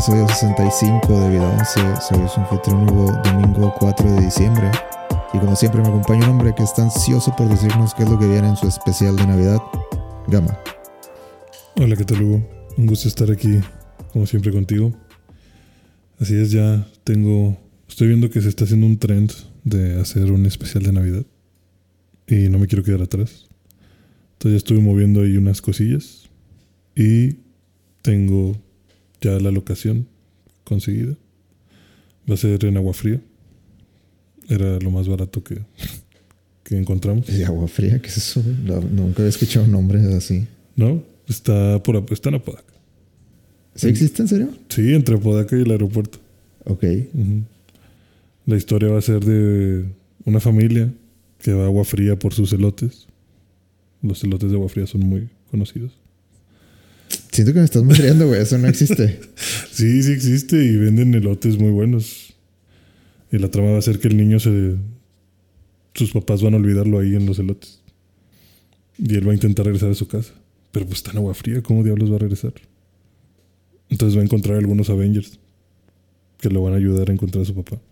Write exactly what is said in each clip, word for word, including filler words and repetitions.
episodio sesenta y cinco de Vida once. Soy su anfitrión Hugo, domingo cuatro de diciembre. Y como siempre me acompaña un hombre que está ansioso por decirnos qué es lo que viene en su especial de Navidad. Gama. Hola, ¿qué tal, Hugo? Un gusto estar aquí, como siempre, contigo. Así es, ya tengo... Estoy viendo que se está haciendo un trend de hacer un especial de Navidad. Y no me quiero quedar atrás. Entonces ya estuve moviendo ahí unas cosillas. Y tengo ya la locación conseguida. Va a ser en Agua Fría. Era lo más barato que, que encontramos. ¿Y Agua Fría? ¿Qué es eso? No, nunca había escuchado un nombre así. No, está, por, está en Apodaca. ¿Sí existe en serio? Sí, entre Apodaca y el aeropuerto. Ok. Uh-huh. La historia va a ser de una familia que va a Agua Fría por sus elotes. Los elotes de Agua Fría son muy conocidos. Siento que me estás madreando, güey. Eso no existe. Sí, sí existe y venden elotes muy buenos. Y la trama va a ser que el niño se... Sus papás van a olvidarlo ahí en los elotes. Y él va a intentar regresar a su casa. Pero pues está en Agua Fría. ¿Cómo diablos va a regresar? Entonces va a encontrar a algunos Avengers que lo van a ayudar a encontrar a su papá.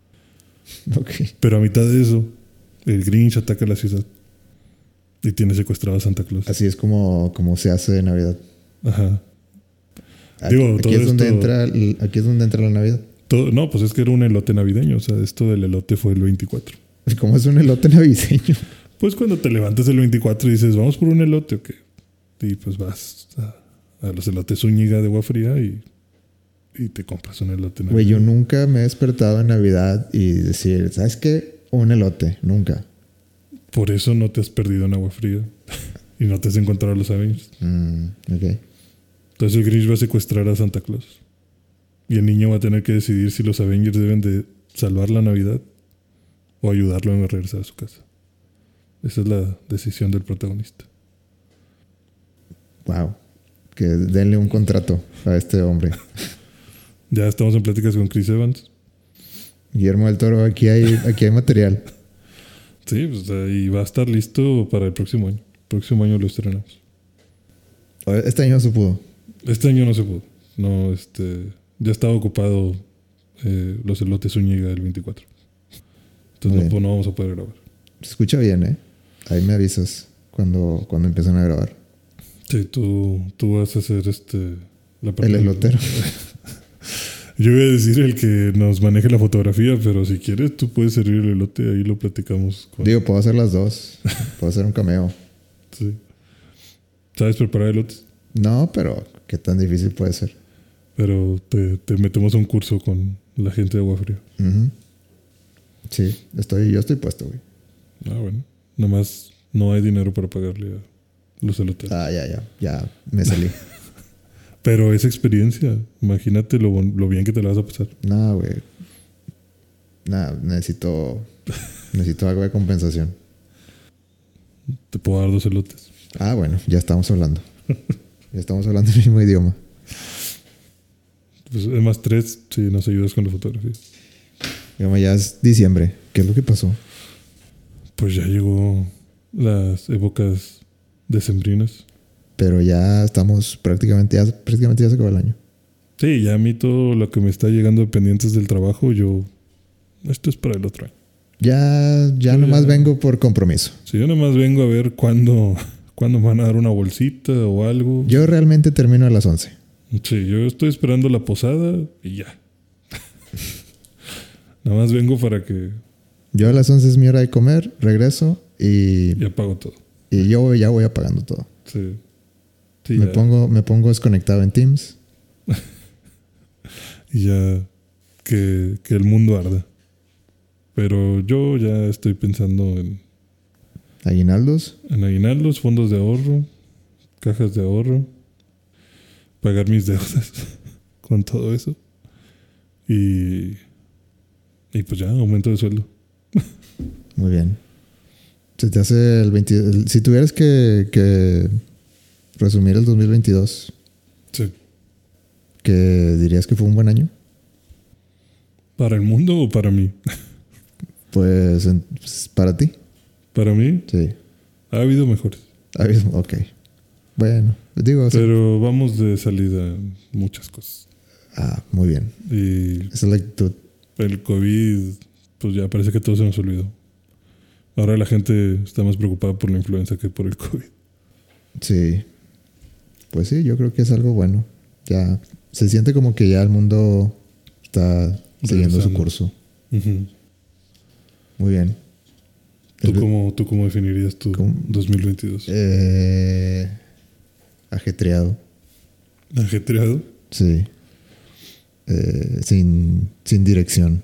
Ok. Pero a mitad de eso, el Grinch ataca la ciudad. Y tiene secuestrado a Santa Claus. Así es como, como se hace de Navidad. Ajá. Aquí, Digo, aquí todo es donde esto- entra, el- aquí es donde entra la Navidad. Todo, no, pues es que era un elote navideño. O sea, esto del elote fue el veinticuatro. ¿Cómo es un elote navideño? Pues cuando te levantas el veinticuatro y dices, vamos por un elote, ¿o qué? Y pues vas a, a los elotes Zúñiga de Agua Fría y, y te compras un elote navideño. Güey, yo nunca me he despertado en Navidad y decir, ¿sabes qué? Un elote. Nunca. Por eso no te has perdido en Agua Fría y no te has encontrado a los Avengers. Mm, ok. Entonces el Grinch va a secuestrar a Santa Claus. Y el niño va a tener que decidir si los Avengers deben de salvar la Navidad o ayudarlo a regresar a su casa. Esa es la decisión del protagonista. Wow. Que denle un contrato a este hombre. Ya estamos en pláticas con Chris Evans. Guillermo del Toro, aquí hay, aquí hay material. Sí, pues ahí va a estar listo para el próximo año. El próximo año lo estrenamos. Este año no se pudo. Este año no se pudo. No, este... Ya estaba ocupado eh, los elotes Zúñiga del veinticuatro. Entonces no, Bien. no vamos a poder grabar. Se escucha bien, ¿eh? Ahí me avisas cuando, cuando empiezan a grabar. Sí, tú, tú vas a hacer este... La El elotero. Yo iba a decir el que nos maneje la fotografía, pero si quieres tú puedes servir el elote, ahí lo platicamos. Con... Digo, puedo hacer las dos. Puedo hacer un cameo. Sí. ¿Sabes preparar elotes? No, pero ¿qué tan difícil puede ser? Pero te, te metemos a un curso con la gente de Agua Fría. Uh-huh. Sí, estoy, yo estoy puesto, güey. Ah, bueno. Nomás no hay dinero para pagarle a los elotes. Ah, ya, ya. Ya me salí. Pero esa experiencia, imagínate lo, bon- lo bien que te la vas a pasar. No, güey. Nada, necesito... Necesito algo de compensación. Te puedo dar dos elotes. Ah, bueno, ya estamos hablando. Ya estamos hablando el mismo idioma. Pues, además, tres, si nos ayudas con la fotografía. Digamos, ya es diciembre. ¿Qué es lo que pasó? Pues ya llegó las épocas decembrinas. Pero ya estamos prácticamente... Ya, prácticamente ya se acabó el año. Sí, ya a mí todo lo que me está llegando de pendientes del trabajo, yo... Esto es para el otro año. Ya, ya Yo nomás ya- vengo por compromiso. Si yo nomás vengo a ver cuándo, cuándo me van a dar una bolsita o algo. Yo realmente termino a las once. Sí, yo estoy esperando la posada y ya. Nada más vengo para que Yo a las once es mi hora de comer, regreso y, ya pago todo. y yo ya voy apagando todo. Sí. Sí, me, ya. pongo, me pongo desconectado en Teams. Y ya que, que el mundo arda. Pero yo ya estoy pensando en, Aguinaldos. en aguinaldos, fondos de ahorro, cajas de ahorro, pagar mis deudas con todo eso. Y, y pues ya, aumento de sueldo. Muy bien. Se te hace el veinte... el- si tuvieras que, que resumir el dos mil veintidós, Sí. ¿qué dirías que fue un buen año? ¿Para el mundo o para mí? Pues, en- pues, para ti. Para mí Sí. ha habido mejores. Ah, bien, ok. Bueno, digo, o sea, Pero vamos de salida en muchas cosas. Ah, muy bien. Y esa es la actitud. El COVID, pues ya parece que todo se nos olvidó. Ahora la gente está más preocupada por la influenza que por el COVID. Sí. Pues sí, yo creo que es algo bueno. Ya se siente como que ya el mundo está siguiendo su curso. Uh-huh. Muy bien. ¿Tú cómo, ¿Tú cómo definirías tu ¿Cómo? dos mil veintidós? Eh, ajetreado. ¿Ajetreado? Sí. Eh, sin, sin dirección.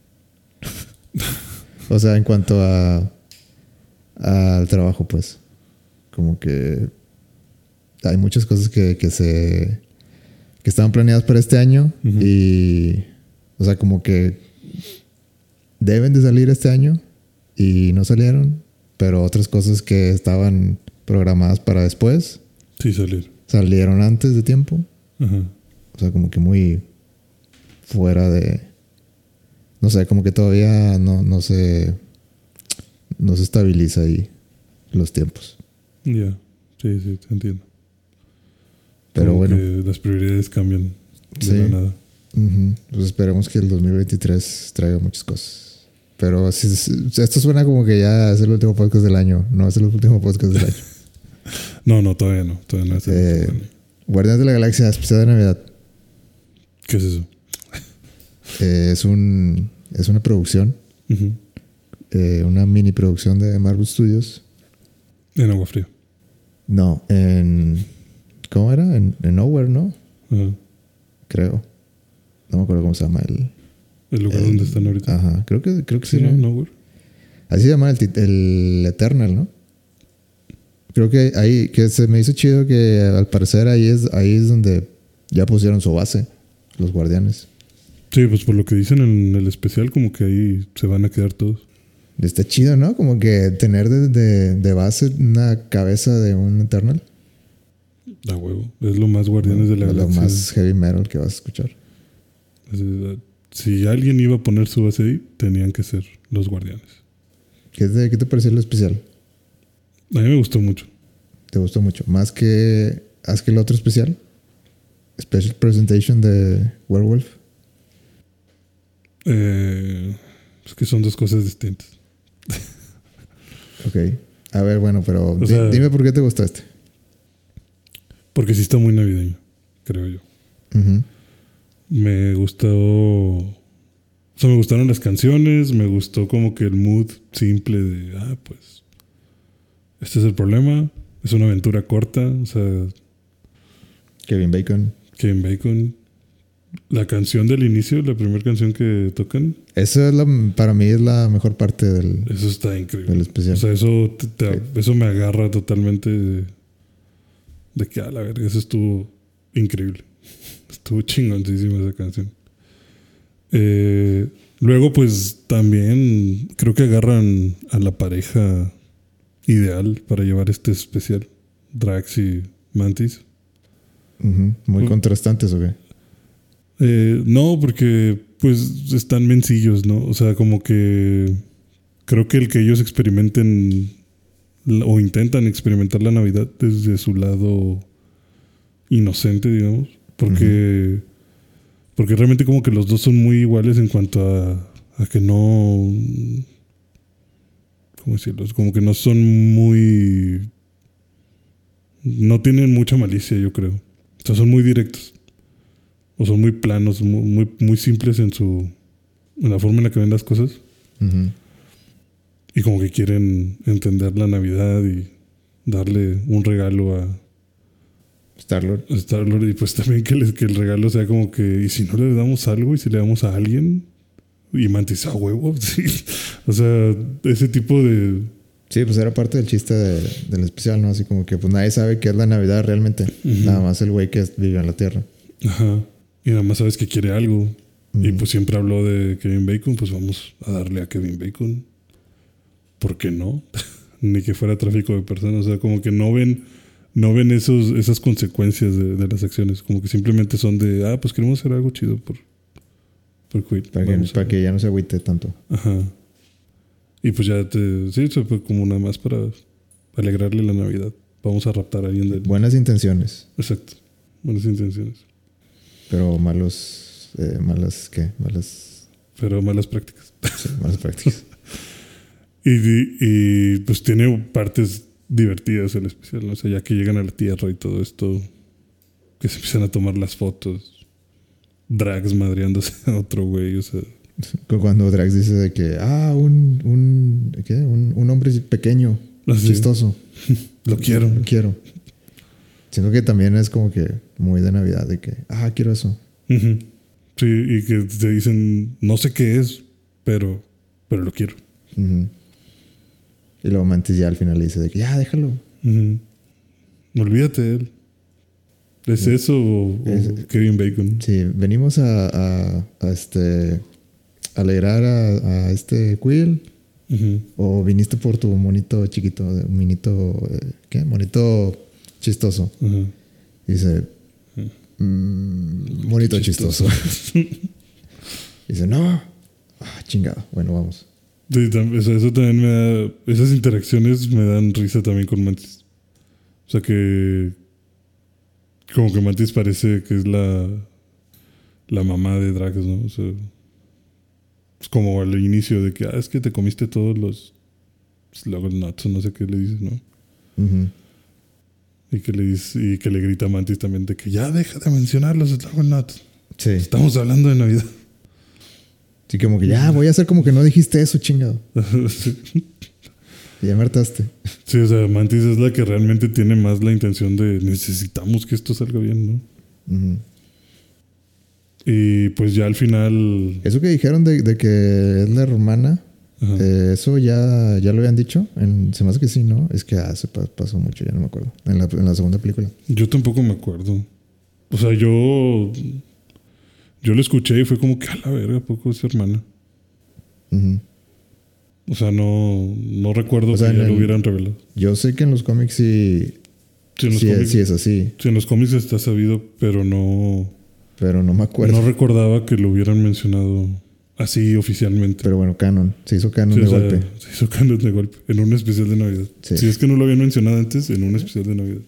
O sea, en cuanto a al trabajo, pues. Como que hay muchas cosas que, que se que estaban planeadas para este año. Uh-huh. Y o sea, como que deben de salir este año y no salieron, pero otras cosas que estaban programadas para después sí salieron. Salieron antes de tiempo. Uh-huh. O sea, como que muy fuera de, no sé, como que todavía no, no se no se estabiliza ahí los tiempos. Ya, yeah. sí, sí, te entiendo. Pero como bueno, que las prioridades cambian de sí. la nada. Uh-huh. Pues esperemos que el dos mil veintitrés traiga muchas cosas. Pero si, si, esto suena como que ya es el último podcast del año. No es el último podcast del año. no, no, todavía no. Todavía no es el eh, último. Guardianes de la Galaxia, especial de Navidad. ¿Qué es eso? Eh, es un es una producción. Uh-huh. Eh, una mini producción de Marvel Studios. En Agua Fría. No, en... ¿Cómo era? En, en Nowhere, ¿no? Uh-huh. Creo. No me acuerdo cómo se llama el... El lugar el, donde están ahorita. Ajá, creo que, creo que sí. sí ¿no? Nowhere. Así se llama el, el Eternal, ¿no? Creo que ahí... Que se me hizo chido que al parecer ahí es, ahí es donde ya pusieron su base. Los guardianes. Sí, pues por lo que dicen en el especial, como que ahí se van a quedar todos. Está chido, ¿no? Como que tener de, de, de base una cabeza de un Eternal. Da huevo. Es lo más Guardianes de la Galaxia. Lo más heavy metal que vas a escuchar. Si alguien iba a poner su base ahí, tenían que ser los Guardianes. ¿Qué te, qué te pareció lo especial? A mí me gustó mucho. ¿Te gustó mucho? ¿Más que, más que el otro especial? Special Presentation de Werewolf. Eh, es que son dos cosas distintas. Ok. A ver, bueno, pero di, sea, dime por qué te gustó este. Porque sí está muy navideño, creo yo. Uh-huh. Me gustó... O sea, me gustaron las canciones, me gustó como que el mood simple de... Ah, pues... Este es el problema. Es una aventura corta, o sea... Kevin Bacon. Kevin Bacon. La canción del inicio, la primera canción que tocan. Eso es la, para mí es la mejor parte del... Eso está increíble. Del especial. O sea, eso, te, te, okay. eso me agarra totalmente de, de que a la verga, eso estuvo increíble. Estuvo chingoncísima esa canción. Eh, luego, pues también creo que agarran a la pareja ideal para llevar este especial. Drax y Mantis. Uh-huh. Muy uh, contrastantes, ¿o qué? Eh, no, porque pues están mencillos, ¿no? O sea, como que creo que el que ellos experimenten o intentan experimentar la Navidad desde su lado inocente, digamos, porque uh-huh. porque realmente como que los dos son muy iguales en cuanto a, a que no, ¿cómo decirlo? Como que no son muy, no tienen mucha malicia, yo creo. O sea, son muy directos. O son muy planos, muy, muy, muy simples en su en la forma en la que ven las cosas. Uh-huh. Y como que quieren entender la Navidad y darle un regalo a Star-Lord. A Star-Lord. Y pues también que, les, que el regalo sea como que... ¿Y si no le damos algo? ¿Y si le damos a alguien? Y Mantis a huevo. Sí. O sea, ese tipo de... Sí, pues era parte del chiste de, del especial, ¿no? Así como que pues nadie sabe qué es la Navidad realmente. Uh-huh. Nada más el güey que vive en la Tierra. Ajá. Y nada más sabes que quiere algo. Mm. Y pues siempre habló de Kevin Bacon. Pues vamos a darle a Kevin Bacon. ¿Por qué no? Ni que fuera tráfico de personas. O sea, como que no ven no ven esos, esas consecuencias de, de las acciones. Como que simplemente son de... Ah, pues queremos hacer algo chido por, por Quid. Para, que, para que ya no se agüite tanto. Ajá. Y pues ya te... Sí, eso fue como nada más para alegrarle la Navidad. Vamos a raptar a alguien de... Buenas intenciones. Exacto. Buenas intenciones. Pero malos, eh, malas, ¿qué? Malas, Pero malas prácticas. sí, malas prácticas. Y, y, y, pues tiene partes divertidas el especial, ¿no? O sea, ya que llegan a la Tierra y todo esto, que se empiezan a tomar las fotos, Drax madreándose a otro güey, o sea. Cuando Drax dice de que, ah, un, un, ¿qué? Un, un hombre pequeño, Así. chistoso. Lo quiero. Lo quiero. Siento que también es como que muy de Navidad, de que, ah, quiero eso. Uh-huh. Sí, y que te dicen, no sé qué es, pero, pero lo quiero. Uh-huh. Y luego Mantis ya al final le dice de que, ya, déjalo. Uh-huh. Olvídate de él. ¿Es sí. eso o, o es, Kevin Bacon? Sí, venimos a, a, a este... alegrar a, a este Quill. Uh-huh. O viniste por tu monito chiquito, un monito, ¿qué? Monito chistoso. Uh-huh. Dice, mmm, monito chistoso. chistoso. Dice, no. Ah, chingado. Bueno, vamos. Sí, eso, eso también me da, esas interacciones me dan risa también con Mantis. O sea que como que Mantis parece que es la la mamá de Drax, ¿no? O sea, es como al inicio de que, ah, es que te comiste todos los Slugger Nuts o no sé qué le dices, ¿no? Uh-huh. Y que le dice, y que le grita a Mantis también de que ya deja de mencionar los Slugger Nuts. Sí. Estamos hablando de Navidad. Sí, como que ya voy a hacer como que no dijiste eso, chingado. Sí. Y ya me hartaste. Sí, o sea, Mantis es la que realmente tiene más la intención de necesitamos que esto salga bien, ¿no? Uh-huh. Y pues ya al final... Eso que dijeron de, de que es la hermana, eh, eso ya, ya lo habían dicho. En, se me hace que sí, ¿no? Es que ah, se pasó mucho, ya no me acuerdo. En la, en la segunda película. Yo tampoco me acuerdo. O sea, yo... Yo lo escuché y fue como que a la verga, poco es su hermana. Uh-huh. O sea, no, no recuerdo o sea, que ya el, lo hubieran revelado. Yo sé que en los cómics sí, sí, en los sí, cómics, es, sí es así. Sí, en los cómics está sabido, pero no... Pero no me acuerdo. No recordaba que lo hubieran mencionado así oficialmente. Pero bueno, canon. Se hizo canon sí, de o sea, golpe. Se hizo canon de golpe. En un especial de Navidad. Sí. Si es que no lo habían mencionado antes, en un especial de Navidad.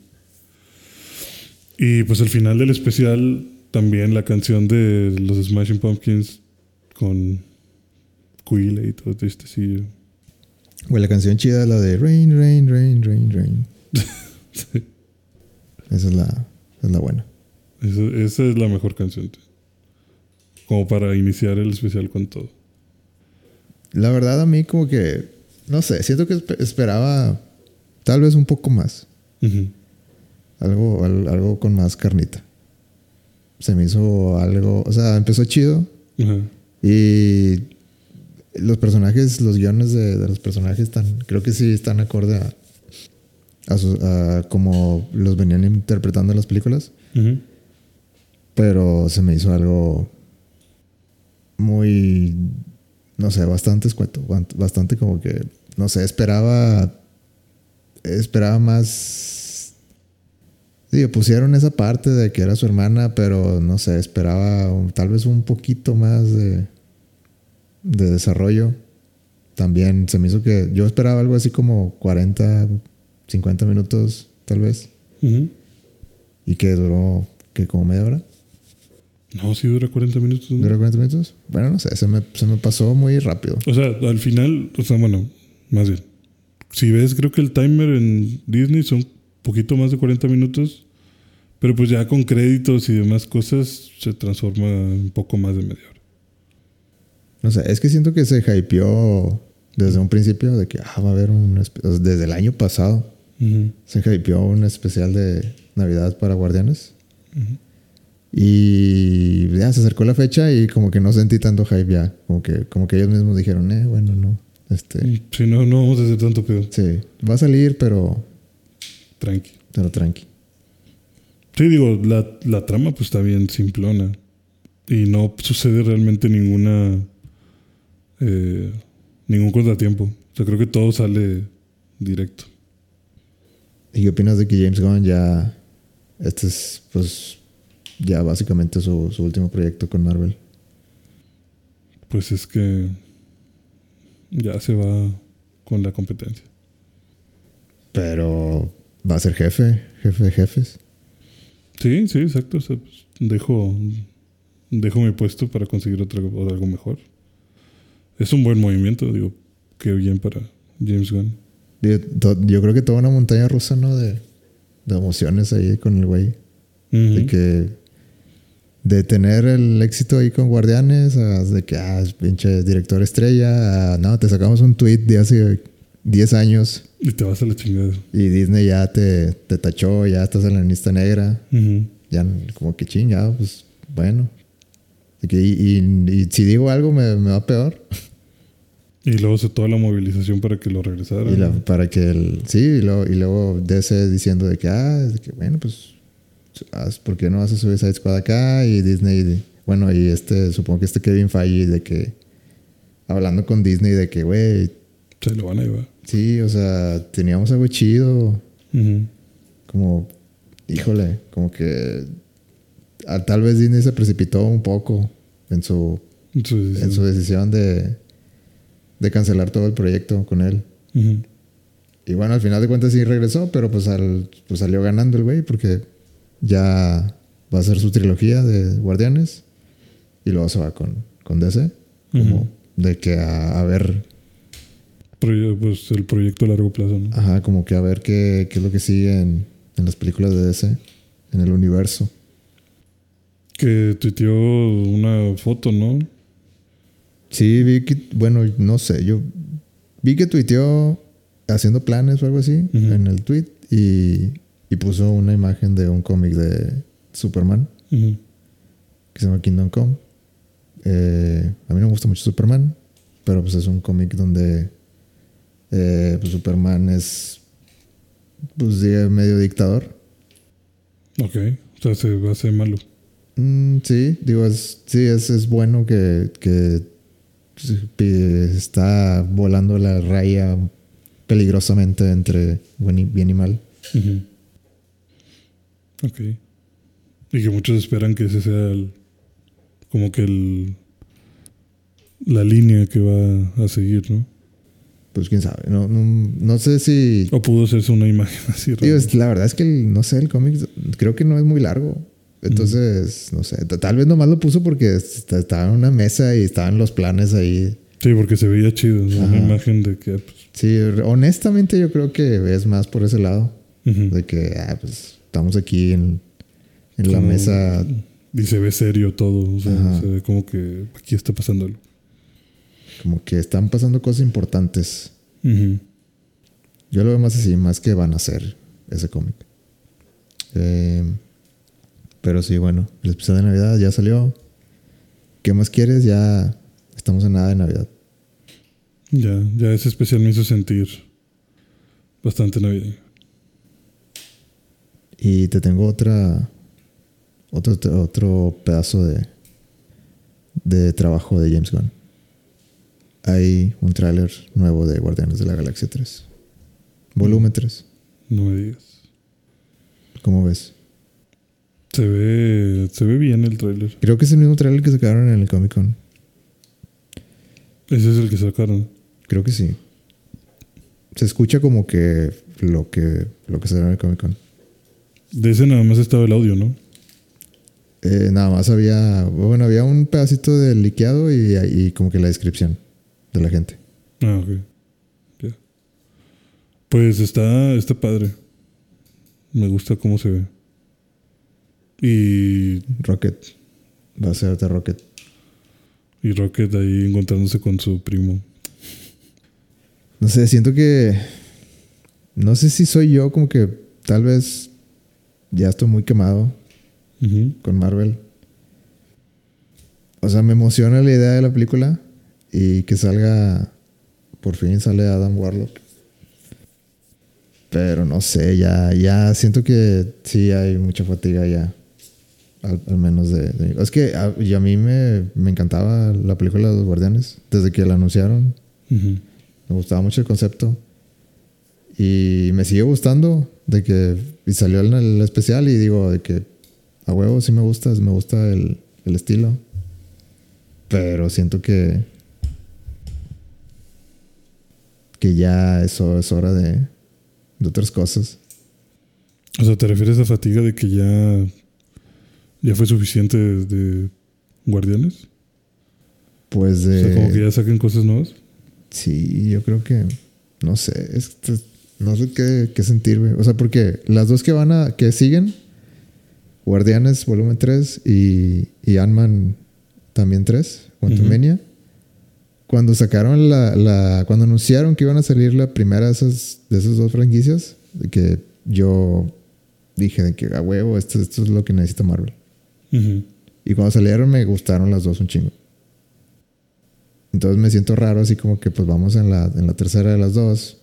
Y pues al final del especial, también la canción de los Smashing Pumpkins con Quill y todo este sí. Güey, la canción chida es la de Rain, Rain, Rain, Rain, Rain. Sí. Esa es la, es la buena. Esa, esa es la mejor canción. Tío. Como para iniciar el especial con todo. La verdad, a mí como que... No sé, siento que esperaba tal vez un poco más. Uh-huh. Algo, algo con más carnita. Se me hizo algo... O sea, empezó chido. Uh-huh. Y los personajes, los guiones de, de los personajes están... Creo que sí están acorde a... A, su, a como los venían interpretando en las películas. Uh-huh. Pero se me hizo algo muy, no sé, bastante escueto, bastante como que, no sé, esperaba, esperaba más. Digo, pusieron esa parte de que era su hermana, pero no sé, esperaba un, tal vez un poquito más de, de desarrollo. También se me hizo que yo esperaba algo así como cuarenta, cincuenta minutos, tal vez. Uh-huh. Y que duró, que como media hora. No, sí dura cuarenta minutos. ¿No? ¿Dura cuarenta minutos? Bueno, no sé, se me, se me pasó muy rápido. O sea, al final, o sea, bueno, más bien. Si ves, creo que el timer en Disney son un poquito más de cuarenta minutos. Pero pues ya con créditos y demás cosas se transforma un poco más de media hora. No sé, es que siento que se hypeó desde un principio de que ah, va a haber un... Desde el año pasado uh-huh. se hypeó un especial de Navidad para Guardianes. Uh-huh. Y ya se acercó la fecha y como que no sentí tanto hype ya. Como que, como que ellos mismos dijeron, eh, bueno, no. Este, sí, no, no vamos a hacer tanto pedo. Sí, va a salir, pero... Tranqui. Pero tranqui. Sí, digo, la, la trama pues está bien simplona. Y no sucede realmente ninguna... Eh, ningún contratiempo. O sea, creo que todo sale directo. ¿Y qué opinas de que James Gunn ya... Este es, pues... Ya básicamente su, su último proyecto con Marvel? Pues es que... Ya se va con la competencia. Pero... ¿Va a ser jefe? ¿Jefe de jefes? Sí, sí, exacto. O sea, pues, dejo, dejo mi puesto para conseguir otra, o algo mejor. Es un buen movimiento, digo, qué bien para James Gunn. Yo, to- yo creo que toda una montaña rusa, ¿no? De, de emociones ahí con el güey. Uh-huh. De que... De tener el éxito ahí con Guardianes, a, de que, ah, pinche director estrella, a, no, te sacamos un tweet de hace diez años. Y te vas a la chingada. Y Disney ya te, te tachó, ya estás en la lista negra. Uh-huh. Ya como que chingado, pues bueno. De que, y, y, y si digo algo me, me va peor. Y luego se toda la movilización para que lo regresara. Y la, para que el... Sí, y luego, y luego D C diciendo de que, ah, de que bueno, pues... ¿Por qué no hace Suicide Squad acá? Y Disney... Bueno, y este... Supongo que este Kevin Feige de que... Hablando con Disney de que, güey... Se lo van a llevar. Sí, o sea... Teníamos algo chido. Uh-huh. Como... Híjole, como que... A, tal vez Disney se precipitó un poco en su... En su decisión, en su decisión de... De cancelar todo el proyecto con él. Uh-huh. Y bueno, al final de cuentas sí regresó, pero pues, al, pues salió ganando el güey porque ya va a hacer su trilogía de Guardianes y luego se va con, con D C. Como Uh-huh. de que a, a ver... Proye- pues el proyecto a largo plazo, ¿no? Ajá, como que a ver qué, qué es lo que sigue en, en las películas de D C, en el universo. Que tuiteó una foto, ¿no? Sí, vi que... Bueno, no sé, yo... Vi que tuiteó haciendo planes o algo así Uh-huh. en el tweet y, y puso una imagen de un cómic de Superman Uh-huh. que se llama Kingdom Come. Eh, a mí no me gusta mucho Superman, pero pues es un cómic donde eh, pues Superman es pues diga, medio dictador. Ok. O sea, se va a hacer malo. Mm, sí, digo, es, sí, es, es bueno que, que está volando la raya peligrosamente entre buen y, bien y mal. Uh-huh. Ok. Y que muchos esperan que ese sea el, como que el la línea que va a seguir, ¿no? Pues quién sabe, no, no, no sé si... O pudo hacerse una imagen así. Digo, es, la verdad es que el, no sé, el cómic creo que no es muy largo. Entonces, uh-huh. no sé, tal vez nomás lo puso porque estaba en una mesa y estaban los planes ahí. Sí, porque se veía chido, ¿no? Una imagen de que... Pues... Sí, honestamente yo creo que es más por ese lado. Uh-huh. De que, ah, pues estamos aquí en, en la mesa. Y se ve serio todo, o sea, uh-huh. se ve como que aquí está pasando algo. Como que están pasando cosas importantes. Uh-huh. Yo lo veo más así, más que van a hacer ese cómic. Eh, pero sí, bueno, el especial de Navidad ya salió. ¿Qué más quieres? Ya estamos en nada de Navidad. Ya, ya ese especial me hizo sentir bastante navideño. Y te tengo otra otro, otro pedazo de de trabajo de James Gunn. Hay un tráiler nuevo de Guardianes de la Galaxia tres. Volumen tres. No me digas. ¿Cómo ves? Se ve, se ve bien el tráiler. Creo que es el mismo tráiler que sacaron en el Comic Con. Ese es el que sacaron. Creo que sí. Se escucha como que lo que lo que sacaron en el Comic Con. De ese nada más estaba el audio, ¿no? Eh, nada más había... Bueno, había un pedacito del liqueado y, y como que la descripción de la gente. Ah, ok. Yeah. Pues está, está padre. Me gusta cómo se ve. Y... Rocket. Va a ser de Rocket. Y Rocket ahí encontrándose con su primo. No sé, siento que... No sé si soy yo, como que tal vez ya estoy muy quemado uh-huh. con Marvel. O sea, me emociona la idea de la película y que salga... Por fin sale Adam Warlock. Pero no sé, ya, ya siento que sí hay mucha fatiga ya. Al, al menos de, de... Es que a, y a mí me, me encantaba la película de los Guardianes. Desde que la anunciaron. Uh-huh. Me gustaba mucho el concepto. Y me sigue gustando. De que... Y salió en el especial y digo de que... A huevo sí me gusta. Me gusta el, el estilo. Pero siento que... Que ya eso es hora de... De otras cosas. O sea, ¿te refieres a fatiga de que ya ¿Ya fue suficiente de, de Guardianes? Pues de... O sea, como que ya saquen cosas nuevas. Sí, yo creo que... No sé, es que no sé qué, qué sentir, güey. O sea, porque las dos que van a... que siguen, Guardianes Volumen tres y, y Ant-Man también tres, Quantumania. Uh-huh. Cuando sacaron la, la... Cuando anunciaron que iban a salir la primera de esas, de esas dos franquicias, de que yo dije de que a huevo, esto, esto es lo que necesita Marvel. Uh-huh. Y cuando salieron me gustaron las dos un chingo. Entonces me siento raro, así como que pues vamos en la, en la tercera de las dos.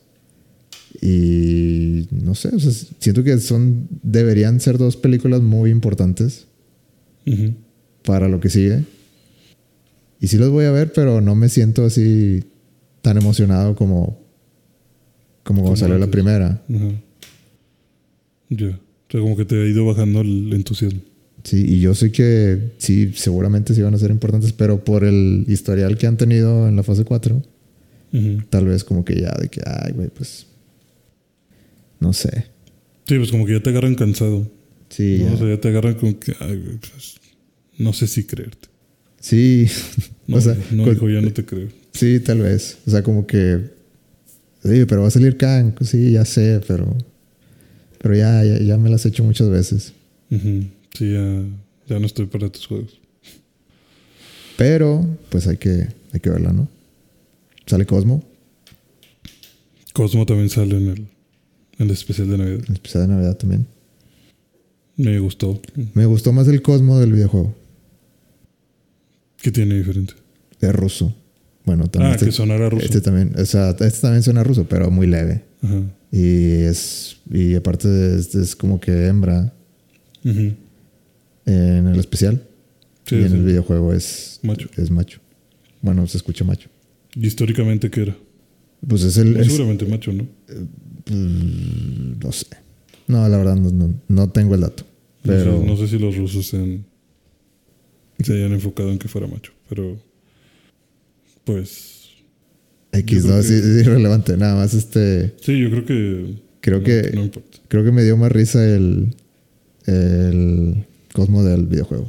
Y no sé, o sea, siento que son deberían ser dos películas muy importantes uh-huh. para lo que sigue. Y sí las voy a ver, pero no me siento así tan emocionado como como cuando salió la primera. Uh-huh. Ya, yeah. O sea, como que te ha ido bajando el entusiasmo. Sí, y yo sé que sí, seguramente sí van a ser importantes, pero por el historial que han tenido en la fase cuatro, uh-huh. tal vez como que ya de que, ay, güey, pues no sé. Sí, pues como que ya te agarran cansado. Sí, ¿no? ya. O sea, ya te agarran como que, ay, güey, pues no sé si creerte. Sí. No, o sea, no, con, hijo, ya no te creo. Sí, tal vez. O sea, como que, sí, pero va a salir Kang, sí, ya sé, pero pero ya, ya, ya me las he hecho muchas veces. Uh-huh. Sí, ya, ya no estoy para tus juegos. Pero, pues hay que, hay que verla, ¿no? Sale Cosmo. Cosmo también sale en el, en el especial de Navidad. El especial de Navidad también. Me gustó. Me gustó más el Cosmo del videojuego. ¿Qué tiene diferente? Es ruso. Bueno, también. Ah, este, que sonara ruso. Este también, o sea, este también suena ruso, pero muy leve. Ajá. Y es, y aparte es, es como que hembra. Uh-huh. En el especial. Sí, y en sí. el videojuego es macho. Es macho. Bueno, se escucha macho. ¿Y históricamente qué era? Pues es el... Es, seguramente macho, ¿no? Eh, no sé. No, la verdad no, no, no tengo el dato. Pero... No sé, no sé si los rusos se, han, se hayan enfocado en que fuera macho. Pero... Pues... X, no, que, sí, es irrelevante. Nada más este... Sí, yo creo que... Creo no, que... No importa. Creo que me dio más risa el... El... Cosmo del videojuego.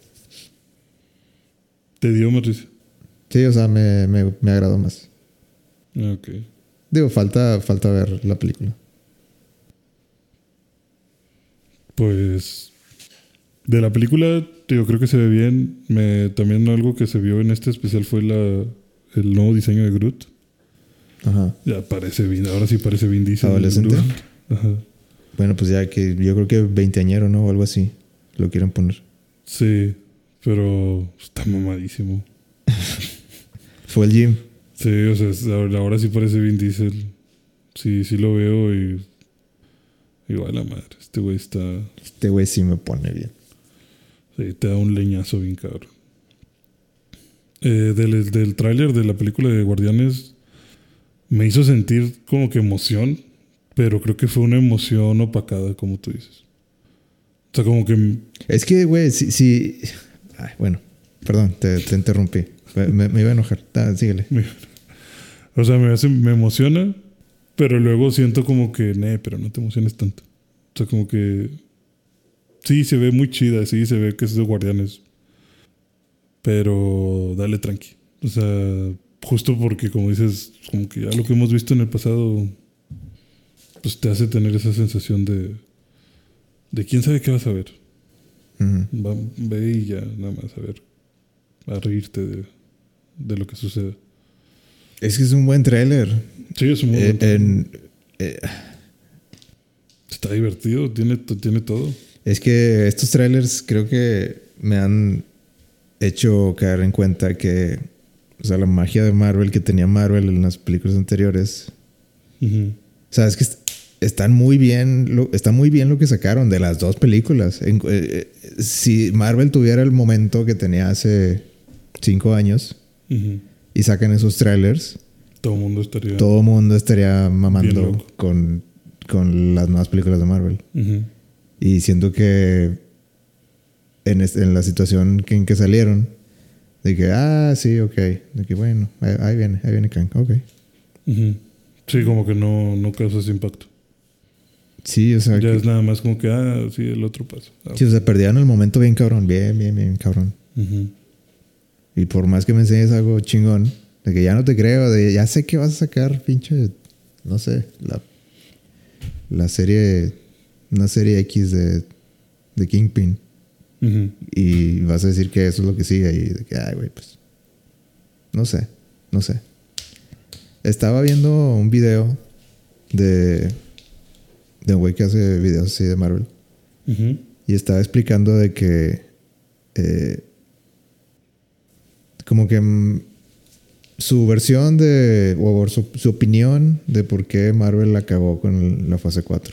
¿Te dio más risa? Sí, o sea, me, me, me agradó más. Ok. Digo, falta, falta ver la película. Pues... De la película, yo creo que se ve bien. Me, también algo que se vio en este especial fue la, el nuevo diseño de Groot. Ajá. Ya parece Vin, ahora sí parece Vin Diesel. Adolescente. Ajá. Bueno, pues ya que yo creo que veinteañero, ¿no? O algo así. Lo quieren poner. Sí, pero está mamadísimo. Fue el gym. Sí, o sea, ahora sí parece Vin Diesel. Sí, sí lo veo y... Igual la madre, este güey está... Este güey sí me pone bien. Sí, te da un leñazo bien cabrón. Eh, del del tráiler de la película de Guardianes me hizo sentir como que emoción, pero creo que fue una emoción opacada, como tú dices. O sea, como que... Es que, güey, si... si... Ay, bueno, perdón, te, te interrumpí. Me, me iba a enojar. Ah, síguele. O sea, me, hace, me emociona, pero luego siento como que, nee, pero no te emociones tanto. O sea, como que... Sí, se ve muy chida, sí, se ve que es de Guardianes. Pero dale tranqui. O sea, justo porque, como dices, como que ya lo que hemos visto en el pasado, pues te hace tener esa sensación de... De quién sabe qué vas a ver. Uh-huh. Va, ve y ya, nada más, a ver. A reírte de, de lo que sucede. Es que es un buen tráiler. Sí, es un buen eh, tráiler. En, eh, Está divertido, tiene, tiene todo. Es que estos trailers creo que me han hecho caer en cuenta que, o sea, la magia de Marvel que tenía Marvel en las películas anteriores. Uh-huh. O sea, es que est- están muy bien, lo, está muy bien lo que sacaron de las dos películas. En, eh, si Marvel tuviera el momento que tenía hace cinco años Uh-huh. y sacan esos trailers, Todo el mundo estaría... todo el mundo estaría Bien mamando loco. con, con las nuevas películas de Marvel. Uh-huh. Y siento que en, es- en la situación que, en que salieron, de que, ah, sí, ok. De que, bueno, ahí, ahí viene, ahí viene Kang, ok. Uh-huh. Sí, como que no, no causa ese impacto. Sí, o sea... Ya que, es nada más como que, ah, sí, el otro paso. Ah, sí, o sea, perdieron el momento bien cabrón. Bien, bien, bien cabrón. uh-huh. Y por más que me enseñes algo chingón, de que ya no te creo, de ya sé que vas a sacar, pinche... No sé, la... La serie... Una serie X de... De Kingpin. Uh-huh. Y vas a decir que eso es lo que sigue. Y de que, ay, güey, pues... No sé, no sé. Estaba viendo un video de... De un güey que hace videos así de Marvel. Uh-huh. Y estaba explicando de que... Eh, como que... mm, su versión de... O su, su opinión de por qué Marvel acabó con el- la fase cuatro.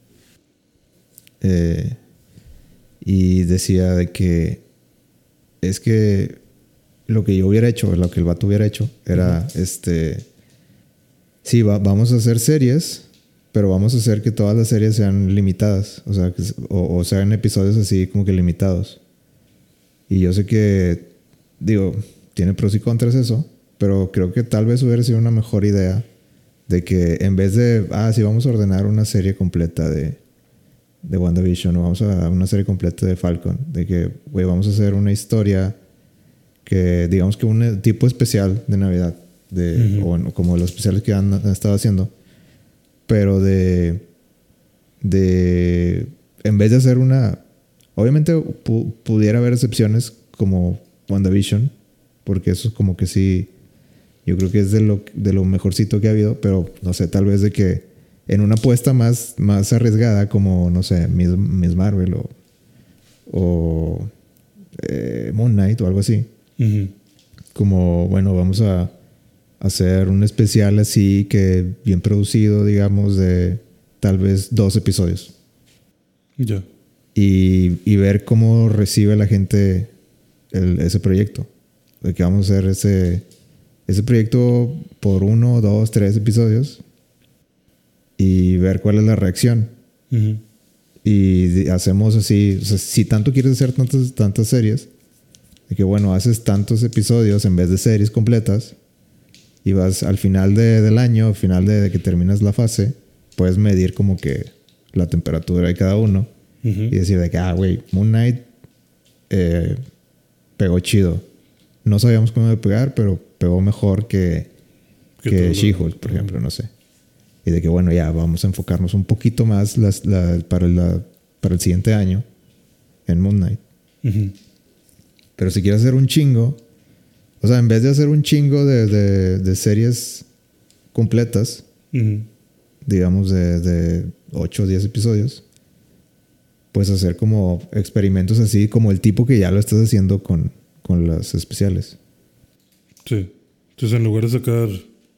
Eh, y decía de que... Es que... Lo que yo hubiera hecho, lo que el vato hubiera hecho, era uh-huh. este... Sí, va, vamos a hacer series, pero vamos a hacer que todas las series sean limitadas. O sea, que, o, o sean episodios así como que limitados. Y yo sé que... Digo, tiene pros y contras eso, pero creo que tal vez hubiera sido una mejor idea de que en vez de... Ah, sí, vamos a ordenar una serie completa de... De WandaVision, o vamos a una serie completa de Falcon. De que, güey, vamos a hacer una historia... que digamos que un tipo especial de Navidad de, uh-huh. o como los especiales que han, han estado haciendo, pero de de en vez de hacer una, obviamente pu- pudiera haber excepciones como WandaVision, porque eso es como que sí, yo creo que es de lo, de lo mejorcito que ha habido, pero no sé, tal vez de que en una apuesta más, más arriesgada como, no sé, Miss, Miss Marvel o, o eh, Moon Knight o algo así. Uh-huh. Como, bueno, vamos a hacer un especial así que bien producido, digamos, de tal vez dos episodios. Ya. Yeah. Y, y ver cómo recibe la gente el, ese proyecto. De que vamos a hacer ese, ese proyecto por uno, dos, tres episodios y ver cuál es la reacción. Uh-huh. Y hacemos así, o sea, si tanto quieres hacer tantas, tantas series, de que bueno, haces tantos episodios en vez de series completas y vas al final de, del año, al final de, de que terminas la fase, puedes medir como que la temperatura de cada uno. Uh-huh. Y decir de que, ah, güey, Moon Knight eh, pegó chido. No sabíamos cómo iba a pegar, pero pegó mejor que, que She-Hulk, por uh-huh. ejemplo, no sé. Y de que, bueno, ya vamos a enfocarnos un poquito más las, la, para, la, para el siguiente año en Moon Knight. Uh-huh. Pero si quieres hacer un chingo, o sea, en vez de hacer un chingo de, de, de series completas, uh-huh. digamos de, de ocho o diez episodios, puedes hacer como experimentos así, como el tipo que ya lo estás haciendo con, con las especiales. Sí. Entonces, en lugar de sacar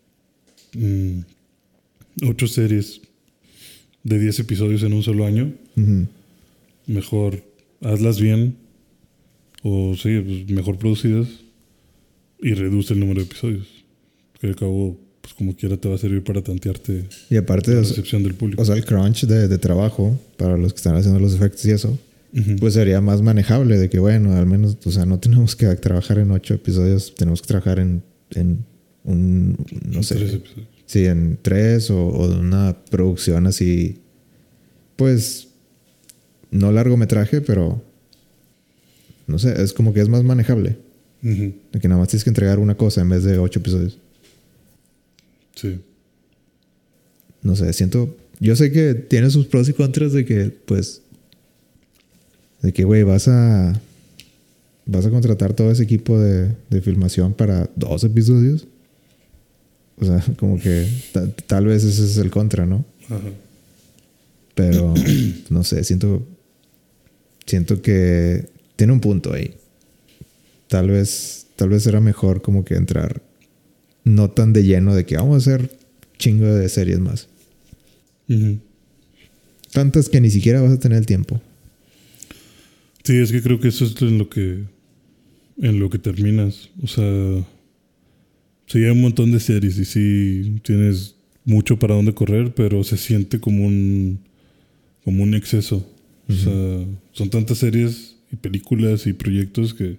mmm, ocho series de diez episodios en un solo año, uh-huh. mejor hazlas bien. O sí, pues mejor producidas y reduce el número de episodios. Que al cabo, pues como quiera te va a servir para tantearte y aparte la de recepción del público. O sea, el crunch de, de trabajo para los que están haciendo los efectos y eso, uh-huh. pues sería más manejable de que, bueno, al menos, o sea, no tenemos que trabajar en ocho episodios, tenemos que trabajar en, en un, no en sé. Tres episodios. Sí, en tres o, o una producción así, pues, no largometraje, pero... No sé, es como que es más manejable. Uh-huh. De que nada más tienes que entregar una cosa en vez de ocho episodios. Sí. No sé, siento... Yo sé que tiene sus pros y contras de que, pues... De que, güey, vas a... Vas a contratar todo ese equipo de, de filmación para dos episodios. O sea, como que... Ta, tal vez ese es el contra, ¿no? Uh-huh. Pero... no sé, siento... Siento que... Tiene un punto ahí. Tal vez, tal vez era mejor como que entrar no tan de lleno de que vamos a hacer chingo de series más. Uh-huh. Tantas que ni siquiera vas a tener el tiempo. Sí, es que creo que eso es en lo que en lo que terminas. O sea, sí hay un montón de series y sí tienes mucho para dónde correr, pero se siente como un como un exceso. Uh-huh. O sea, son tantas series y películas y proyectos que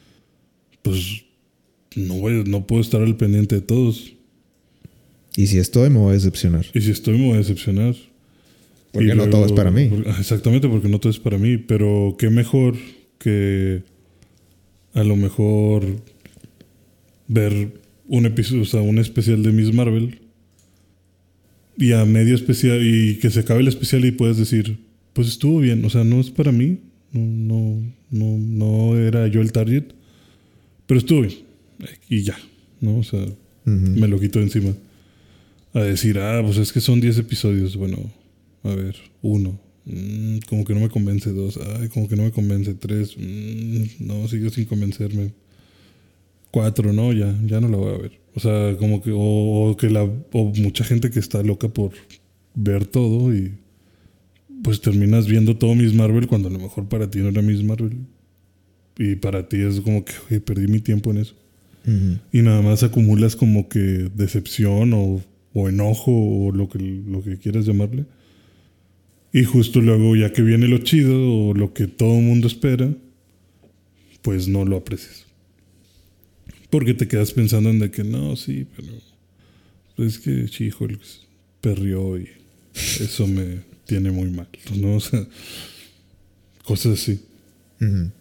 pues no voy, no puedo estar al pendiente de todos. Y si estoy me voy a decepcionar. Y si estoy me voy a decepcionar. Porque Y no luego- todo es para mí. por- exactamente, porque no todo es para mí. Pero qué mejor que a lo mejor ver un episodio, o sea, un especial de Miss Marvel y a medio especial y que se acabe el especial y puedes decir, pues estuvo bien, o sea, no es para mí, no, no, no, no era yo el target, pero estuvo bien y ya, ¿no? O sea, Ujú. me lo quito de encima. A decir, ah, pues es que son diez episodios, bueno, a ver, uno, mm, como que no me convence, dos, ay, como que no me convence, tres, mm, no, sigue sin convencerme. Cuatro, no, ya, ya no la voy a ver. O sea, como que, o, o que la, o mucha gente que está loca por ver todo y pues terminas viendo todo Miss Marvel cuando a lo mejor para ti no era Miss Marvel. Y para ti es como que, oye, perdí mi tiempo en eso. Ujú. Y nada más acumulas como que decepción o, o enojo o lo que, lo que quieras llamarle. Y justo luego, ya que viene lo chido o lo que todo el mundo espera, pues no lo aprecias. Porque te quedas pensando en de que no, sí, pero pues es que She-Hulk perrió y eso me tiene muy mal, ¿no? O sea, cosas así. Ujú.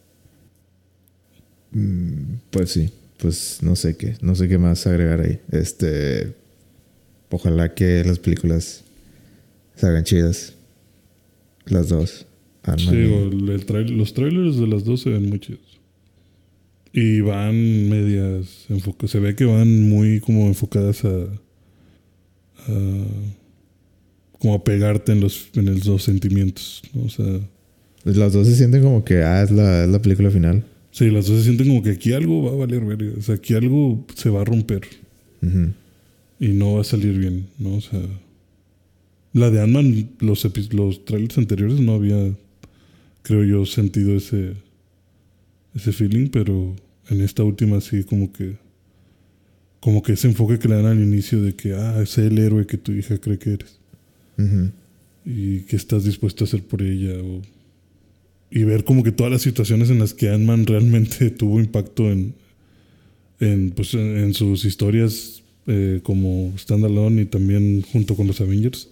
Mm, Pues sí, pues no sé qué, no sé qué más agregar ahí. Este, ojalá que las películas se hagan chidas, las dos. Ant-Man Sí, y- o el- el trail- los trailers de las dos se ven muy chidos. Y van medias enfocadas. Se ve que van muy como enfocadas a, a- como a pegarte en los, en los sentimientos, ¿no? O sea, pues las dos se sienten como que ah, es la, es la película final. sí, las dos se sienten como que aquí algo va a valer verga. O sea, aquí algo se va a romper Ujú. y no va a salir bien, ¿no? O sea, la de Ant-Man, los, epi- los trailers anteriores no había, creo yo, sentido ese, ese feeling, pero en esta última sí como que como que ese enfoque que le dan al inicio de que ah, es el héroe que tu hija cree que eres Ujú. y que estás dispuesto a hacer por ella o, y ver como que todas las situaciones en las que Ant-Man realmente tuvo impacto en en, pues, en, en sus historias eh, como standalone y también junto con los Avengers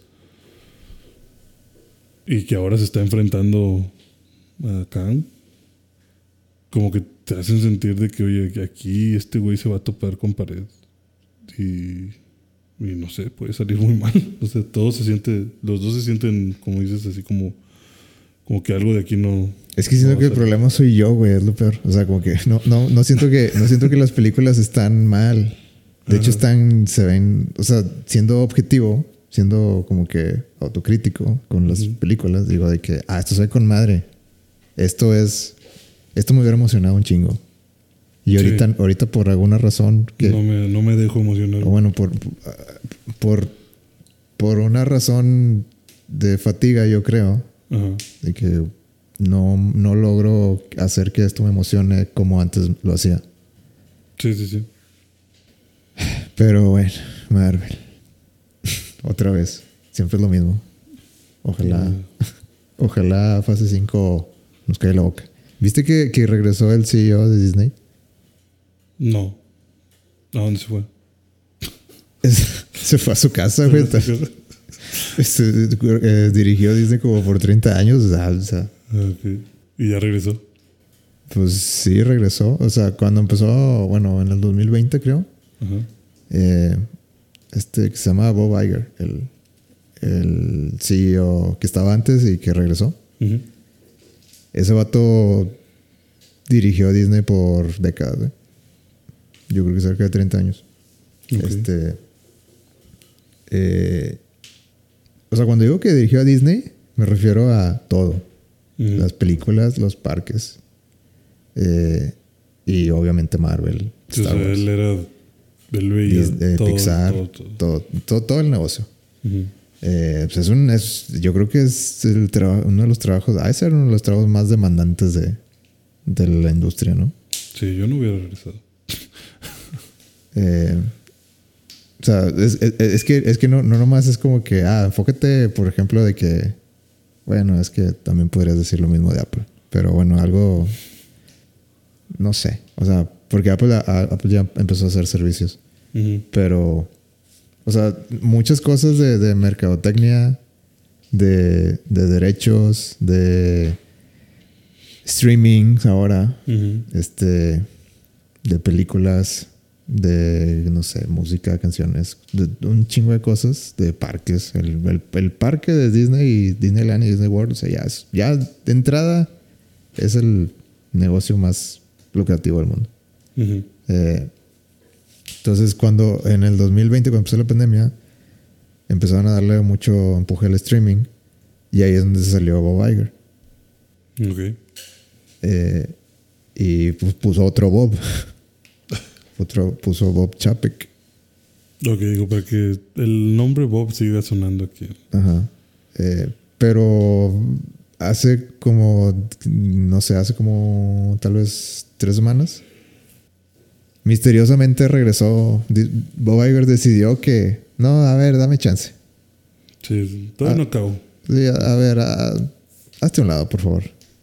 y que ahora se está enfrentando a Kang, como que te hacen sentir de que, oye, que aquí este güey se va a topar con pared. Y, y no sé, puede salir muy mal. O sea, todo se siente, los dos se sienten, como dices, así como, como que algo de aquí no. Es que siento no que va el a salir. problema soy yo, güey, es lo peor. O sea, como que no, no, no siento que, no siento que las películas están mal. De hecho, Ajá. están, se ven, o sea, siendo objetivo, siendo como que autocrítico con las Ujú. películas, digo de que, ah, esto se ve con madre. Esto es, esto me hubiera emocionado un chingo. Y ahorita, Sí. ahorita por alguna razón que, No me, no me dejo emocionar. o bueno, por, por, por una razón de fatiga, yo creo, Ajá. de que no, no logro hacer que esto me emocione como antes lo hacía. Sí, sí, sí. Pero bueno, Marvel. Otra vez. Siempre es lo mismo. Ojalá, Mm. ojalá fase cinco nos cae la boca. ¿Viste que, que regresó el C E O de Disney? No. ¿A dónde se fue? Es- se fue a su casa, güey. Este, eh, dirigió Disney como por treinta años. O sea, o sea, Ah, ok. Y ya regresó. pues sí, regresó. O sea, cuando empezó, bueno, en el dos mil veinte creo. Ajá. Eh, este que se llama Bob Iger, el, el C E O que estaba antes y que regresó. Ujú. Ese vato dirigió a Disney por décadas, güey. Yo creo que cerca de treinta años. Ok. Este. eh, o sea, cuando digo que dirigió a Disney, me refiero a todo: Ujú. las películas, los parques, eh, y obviamente Marvel, Sí, o Star sea, Wars, él era. Él veía Dis- eh, todo, Pixar, todo, todo. todo, todo, todo el negocio. Ujú. Eh, pues es un, es, yo creo que es el traba- uno de los trabajos, ha de ser uno de los trabajos más demandantes de, de la industria, ¿no? Sí, yo no hubiera regresado. Eh, o sea, es, es, es que, es que no, no nomás es como que, ah, enfócate, por ejemplo, de que, bueno, es que también podrías decir lo mismo de Apple, pero bueno, algo, no sé, o sea, porque Apple, a- a- Apple ya empezó a hacer servicios, Ujú. pero, o sea, muchas cosas de, de mercadotecnia de, de derechos, de streaming ahora, uh-huh. este, de películas, de, no sé, música, canciones, de, de un chingo de cosas, de parques. El, el, el parque de Disney y Disneyland y Disney World, o sea, ya, es, ya de entrada es el negocio más lucrativo del mundo. Uh-huh. Eh, entonces, cuando en el dos mil veinte, cuando empezó la pandemia, empezaron a darle mucho empuje al streaming y ahí es donde se salió Bob Iger. Ok. Eh, y pues puso otro Bob. otro, puso Bob Chapek. Ok, digo, para que el nombre Bob siga sonando aquí. Ajá. Eh, pero hace como, no sé, hace como tal vez tres semanas, misteriosamente regresó. Bob Iger decidió que, no, a ver, dame chance. Sí, todavía a, no acabo. Sí, a, a ver, a, hazte a un lado, por favor.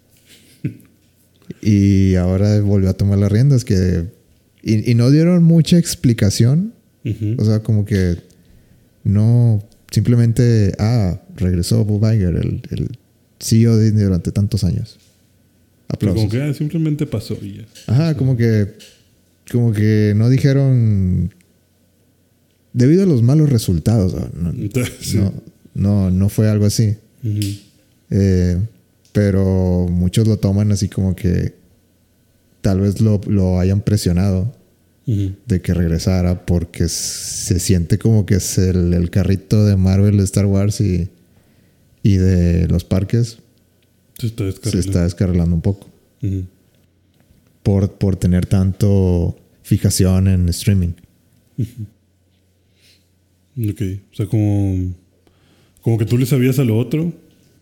Y ahora volvió a tomar las riendas que... Y, y no dieron mucha explicación. Uh-huh. O sea, como que no... Simplemente... Ah, regresó Bob Iger, el, el C E O de Disney durante tantos años. Aplausos. Como que ah, simplemente pasó y ya. Ajá, sí. como que... Como que no dijeron... Debido a los malos resultados. No, sí. no, no, no fue algo así. Uh-huh. Eh... Pero muchos lo toman así como que tal vez lo, lo hayan presionado uh-huh. de que regresara porque se siente como que es el, el carrito de Marvel, de Star Wars y, y de los parques. Se está descarrilando, se está descarrilando un poco. Uh-huh. Por, por tener tanto fijación en streaming. Uh-huh. Ok. O sea, como, como que tú le sabías a lo otro.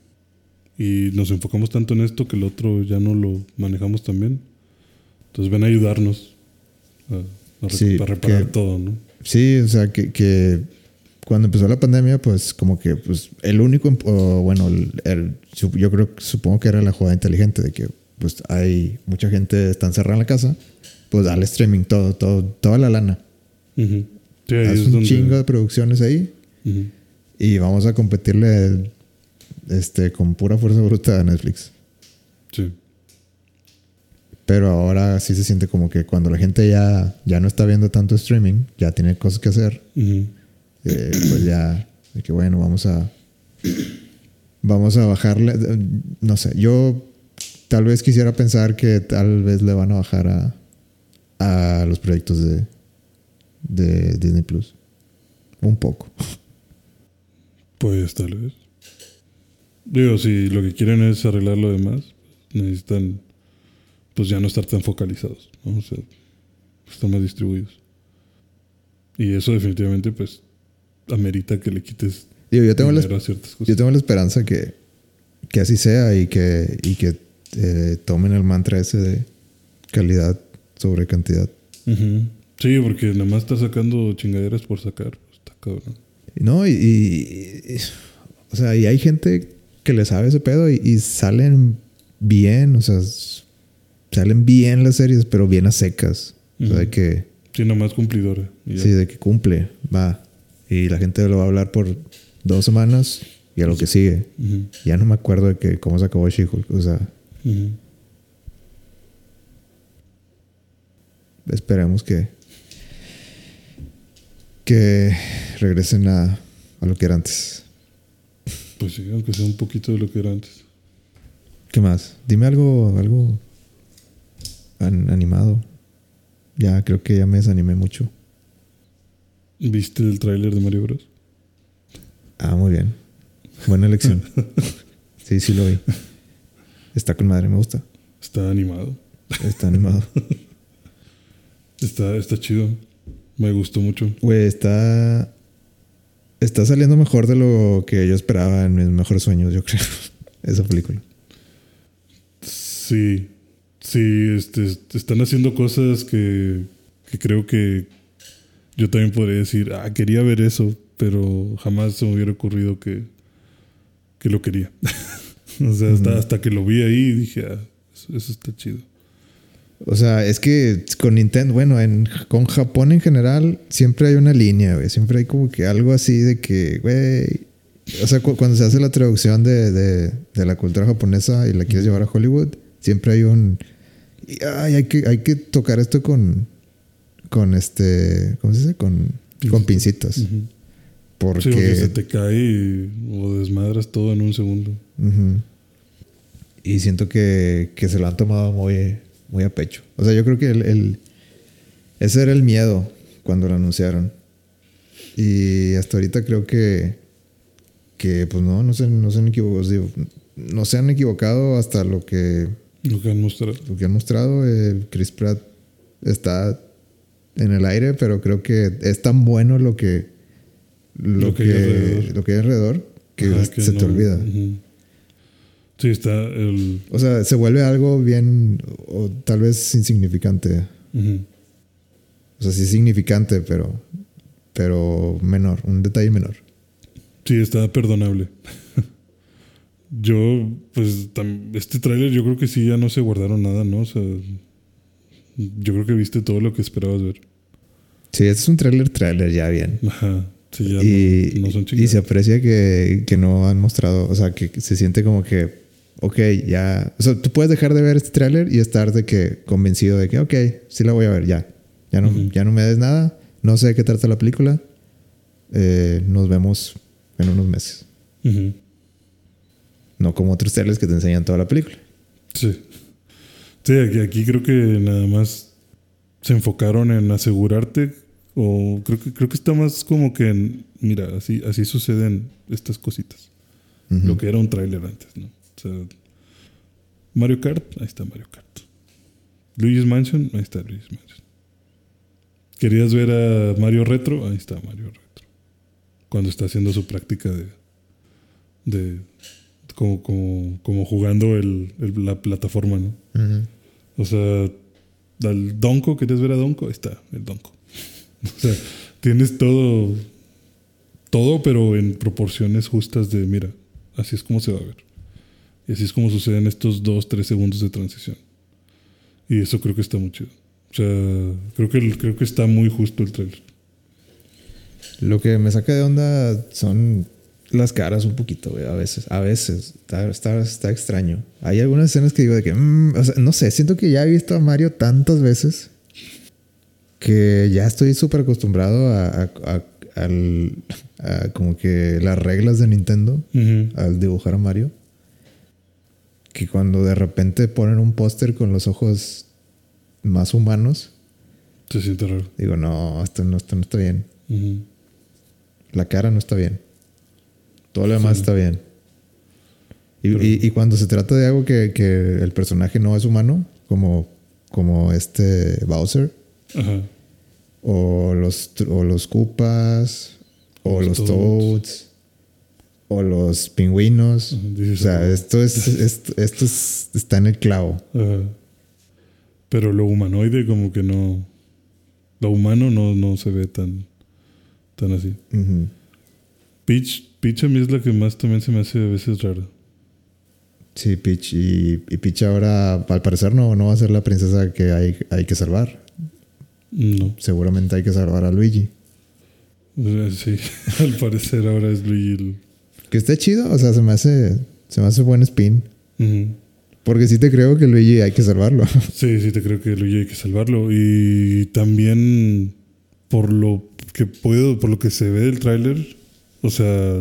Y nos enfocamos tanto en esto que el otro ya no lo manejamos tan bien. Entonces ven a ayudarnos a, a, sí, a reparar que, todo, ¿no? Sí, o sea, que, que cuando empezó la pandemia, pues como que pues el único, o bueno, el, el, yo creo, supongo que era la jugada inteligente de que pues hay mucha gente está encerrada en la casa, pues dale streaming todo, todo, toda la lana. Uh-huh. Sí, ahí Haz es un donde... chingo de producciones ahí uh-huh. y vamos a competirle este, con pura fuerza bruta a Netflix. Sí. Pero ahora sí se siente como que cuando la gente ya, ya no está viendo tanto streaming, ya tiene cosas que hacer, uh-huh. eh, pues ya, de que bueno, vamos a vamos a bajarle, no sé, yo tal vez quisiera pensar que tal vez le van a bajar a, a los proyectos de, de Disney Plus. Un poco. Pues tal vez. Digo, si lo que quieren es arreglar lo demás, necesitan pues ya no estar tan focalizados, ¿no? O sea, estar más distribuidos. Y eso definitivamente pues amerita que le quites Digo, yo tengo dinero la, a ciertas cosas. Yo tengo la esperanza que, que así sea y que, y que eh, tomen el mantra ese de calidad sobre cantidad. Uh-huh. Sí, porque nada más está sacando chingaderas por sacar. Pues, está cabrón. No, y, y, y o sea, y hay gente que le sabe ese pedo y, y salen bien, o sea, salen bien las series, pero bien a secas. Uh-huh. O sea, de que... Sí, nomás cumplidora. Sí, de que cumple, va. Y la gente lo va a hablar por dos semanas y a lo que sigue. Uh-huh. Ya no me acuerdo de que cómo se acabó She-Hulk, o sea... Uh-huh. Esperemos que... que regresen a, a lo que era antes. Pues sí, aunque sea un poquito de lo que era antes. ¿Qué más? Dime algo, algo an- animado. Ya creo que ya me desanimé mucho. ¿Viste el tráiler de Mario Bros? Ah, muy bien. Buena elección. Sí, sí lo vi. Está con madre, me gusta. Está animado. Está animado. Está, está chido. Me gustó mucho. Güey, está... Está saliendo mejor de lo que yo esperaba en mis mejores sueños, yo creo. Esa película. Sí. Sí, este, están haciendo cosas que, que creo que yo también podría decir, ah, quería ver eso, pero jamás se me hubiera ocurrido que, que lo quería. O sea, hasta, uh-huh. hasta que lo vi ahí dije, ah, eso, eso está chido. O sea, es que con Nintendo, bueno, en, con Japón en general, siempre hay una línea, güey. Siempre hay como que algo así de que, güey, O sea, cu- cuando se hace la traducción de, de, de la cultura japonesa y la quieres llevar a Hollywood, siempre hay un... y, ay, hay que, hay que tocar esto con... Con este... ¿Cómo se dice? Con, con pincitas. Uh-huh. Porque... Sí, porque se te cae y, o desmadras todo en un segundo. Uh-huh. Y siento que, que se lo han tomado muy, muy a pecho. O sea, yo creo que el, el... Ese era el miedo cuando lo anunciaron. Y hasta ahorita creo que... Que pues no, no se, no se han equivocado. Digo, no se han equivocado hasta lo que... Lo que han mostrado. Lo que han mostrado. Eh, Chris Pratt está en el aire, pero creo que es tan bueno lo que... Lo, lo que, que, hay alrededor. lo que hay alrededor que, Ajá, que se no, te olvida. Uh-huh. Sí, está el... O sea, se vuelve algo bien... O tal vez insignificante. Uh-huh. O sea, sí significante, pero... Pero menor. Un detalle menor. Sí, está perdonable. Yo, pues, tam- este tráiler yo creo que sí ya no se guardaron nada, ¿no? O sea, yo creo que viste todo lo que esperabas ver. Sí, este es un tráiler, tráiler ya bien. Ajá. Sí, ya y, no, no son chingados. Y se aprecia que, que no han mostrado, o sea, que se siente como que, ok, ya... O sea, tú puedes dejar de ver este tráiler y estar de que convencido de que, ok, sí la voy a ver, ya. Ya no, uh-huh. ya no me des nada, no sé de qué trata la película. Eh, nos vemos en unos meses. Uh-huh. No como otros trailers que te enseñan toda la película. Sí. Sí, aquí, aquí creo que nada más se enfocaron en asegurarte, o creo que creo que está más como que en, mira, así, así suceden estas cositas. Uh-huh. Lo que era un tráiler antes, ¿no? O sea, Mario Kart, ahí está Mario Kart. Luigi's Mansion, ahí está Luigi's Mansion. ¿Querías ver a Mario Retro? Ahí está Mario Retro. Cuando está haciendo su práctica de... de como, como, como jugando el, el, la plataforma, ¿no? Uh-huh. O sea, al Donko, ¿querías ver a Donko? Ahí está, el Donko. O sea, tienes todo... Todo, pero en proporciones justas de, mira, así es como se va a ver. Y así es como suceden estos dos, tres segundos de transición. Y eso creo que está muy chido. O sea, creo que, creo que está muy justo el trailer. Lo que me saca de onda son las caras un poquito, güey, a veces. A veces. Está, está, está extraño. Hay algunas escenas que digo de que... Mmm, o sea, no sé, siento que ya he visto a Mario tantas veces que ya estoy súper acostumbrado a, a, a, al, a como que las reglas de Nintendo uh-huh. al dibujar a Mario. Que cuando de repente ponen un póster con los ojos más humanos... Se siente raro. Digo, no, esto no, esto no está bien. Uh-huh. La cara no está bien. Todo lo demás sí. está bien. Y, Pero... y, y cuando se trata de algo que, que el personaje no es humano, como, como este Bowser, Ajá. o los, o los Koopas, o los, los Toads. Toads, o los pingüinos. Ajá, o sea, esto, es, esto, esto es, está en el clavo. Ajá. Pero lo humanoide como que no... Lo humano no, no se ve tan, tan así. Uh-huh. Peach, Peach a mí es la que más también se me hace a veces rara. Sí, Peach. Y, y Peach ahora, al parecer, no, no va a ser la princesa que hay, hay que salvar. No. Seguramente hay que salvar a Luigi. Sí, al parecer ahora es Luigi el... Que esté chido, o sea, se me hace, se me hace buen spin. Uh-huh. Porque sí te creo que Luigi hay que salvarlo. Sí, sí te creo que Luigi hay que salvarlo. Y también por lo que puedo, por lo que se ve del tráiler, o sea,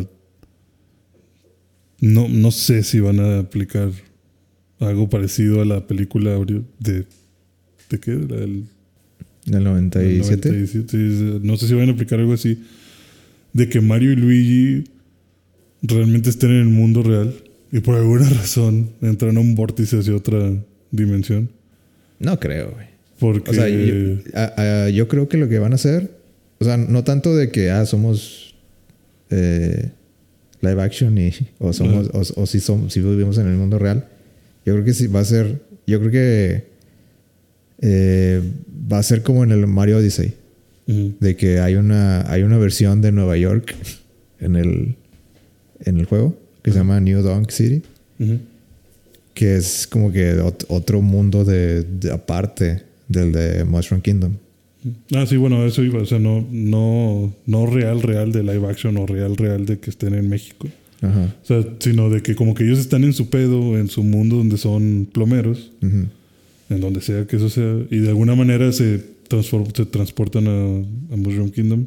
no, no sé si van a aplicar algo parecido a la película de... ¿De qué? La del... ¿Del noventa y siete? noventa y siete. No sé si van a aplicar algo así. De que Mario y Luigi realmente estén en el mundo real. Y por alguna razón entran a un vórtice hacia otra dimensión. No creo, güey. Porque... O sea, yo, a, a, yo creo que lo que van a hacer... O sea, no tanto de que ah, somos eh, live action y, o somos uh-huh. o, o si, somos, si vivimos en el mundo real. Yo creo que sí va a ser... Yo creo que eh, va a ser como en el Mario Odyssey. Uh-huh. De que hay una, hay una versión de Nueva York en el, en el juego. Que se llama New Donk City. Uh-huh. Que es como que ot- otro mundo de, de aparte del de Mushroom Kingdom. Ah, sí, bueno, eso iba. O sea, no, no, no real, real de live action o real, real de que estén en México. Ajá. O sea, sino de que como que ellos están en su pedo, en su mundo donde son plomeros, Uh-huh. en donde sea que eso sea, y de alguna manera se, transform, se transportan a, a Mushroom Kingdom.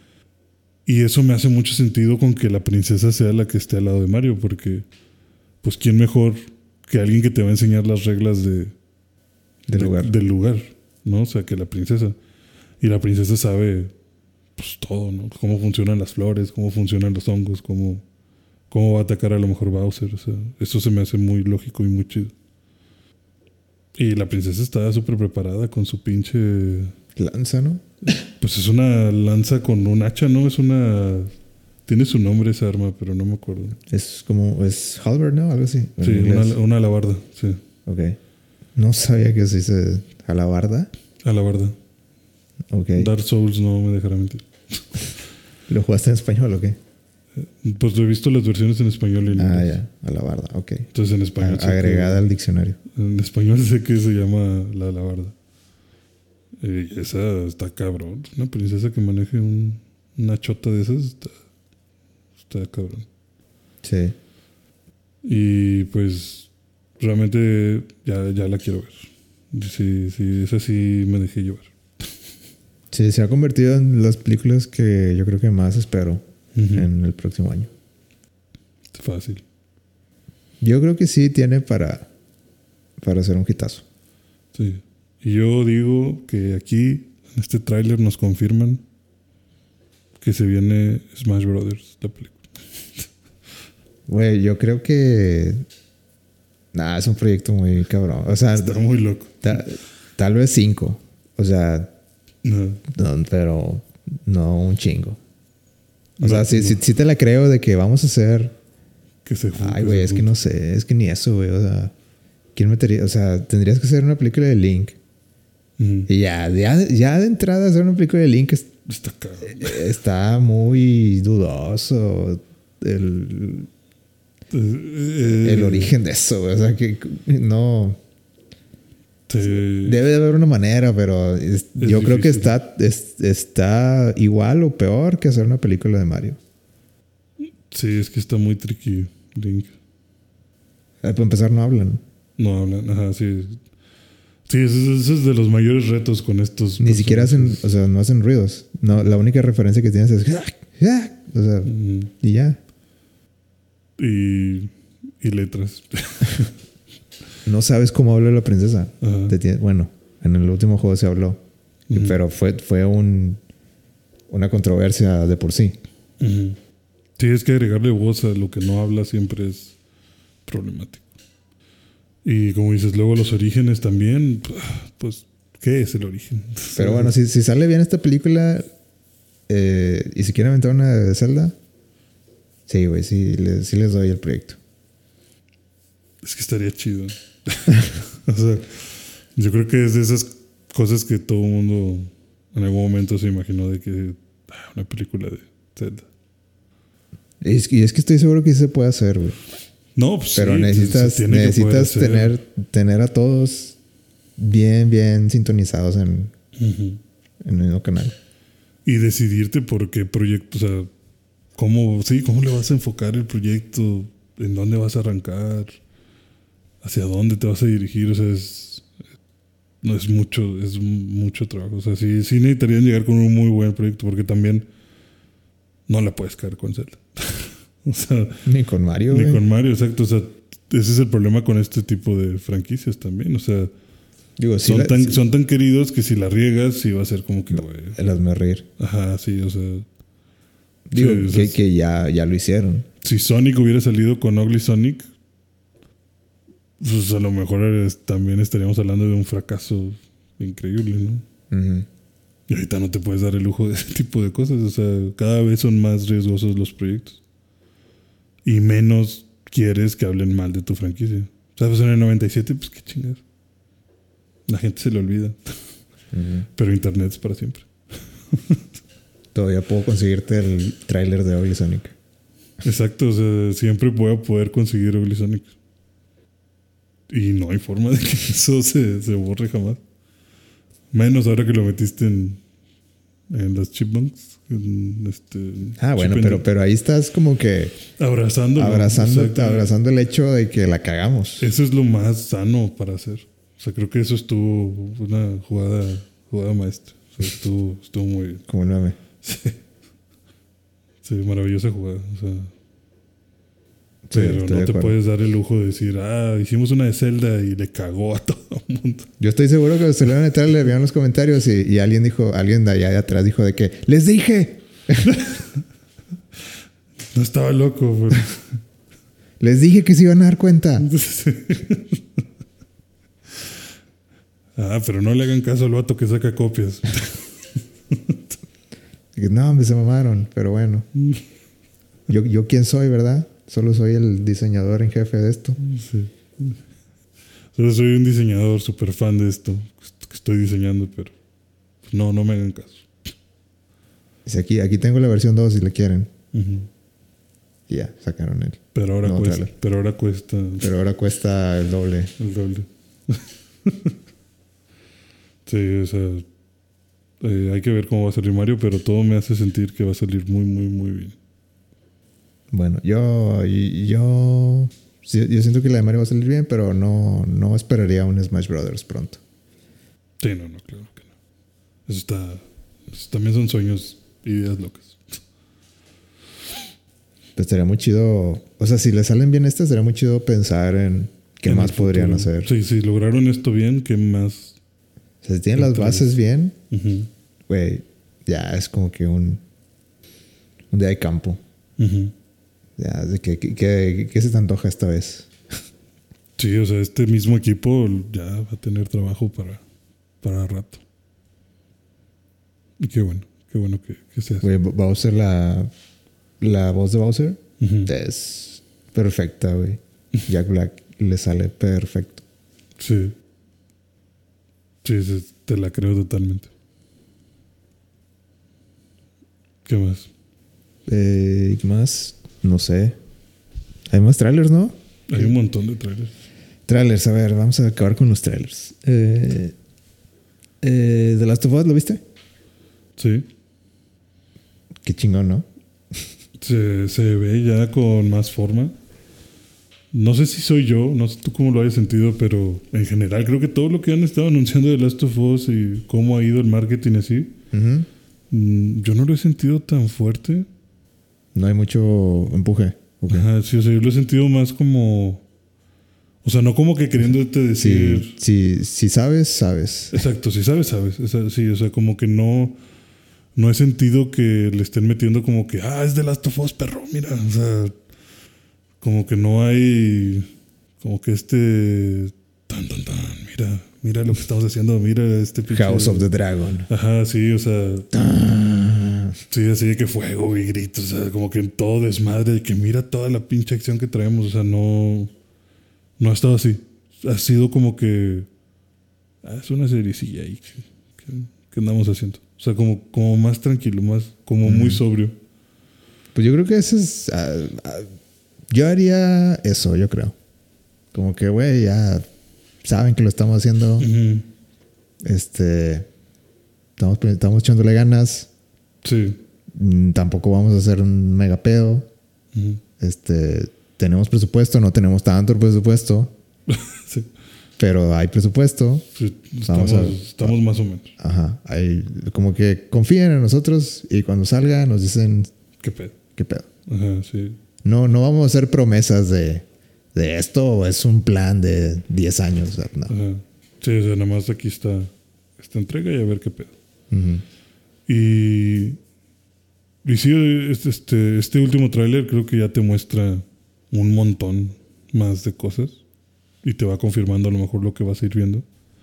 Y eso me hace mucho sentido con que la princesa sea la que esté al lado de Mario, porque, pues, ¿quién mejor que alguien que te va a enseñar las reglas de, Del de- lugar. del lugar, ¿no? O sea, que la princesa. Y la princesa sabe, pues, todo, ¿no? Cómo funcionan las flores, cómo funcionan los hongos, cómo, cómo va a atacar a lo mejor Bowser. O sea, eso se me hace muy lógico y muy chido. Y la princesa está súper preparada con su pinche... Lanza, ¿no? Pues es una lanza con un hacha, ¿no? Es una... Tiene su nombre esa arma, pero no me acuerdo. Es como... Es halberd, ¿no? Algo así. en Sí, inglés. una, una alabarda, sí. Ok. No sabía que se dice alabarda. Alabarda. Ok. Dark Souls no me dejará mentir. ¿Lo jugaste en español o qué? Pues he visto las versiones en español y en Ah, inglés. ya. Alabarda. Ok. Entonces en español... A- sé agregada que- al diccionario. En español sé que se llama la alabarda. Y esa está cabrón. Una princesa que maneje un, una chota de esas está, está cabrón. Sí. Y pues realmente ya, ya la quiero ver. Sí, sí, esa sí me dejé llevar. Sí, se ha convertido en las películas que yo creo que más espero Ujú. en el próximo año. Es fácil. Yo creo que sí tiene para, para hacer un hitazo. Sí. Y yo digo que aquí, en este tráiler, nos confirman que se viene Smash Brothers, la película. Güey, yo creo que... Nah, es un proyecto muy cabrón. O sea, Está muy loco. ta- tal vez cinco. O sea, No, no, pero no un chingo. O No, sea, sí, no. sí, sí te la creo de que vamos a hacer... que se ju- Ay, que güey, se es que junten. no sé. Es que ni eso, güey. O sea, ¿quién metería? O sea, tendrías que hacer una película de Link. Ujú. Y ya, ya, ya de entrada hacer una película de Link es- Está cabrón. está muy dudoso. El, Eh, el origen de eso, güey. O sea, que no... te- Debe de haber una manera, pero es- Es yo creo que difícil. está, es- está igual o peor que hacer una película de Mario. Sí, es que está muy tricky, Link. Eh, Para empezar, no hablan. No hablan, ajá, sí. Sí, ese, es- ese es de los mayores retos con estos. Ni siquiera hacen, personajes. o sea, no hacen ruidos. No, la única referencia que tienes es... O sea, Mm, y ya. Y, y letras. No sabes cómo habla la princesa. Ajá. Te tiene- bueno, en el último juego se habló. Ujú. Pero fue, fue un, una controversia de por sí. Ujú. Sí, es que agregarle voz a lo que no habla siempre es problemático. Y como dices, luego los orígenes también, pues, ¿qué es el origen? Pero bueno, si, si sale bien esta película eh, y si quieren aventar una de Zelda, sí, güey, sí, les- sí les doy el proyecto. Es que estaría chido. O sea, yo creo que es de esas cosas que todo el mundo en algún momento se imaginó de que ah, una película de Zelda. Y es, que- y es que estoy seguro que sí se puede hacer, güey. No, pues Pero sí, necesitas, se tiene que poder necesitas hacer. tener, tener a todos bien, bien sintonizados en, Ujú. en el mismo canal. Y decidirte por qué proyecto, o sea, cómo, sí, cómo le vas a enfocar el proyecto, en dónde vas a arrancar, hacia dónde te vas a dirigir, o sea, es, no es mucho, es mucho trabajo. O sea, sí, sí necesitarían llegar con un muy buen proyecto, porque también no la puedes caer con Zelda. O sea, Ni con Mario, ni güey. con Mario, exacto. O sea, ese es el problema con este tipo de franquicias también. O sea, Digo, sí son, la- tan, sí- son tan queridos que si la riegas, sí va a ser como que, güey. el hazme reír. Ajá, sí, o sea. Digo, sí, o sea, que, que ya, ya lo hicieron. si Sonic hubiera salido con Ugly Sonic, pues a lo mejor es- también estaríamos hablando de un fracaso increíble, ¿no? Ujú. Y ahorita no te puedes dar el lujo de ese tipo de cosas. O sea, cada vez son más riesgosos los proyectos. Y menos quieres que hablen mal de tu franquicia. O sea, pues en el noventa y siete, pues qué chingas. La gente se le olvida. Ujú. Pero internet es para siempre. Todavía puedo conseguirte el tráiler de Ugly Sonic. Exacto, o sea, siempre voy a poder conseguir Ugly Sonic. Y no hay forma de que eso se, se borre jamás. Menos ahora que lo metiste en, en los Chipmunks. En este, ah, bueno, Chip pero, pero ahí estás como que abrazando, abrazando, abrazando el hecho de que la cagamos. Eso es lo más sano para hacer. O sea, creo que eso estuvo una jugada, jugada maestra. O sea, estuvo, estuvo muy bien. Como el meme. Sí. Sí, maravillosa jugada. O sea, sí, pero no te puedes dar el lujo de decir, ah, hicimos una de Zelda y le cagó a todo el mundo. Yo estoy seguro que se lo iban a entrar, le vieron los comentarios y, y alguien dijo, alguien de allá de atrás dijo de que ¡les dije! No estaba loco, pero... Les dije que se iban a dar cuenta. Sí. Ah, pero no le hagan caso al vato que saca copias. No, me se mamaron, pero bueno. Yo, yo quién soy, ¿verdad? Solo soy el diseñador en jefe de esto. Sí. Solo soy un diseñador súper fan de esto que estoy diseñando, pero pues no, no me hagan caso. Aquí, aquí tengo la versión dos si le quieren. Uh-huh. Y ya, sacaron él. Pero ahora no, cuesta. Pero ahora cuesta. Pero ahora cuesta el doble. El doble. Sí, o sea, eh, hay que ver cómo va a salir Mario, pero todo me hace sentir que va a salir muy, muy, muy bien. Bueno, yo, yo, yo siento que la de Mario va a salir bien, pero no, no esperaría un Smash Brothers pronto. Sí, no, no, claro que no. Eso está, eso también son sueños, ideas locas. Pues estaría muy chido, o sea, si le salen bien estas, estaría muy chido pensar en qué en más podrían hacer. Sí, si lograron esto bien, ¿qué más? O sea, si tienen las bases bien, güey, uh-huh. ya es como que un, un día de campo. Uh-huh. Ya, de que, que, que, que se te antoja esta vez. Sí, o sea, este mismo equipo ya va a tener trabajo para, para rato. Y qué bueno, qué bueno que, que se hace. Güey, Bowser, la, la voz de Bowser uh-huh. es perfecta, güey. Jack Black le sale perfecto. Sí. Sí, sí, te la creo totalmente. ¿Qué más? Eh, ¿Qué más? No sé. Hay más trailers, ¿no? Hay un montón de trailers. Trailers, a ver, vamos a acabar con los trailers. Eh, eh, ¿The Last of Us lo viste? Sí. Qué chingón, ¿no? Se, se ve ya con más forma. No sé si soy yo, no sé tú cómo lo hayas sentido, pero en general creo que todo lo que han estado anunciando de Last of Us y cómo ha ido el marketing así, uh-huh. yo no lo he sentido tan fuerte. No hay mucho empuje. Okay. Ajá, sí, o sea, yo lo he sentido más como... O sea, no como que queriéndote decir... Si, si, si sabes, sabes. Exacto, si sabes, sabes. O sea, sí, o sea, como que no... No he sentido que le estén metiendo como que... Ah, es de Last of Us, perro, mira. O sea... Como que no hay... Como que este... Tan, tan, tan. Mira, mira lo que estamos haciendo. Mira este pinche... House of the Dragon. Ajá, sí, o sea... Ah. Sí, así de que fuego y gritos. O sea, como que en todo desmadre. De que mira toda la pinche acción que traemos. O sea, no... No ha estado así. Ha sido como que... Ah, es una seriecilla ahí que, que, que andamos haciendo. O sea, como, como más tranquilo, más... Como mm. muy sobrio. Pues yo creo que eso es... Uh, uh, yo haría eso, yo creo. Como que, güey, ya saben que lo estamos haciendo. Uh-huh. Este... Estamos, estamos echándole ganas. Sí. Mm, tampoco vamos a hacer un mega pedo. Uh-huh. Este... Tenemos presupuesto, no tenemos tanto presupuesto. Sí. Pero hay presupuesto. Sí, estamos, a, estamos más o menos. Ajá. Hay, como que confíen en nosotros y cuando salga nos dicen... ¿Qué pedo? ¿Qué pedo? Ajá, sí. No, no vamos a hacer promesas de, de esto es un plan de diez años. O sea, no. Ajá. Sí, o sea, nada más aquí está esta entrega y a ver qué pedo. Uh-huh. Y... Y sí, este, este último tráiler creo que ya te muestra un montón más de cosas y te va confirmando a lo mejor lo que vas a ir viendo.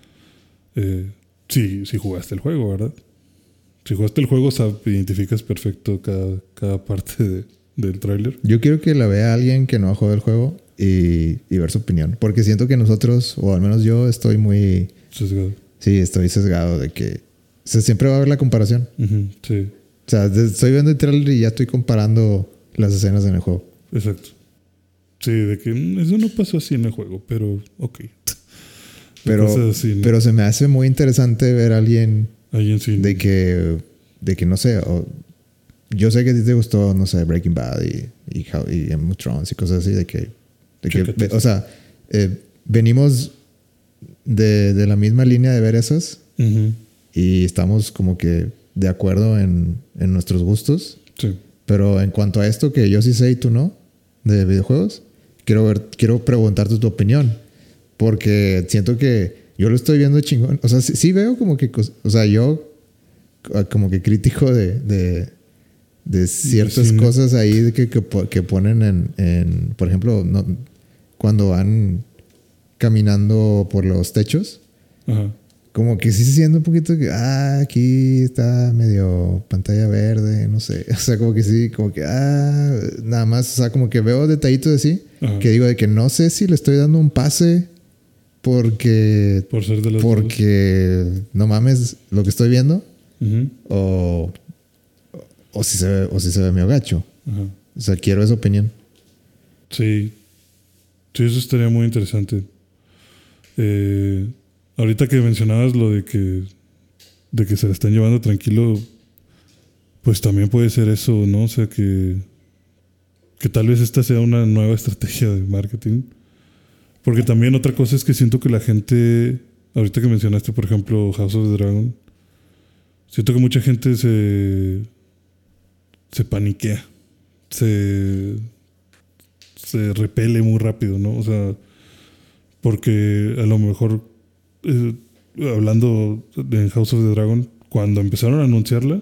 Eh, sí, si jugaste el juego, ¿verdad? Si jugaste el juego, sabes, identificas perfecto cada, cada parte de, del tráiler. Yo quiero que la vea alguien que no ha jugado el juego y, y ver su opinión. Porque siento que nosotros, o al menos yo, estoy muy... Sesgado. Sí, estoy sesgado de que... O sea, siempre va a haber la comparación. Uh-huh, sí. O sea, estoy viendo el tráiler y ya estoy comparando las escenas en el juego. Exacto. Sí, de que eso no pasó así en el juego, pero ok. Pero, así, ¿no? Pero se me hace muy interesante ver a alguien Alguien sí. de que, de que no sé, o, yo sé que a ti te gustó, no sé, Breaking Bad y, y, y Game of Thrones y cosas así, de que, de que o sea, eh, venimos de, de la misma línea de ver esas uh-huh. y estamos como que de acuerdo en, en nuestros gustos. Sí. Pero en cuanto a esto que yo sí sé y tú no, de videojuegos, quiero ver, quiero preguntarte tu opinión. Porque siento que yo lo estoy viendo chingón. O sea, sí, sí veo como que... O sea, yo como que crítico de, de, de ciertas sí. cosas ahí de que, que, que ponen en, en... Por ejemplo, no, cuando van caminando por los techos. Ajá. Como que sí se siente un poquito que... Ah, aquí está medio pantalla verde, no sé. O sea, como que sí, como que... Ah, nada más. O sea, como que veo detallitos así. Ajá. Que digo de que no sé si le estoy dando un pase... Porque... Por ser de los Porque... Dos. No mames lo que estoy viendo. Uh-huh. O... O si se ve, o si se ve medio gacho. Uh-huh. O sea, quiero esa opinión. Sí. Sí, eso estaría muy interesante. Eh... Ahorita que mencionabas lo de que de que se la están llevando tranquilo, pues también puede ser eso, ¿no? O sea, que que tal vez esta sea una nueva estrategia de marketing. Porque también otra cosa es que siento que la gente, ahorita que mencionaste, por ejemplo, House of the Dragon, siento que mucha gente se se paniquea, se se repele muy rápido, ¿no? O sea, porque a lo mejor Eh, hablando de House of the Dragon, cuando empezaron a anunciarla,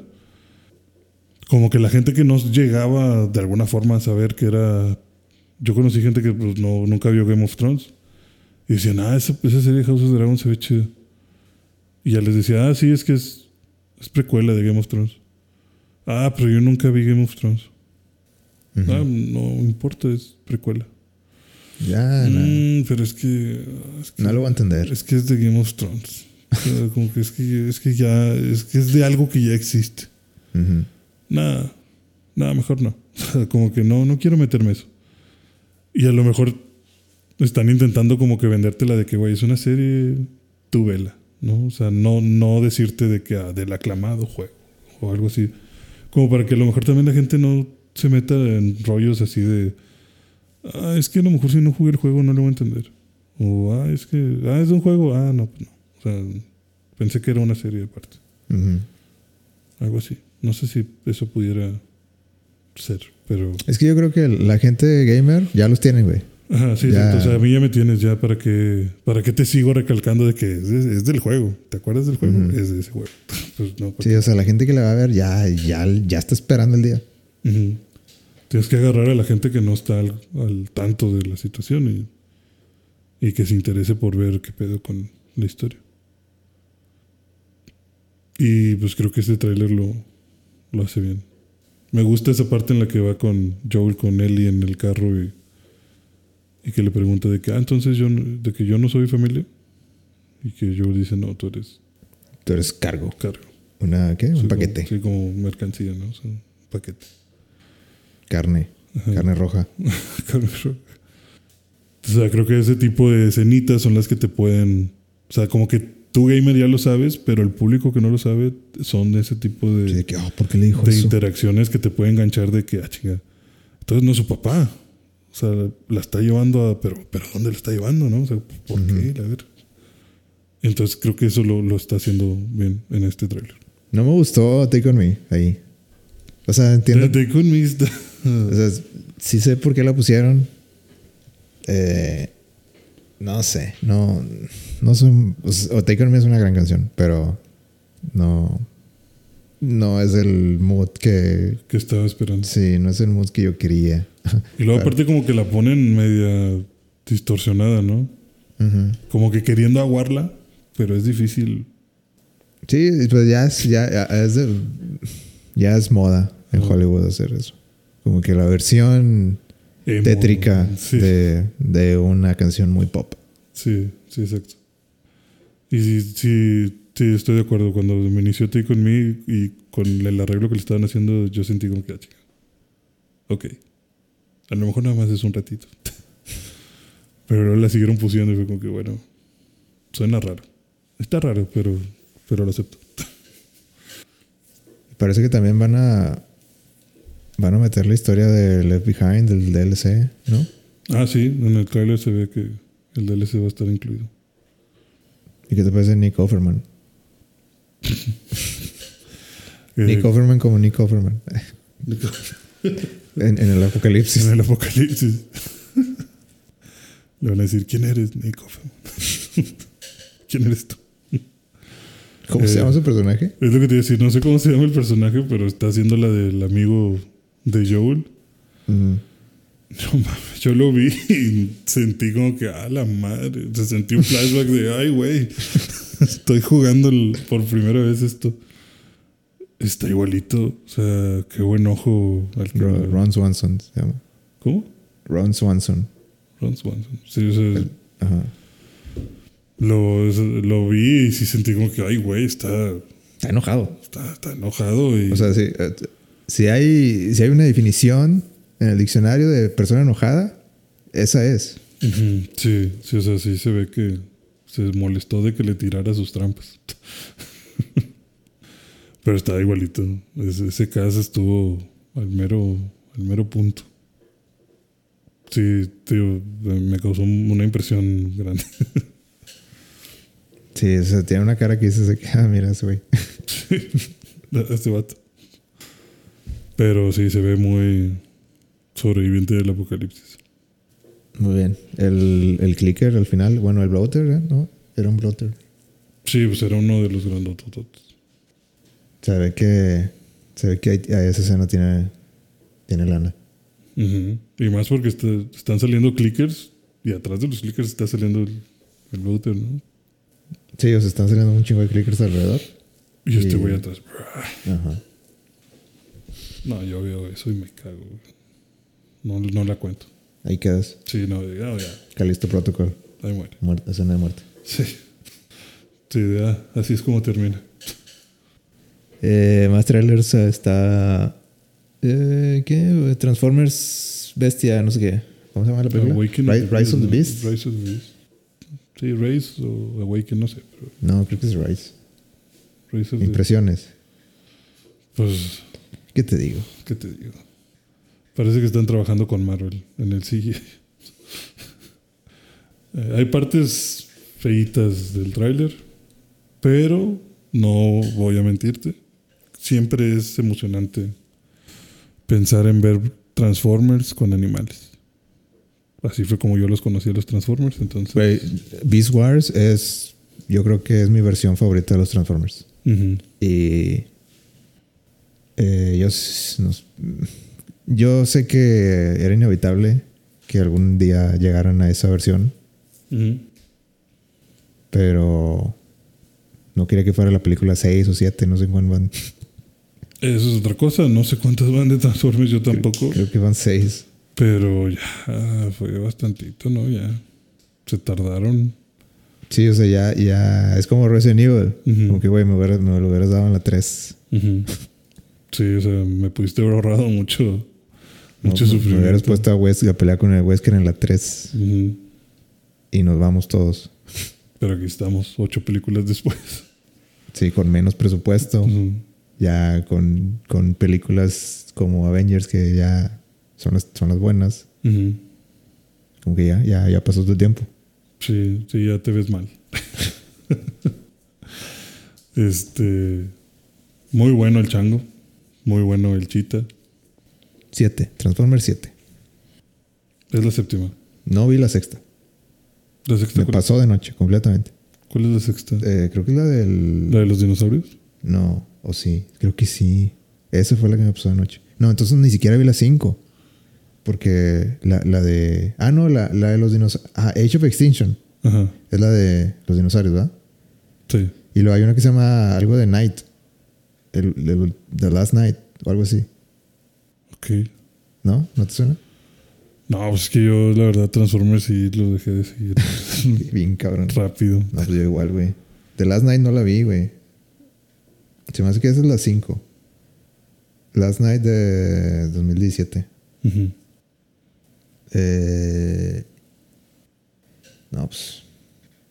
como que la gente que no llegaba de alguna forma a saber que era... Yo conocí gente que pues, no, nunca vio Game of Thrones y decían, ah, esa, esa serie de House of the Dragon se ve chida. Y ya les decía, ah, sí, es que es, es precuela de Game of Thrones. Ah, pero yo nunca vi Game of Thrones. Uh-huh. Ah, no importa, es precuela. Ya, mm, no. Pero es que, es que... No lo voy a entender. Es que es de Game of Thrones. O sea, como que es que, es que ya... Es que es de algo que ya existe. Uh-huh. Nada. Nada, mejor no. O sea, como que no, no quiero meterme eso. Y a lo mejor están intentando como que vendértela de que, güey, es una serie... Tú vela, ¿no? O sea, no, no decirte de que ah, del aclamado juego. O algo así. Como para que a lo mejor también la gente no se meta en rollos así de... Ah, es que a lo mejor si no jugué el juego no lo voy a entender. O, ah, es que... Ah, es un juego. Ah, no, pues no. O sea, pensé que era una serie de parte. Uh-huh. Algo así. No sé si eso pudiera ser, pero... Es que yo creo que la gente gamer ya los tiene, güey. Ajá, sí, ya... o sea, a mí ya me tienes ya para que... ¿Para que te sigo recalcando de que es, es del juego? ¿Te acuerdas del juego? Uh-huh. Es de ese juego. Pues no, sí, o sea, la gente que le va a ver ya, ya, ya está esperando el día. Uh-huh. Tienes que agarrar a la gente que no está al, al tanto de la situación y, y que se interese por ver qué pedo con la historia. Y pues creo que este tráiler lo, lo hace bien. Me gusta esa parte en la que va con Joel, con Ellie en el carro y, y que le pregunta de que, ah, entonces yo, de que yo no soy familia. Y que Joel dice, no, tú eres... Tú eres cargo. Cargo. Una, ¿qué? Un sí, paquete. Como, sí, como mercancía, ¿no? O sea, un paquete. Carne. Ajá. Carne roja. Carne roja. O sea, creo que ese tipo de escenitas son las que te pueden... O sea, como que tú gamer ya lo sabes, pero el público que no lo sabe son de ese tipo de... Sí, de que, oh, ¿por qué le dijo de eso? Interacciones que te pueden enganchar de que, ah, chinga. Entonces no es su papá. O sea, la está llevando a... Pero, pero ¿dónde la está llevando, no? O sea, ¿por uh-huh. qué? A ver. Entonces creo que eso lo, lo está haciendo bien en este tráiler. No me gustó Take On Me ahí. O sea, entiendo... Take On Me está... O sea, sí sé por qué la pusieron. Eh, no sé. No, no soy... O, sea, o Take On Me es una gran canción, pero no... No es el mood que... Que estaba esperando. Sí, no es el mood que yo quería. Y luego aparte como que la ponen media distorsionada, ¿no? Uh-huh. Como que queriendo aguarla, pero es difícil. Sí, pues ya es, ya, ya es, de, ya es moda en uh-huh. Hollywood hacer eso. Como que la versión Emo, tétrica sí. de, de una canción muy pop. Sí, sí, exacto. Y sí, sí, sí, estoy de acuerdo. Cuando me inició Take On Me y con el arreglo que le estaban haciendo, yo sentí como que, ah, chica. Ok. A lo mejor nada más es un ratito. Pero luego la siguieron pusiendo y fue como que, bueno, Suena raro. Está raro, pero, pero lo acepto. Parece que también van a van a meter la historia de Left Behind, del D L C, ¿no? Ah, sí, en el tráiler se ve que el D L C va a estar incluido. ¿Y qué te parece Nick Offerman? Eh, Nick Offerman como Nick Offerman. en, en el apocalipsis. En el apocalipsis. Le van a decir, ¿quién eres, Nick Offerman? ¿Quién eres tú? ¿Cómo Eh, se llama su personaje? Es lo que te iba a decir. No sé cómo se llama el personaje, pero está haciendo la del amigo de Joel. Mm. No mames, yo lo vi y sentí como que, ah, la madre. Se sentí un flashback de, ay, güey, estoy jugando el- por primera vez esto. Está igualito. O sea, qué buen ojo. Al que- Ron, Ron Swanson se llama. ¿Cómo? Ron Swanson. Ron Swanson. Sí, o sea, El- ajá. lo, lo vi y sí sentí como que, ay, güey, está, Está enojado. está, está enojado. Y, O sea, sí, eh, si hay, si hay una definición en el diccionario de persona enojada, esa es. Ujú, sí, sí, o sea, sí se ve que se molestó de que le tirara sus trampas. Pero estaba igualito. Ese, ese caso estuvo al mero, al mero punto. Sí, tío, me causó una impresión grande. Sí, o sea, tiene una cara que dices, ah, mira ese güey. Este vato. Pero sí, se ve muy sobreviviente del apocalipsis. Muy bien. El, el clicker al final, bueno, el bloater, ¿eh? ¿No? Era un bloater. Sí, pues era uno de los grandotototes. Se ve que, se ve que ahí- ahí esa escena tiene, tiene lana. Ujú. Y más porque está- están saliendo clickers y atrás de los clickers está saliendo el, el router, ¿no? Sí, o sea, están saliendo un chingo de clickers alrededor. Y este Y- güey atrás. Ajá. No, yo veo eso y me cago, güey. No, no la cuento. Ahí quedas. Sí, no, ya, ya. Calisto Protocol. Ahí muere. Muerte, escena de muerte. Sí. Sí, ya, así es como termina. Eh, más trailers. eh, Está... Eh, ¿Qué? Transformers Bestia, no sé qué. ¿Cómo se llama la película? Awaken Ri- Rise of the ¿no? Beast. Rise of the Beast. Sí, Rise o Awaken, no sé. Pero No, creo que es Rise. Rise of the Impresiones. Pues, ¿Qué te digo? ¿qué te digo? Parece que están trabajando con Marvel en el C G I. Eh, hay partes feitas del tráiler, pero no voy a mentirte. Siempre es emocionante pensar en ver Transformers con animales. Así fue como yo los conocí a los Transformers, entonces. Güey, Beast Wars es... Yo creo que es mi versión favorita de los Transformers. Ujú. Y... eh, yo, s- nos- yo sé que era inevitable que algún día llegaran a esa versión, Ujú. pero no quería que fuera la película seis o siete, no sé cuándo van. Eso es otra cosa. No sé cuántas van de Transformers, yo tampoco. Creo que van seis. Pero ya fue bastantito, ¿no? Ya se tardaron. Sí, o sea, ya, ya es como Resident Evil. Ujú. Como que, güey, me, hubieras- me lo hubieras dado en la tres. Ujú. Sí, o sea, me pudiste haber ahorrado mucho, No, mucho me- me sufrimiento. hubieras puesto a, Wes- a pelear con el Wesker en la tres Ujú. y nos vamos todos. Pero aquí estamos, ocho películas después. Sí, con menos presupuesto. Ujú. Ya con, con películas como Avengers que ya son las, son las buenas. Ujú. Como que ya, ya, ya pasó tu tiempo. Sí, sí, ya te ves mal. este. Muy bueno el chango. Muy bueno el chita. Siete. Transformers siete. Es la séptima. No vi la sexta. ¿La sexta Me cuál, pasó de noche, completamente. cuál es la sexta? Eh, creo que es la del... ¿La de los dinosaurios? No, o sí. Creo que sí. Esa fue la que me pasó de noche. No, entonces ni siquiera vi la cinco. Porque la, la de... Ah, no, la, la de los dinosaurios. Ah, Age of Extinction. Ajá. Es la de los dinosaurios, ¿verdad? Sí. Y luego hay una que se llama algo de Night. El, el- The Last Night o algo así. Ok. ¿No? ¿No te suena? No, pues es que yo, la verdad, Transformers sí lo dejé de seguir Bien cabrón. rápido. No, pues yo igual, güey. The Last Night no la vi, güey. Se me hace que esa es la cinco. Last Night de dos mil diecisiete. Ujú. Eh, no, pues...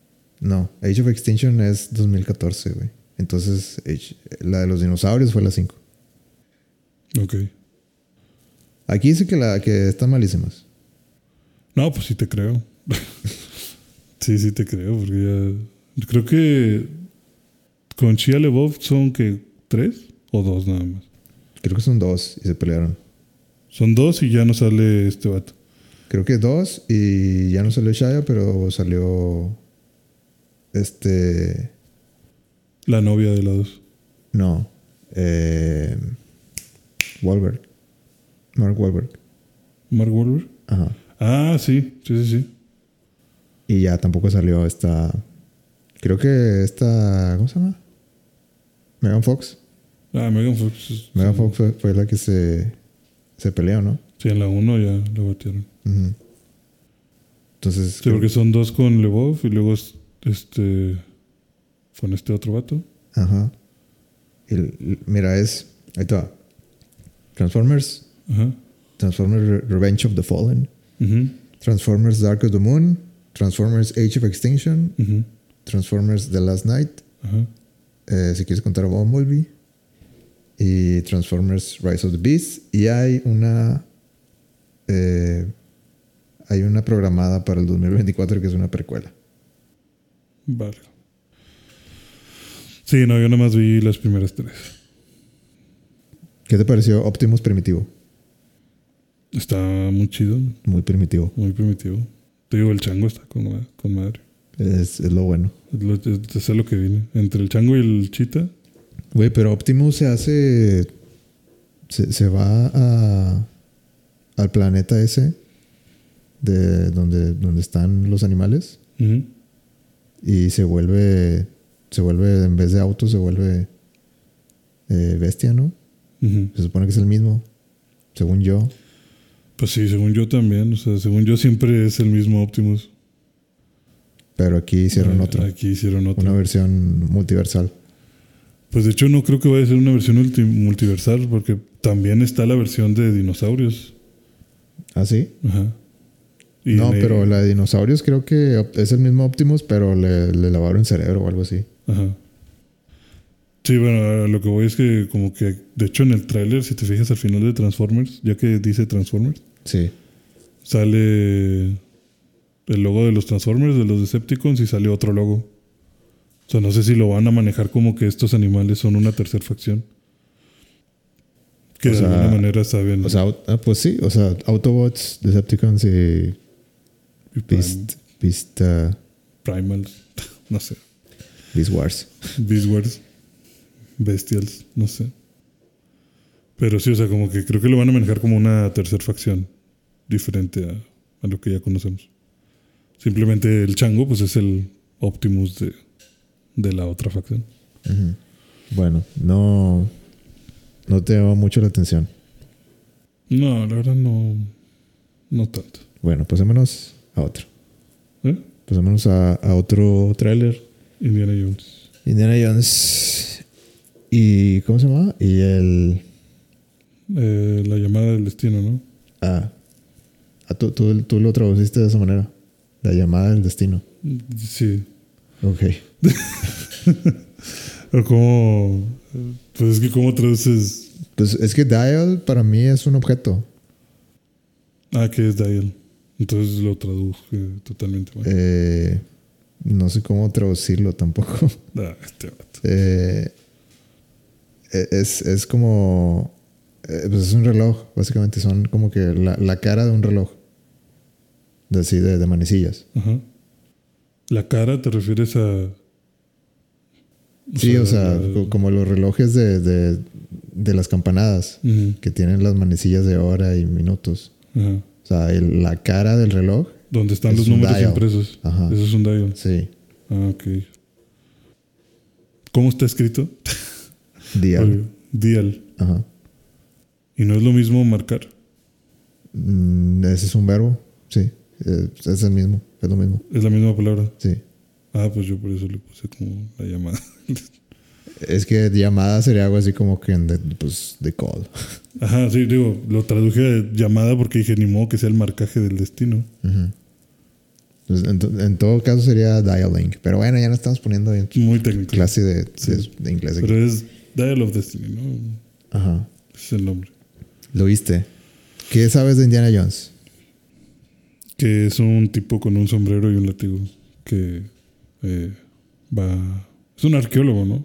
No, Age of Extinction es dos mil catorce, güey. Entonces, Age- la de los dinosaurios fue la cinco. Ok. Aquí dice que, la, que están malísimas. No, pues sí te creo. sí, sí te creo, porque ya... Yo creo que con Shia LaBeouf son que tres o dos nada más. Creo que son dos y se pelearon. Son dos y ya no sale este vato. Creo que dos y ya no salió Shia, pero salió... Este... La novia de la dos. No. Eh, Wahlberg. Mark Wahlberg. Mark Wahlberg. Ajá. Ah, sí, sí, sí, sí. Y ya tampoco salió esta... Creo que esta... ¿Cómo se llama? Megan Fox. Ah, Megan Fox. es- Megan sí. Fox fue, fue la que se... Se peleó, ¿no? Sí, en la uno ya la batieron. Ujú. Entonces... Sí, creo- porque son dos con LaBeouf y luego es- este con este otro vato. Ajá. Y l- l- mira, es... Ahí está. Transformers. Ajá. Transformers Re- Revenge of the Fallen. Ujú, Transformers Dark of the Moon. Transformers Age of Extinction. ujú, Transformers The Last Night. ajá. eh, si quieres contar a Bumblebee. Y Transformers Rise of the Beast. Y hay una... eh, hay una programada para el dos mil veinticuatro que es una precuela. Vale. Sí, no, yo nada más vi las primeras tres. ¿Qué te pareció Optimus Primitivo? Está muy chido, Muy primitivo. muy primitivo. Te digo, el chango está con, ma- con madre. Es, es lo bueno. Es lo, es, es a lo que viene. Entre el chango y el chita. Güey, pero Optimus se hace... Se, se va a... Al planeta ese. De donde, donde están los animales. Ujú. Y se vuelve... Se vuelve, en vez de auto, se vuelve... eh, bestia, ¿no? Ujú. Se supone que es el mismo. Según yo. Pues sí, según yo también. O sea, según yo siempre es el mismo Optimus. Pero aquí hicieron Ah, otro. Aquí hicieron otro. Una versión multiversal. Pues de hecho no creo que vaya a ser una versión multi- multiversal porque también está la versión de dinosaurios. ¿Ah, sí? Ajá. Y No, en- pero la de dinosaurios creo que op- es el mismo Optimus, pero le, le lavaron el cerebro o algo así. Ajá. Sí, bueno, a lo que voy es que como que, de hecho en el tráiler, si te fijas al final de Transformers, ya que dice Transformers, Sí. sale el logo de los Transformers, de los Decepticons, y sale otro logo. O sea, no sé si lo van a manejar como que estos animales son una tercera facción. Que O de sea, alguna manera saben. O sea, au- ah, pues sí. O sea, Autobots, Decepticons y y Prim- Beast... Beast... uh, Primals, no sé. Beast Wars. Beast Wars, Bestials, no sé. Pero sí, o sea, como que creo que lo van a manejar como una tercera facción diferente a, a lo que ya conocemos. Simplemente el chango, pues es el Optimus de, de la otra facción. Ujú. Bueno, no... No te llama mucho la atención. No, la verdad no, no tanto. Bueno, pasémonos a otro. ¿Eh? Pasémonos a, a otro tráiler. Indiana Jones. Indiana Jones. ¿Y cómo se llama? Y el... Eh, la llamada del destino, ¿no? Ah, ah, tú, tú, tú lo traduciste de esa manera. La llamada del destino. Sí. Ok. O como... Pues es que cómo traduces... Pues es que dial para mí es un objeto. Ah, que es dial. Entonces lo traduje totalmente mal. Eh, no sé cómo traducirlo tampoco. Ah, este vato. Eh, es, es como... eh, pues es un reloj, básicamente. Son como que la, la cara de un reloj. De así, de, de manecillas. Ajá. La cara, ¿te refieres a...? Sí, o sea, la- co- como los relojes de, de, de las campanadas. Ujú, Que tienen las manecillas de hora y minutos. ajá. O sea, el- la cara del reloj. Donde están Es los un números dial. impresos. Ajá. Eso es un dial. Sí. Ah, ok. ¿Cómo está escrito? Dial. Dial. Ajá. Y no es lo mismo marcar. Mm, ese es un verbo. Sí. Eh, es el mismo. Es lo mismo. Es la misma palabra. Sí. Ah, pues yo por eso le puse como la llamada. Es que llamada sería algo así como que en the, pues, the call. Ajá, sí, digo, lo traduje de llamada porque dije, ni modo que sea el marcaje del destino. Ujú. Pues en, to- en todo caso sería Dial-Link. Pero bueno, ya no estamos poniendo en Muy técnico. clase de, Sí. de, de inglés aquí. Pero es Dial of Destiny, ¿no? Ajá. Es el nombre. ¿Lo viste? ¿Qué sabes de Indiana Jones? Que es un tipo con un sombrero y un látigo que eh, va... Es un arqueólogo, ¿no?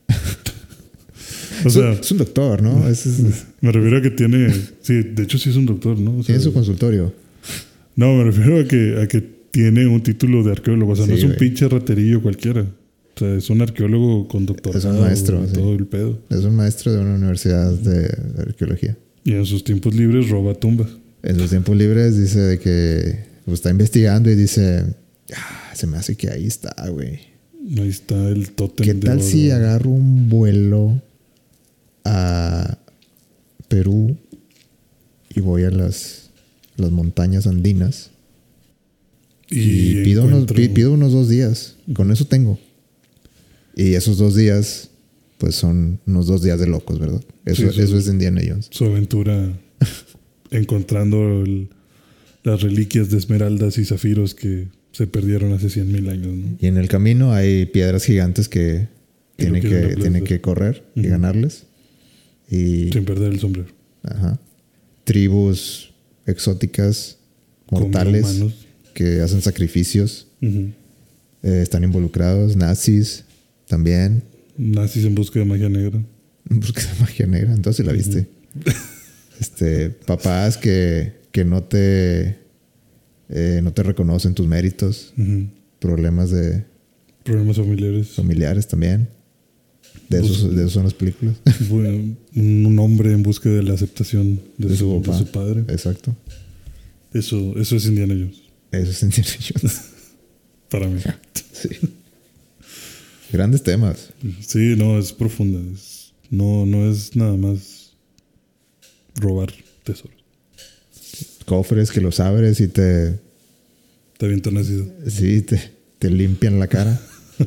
O Es, sea, un, es un doctor, ¿no? Es- es- me refiero a que tiene... Sí, de hecho sí es un doctor, ¿no? O sea, tiene su consultorio. no, me refiero a que, a que tiene un título de arqueólogo. O sea, no Sí, es un güey. pinche raterillo cualquiera. O sea, es un arqueólogo con doctorado. Es un maestro, y sí. todo el pedo. Es un maestro de una universidad de, de arqueología. Y en sus tiempos libres roba tumbas. En sus tiempos libres dice de que pues, está investigando y dice, ah, se me hace que ahí está, güey. Ahí está el tótem ¿Qué de tal oro. si agarro un vuelo a Perú y voy a las, las montañas andinas y, pido, unos, encuentro- pi- pido unos dos días? Con eso tengo. Y esos dos días, pues son unos dos días de locos, ¿verdad? Eso, Sí, sí. eso es Indiana Jones. Su aventura encontrando el- las reliquias de esmeraldas y zafiros que se perdieron hace cien mil años, ¿no? Y en el camino hay piedras gigantes que Y lo tiene quieren que, aplastar. tiene que correr y Ujú. ganarles. Y Sin perder el sombrero. ajá, tribus exóticas, Como mortales, humanos. que hacen sacrificios, Ujú. eh, están involucrados, nazis también, Nazis en busca de magia negra. en busca de magia negra. Entonces la viste. este, papás que, que no te eh, no te reconocen tus méritos, Ujú. problemas de Problemas familiares. familiares también. De Pues- esos, de esos son las películas. Bueno, un hombre en busca de la aceptación de, De su, su de papá. su padre. Exacto. Eso, eso es Indiana Jones. Eso es Indiana Jones. Para mí. Sí. Grandes temas. Sí, no, es profunda. Es- no, no es nada más robar tesoros. Cofres que los abres y te, Te avientan nacido. sí, te, te limpian la cara.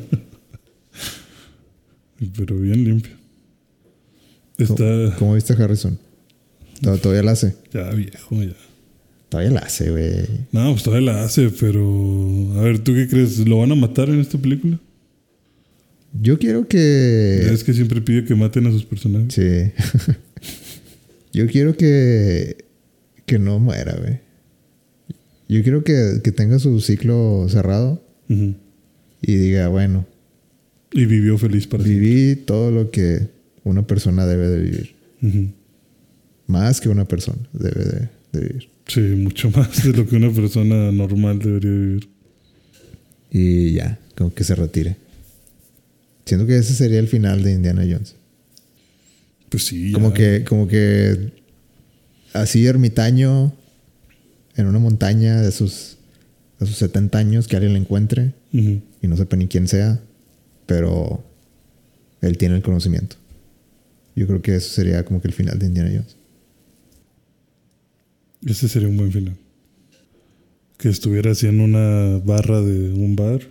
Pero bien limpio. Está ¿Cómo, cómo viste a Harrison? Tod- Todavía la hace. ya viejo, ya. Todavía la hace, güey. No, pues todavía la hace, pero... A ver, ¿tú qué crees? ¿Lo van a matar en esta película? Yo quiero que... Es que siempre pide que maten a sus personajes. Sí. Yo quiero que... Que no muera, güey. Yo quiero que, que tenga su ciclo cerrado Ujú. y diga, bueno, Y vivió feliz para siempre. viví todo lo que una persona debe de vivir. Ujú. Más que una persona debe de, de vivir. Sí, mucho más de lo que una persona normal debería vivir. Y ya, como que se retire. Siento que ese sería el final de Indiana Jones. Pues sí. Como ya. que, como que así ermitaño en una montaña de sus, de sus setenta años, que alguien le encuentre Ujú. y no sepa ni quién sea, pero él tiene el conocimiento. Yo creo que eso sería como que el final de Indiana Jones. Ese sería un buen final. Que estuviera así en una barra de un bar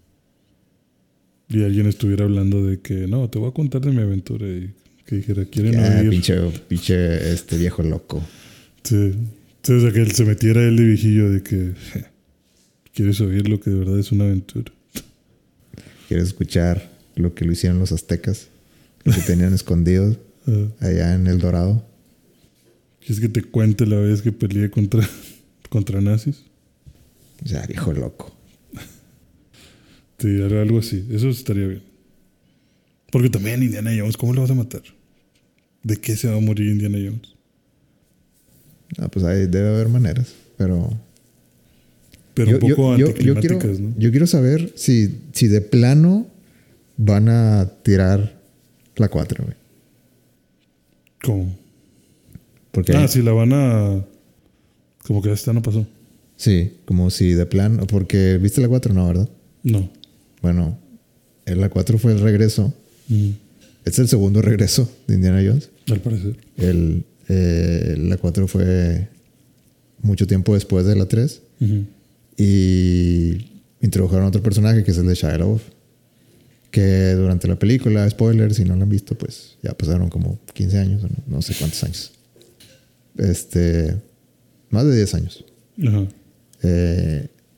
y alguien estuviera hablando de que no, te voy a contar de mi aventura y que dijera, ¿quieren Ah, oír? pinche, pinche este viejo loco. Sí. Sí, o sea, que él se metiera él de viejillo de que "Je, ¿quieres oír lo que de verdad es una aventura? ¿Quieres escuchar lo que lo hicieron los aztecas? Lo que tenían escondidos Ah, allá en El Dorado. ¿Quieres que te cuente la vez que peleé contra, contra nazis? O sea, viejo loco. Sí, algo así. Eso estaría bien. Porque también Indiana Jones, ¿cómo lo vas a matar? ¿De qué se va a morir Indiana Jones? Ah, pues ahí debe haber maneras, pero... Pero yo, un poco yo- yo- yo anticlimáticas, quiero, ¿no? yo quiero saber si, si de plano van a tirar la cuatro, güey. ¿Cómo? Porque Ah, ahí- sí, la van a... Como que esta no pasó. sí, como si de plano... Porque viste la cuatro, no, ¿verdad? No. Bueno, en la cuatro fue el regreso. Mm, Este es el segundo regreso de Indiana Jones. al parecer. El, eh, la cuatro fue mucho tiempo después de la tres. Ujú. Y introdujeron a otro personaje que es el de Shia LaBeouf. Que durante la película, spoiler, si no lo han visto, pues ya pasaron como quince años, o no, no sé cuántos años. Este, más de diez años. Ajá. Eh,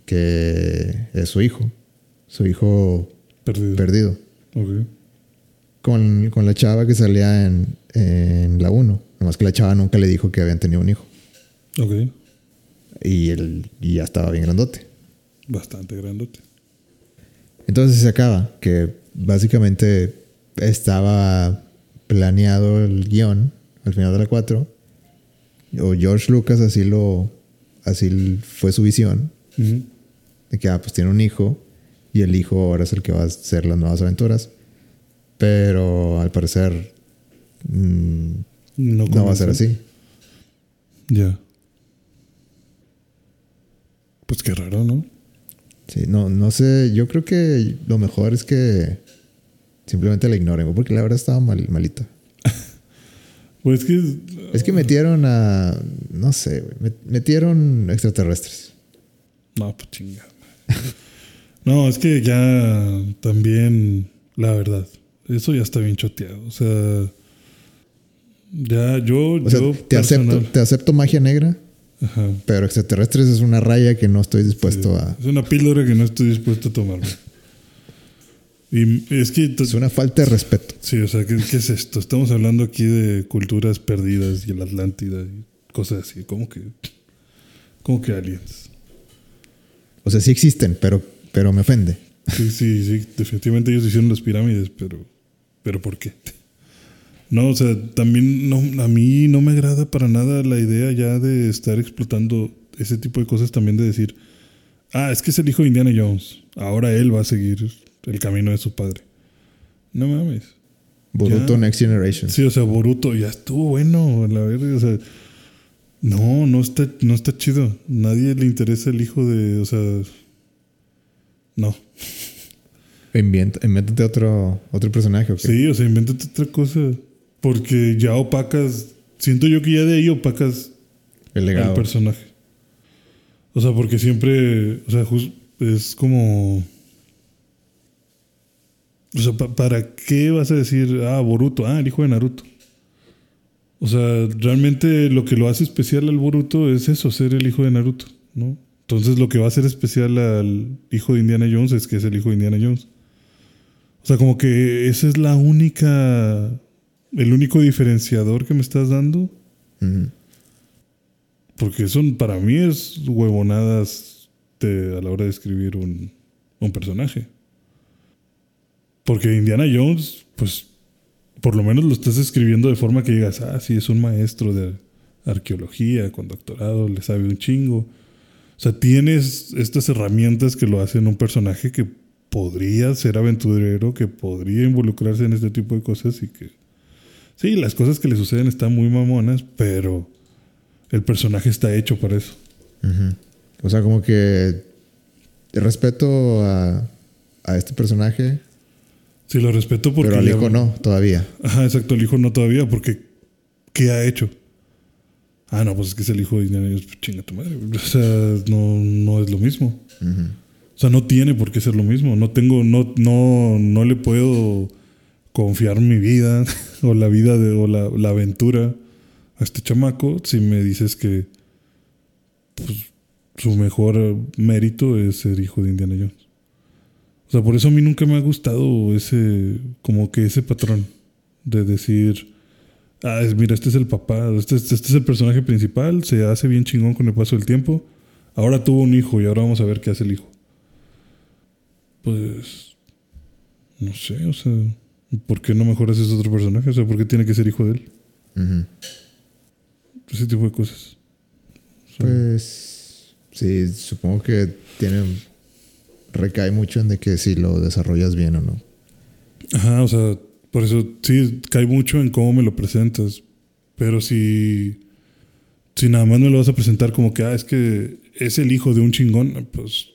que es su hijo. Su hijo Perdido. perdido. Ok. Con, con la chava que salía en, en la uno. Nomás que la chava nunca le dijo que habían tenido un hijo. Ok. Y él y ya estaba bien grandote. Bastante grandote. Entonces se acaba. Que básicamente estaba planeado el guión al final de la cuatro. O George Lucas así lo... Así fue su visión. Uh-huh. De que, ah, pues tiene un hijo. Y el hijo ahora es el que va a hacer las nuevas aventuras. Pero al parecer... Mmm, no, no va a ser así. Ya. Pues qué raro, ¿no? Sí, no, no sé. Yo creo que lo mejor es que simplemente la ignoren. Porque la verdad estaba mal, malita. Pues es que... Es que metieron a... No sé, güey. Metieron extraterrestres. No, pues chingada. No, es que ya también... La verdad. Eso ya está bien choteado. O sea... Ya, yo... O sea, yo te, acepto, te acepto magia negra. Ajá. Pero extraterrestres es una raya que no estoy dispuesto Sí, a... es una píldora que no estoy dispuesto a tomarme. Y es que... Es una falta de respeto. Sí, o sea, ¿qué, ¿qué es esto? Estamos hablando aquí de culturas perdidas y la Atlántida y cosas así. ¿Cómo que... ¿Cómo que aliens? O sea, sí existen, pero, pero me ofende. Sí, sí, sí. Definitivamente ellos hicieron las pirámides, pero... ¿Pero por qué? No, o sea, también no, a mí no me agrada para nada la idea ya de estar explotando ese tipo de cosas también de decir, ah, es que es el hijo de Indiana Jones, ahora él va a seguir el camino de su padre. No mames. Boruto ya, Next Generation. Sí, o sea, Boruto ya estuvo bueno, la verdad, o sea, no, no está, no está chido. Nadie le interesa el hijo de, o sea, no. Inventa, invéntate otro, otro personaje, ¿ok? Sí, o sea, invéntate otra cosa. Porque ya opacas, siento yo que ya de ahí opacas el legado. al personaje. O sea, porque siempre, o sea, just, es como... O sea, pa- ¿para qué vas a decir, ah, Boruto, ah, el hijo de Naruto? O sea, realmente lo que lo hace especial al Boruto es eso, ser el hijo de Naruto, ¿no? Entonces lo que va a hacer especial al hijo de Indiana Jones es que es el hijo de Indiana Jones. O sea, como que esa es la única... El único diferenciador que me estás dando. Uh-huh. Porque eso para mí es huevonadas de, a la hora de escribir un, un personaje. Porque Indiana Jones, pues, por lo menos lo estás escribiendo de forma que digas, ah, sí, es un maestro de arqueología, con doctorado, le sabe un chingo. O sea, tienes estas herramientas que lo hacen un personaje que podría ser aventurero, que podría involucrarse en este tipo de cosas y que... Sí, las cosas que le suceden están muy mamonas, pero el personaje está hecho para eso. Uh-huh. O sea, como que respeto a, a este personaje. Sí, lo respeto porque... Pero al ya... hijo no, todavía. Ajá, exacto, el hijo no todavía, porque ¿qué ha hecho? Ah, no, pues es que es el hijo de Indiana Jones, chinga tu madre. O sea, no, no es lo mismo. Uh-huh. O sea, no tiene por qué ser lo mismo. No tengo, no, no, no le puedo confiar mi vida o la vida de, o la, la aventura a este chamaco si me dices que pues, su mejor mérito es ser hijo de Indiana Jones. O sea, por eso a mí nunca me ha gustado ese, como que ese patrón de decir, ah, es, mira, este es el papá, este, este es el personaje principal, se hace bien chingón con el paso del tiempo, ahora tuvo un hijo y ahora vamos a ver qué hace el hijo. Pues, no sé, o sea... ¿Por qué no mejoras ese otro personaje? O sea, ¿por qué tiene que ser hijo de él? Uh-huh. Ese tipo de cosas. O sea, pues sí, supongo que tiene recae mucho en de que si lo desarrollas bien o no. ajá, o sea, por eso sí, cae mucho en cómo me lo presentas. Pero si, si nada más me lo vas a presentar como que, ah, es que es el hijo de un chingón, pues...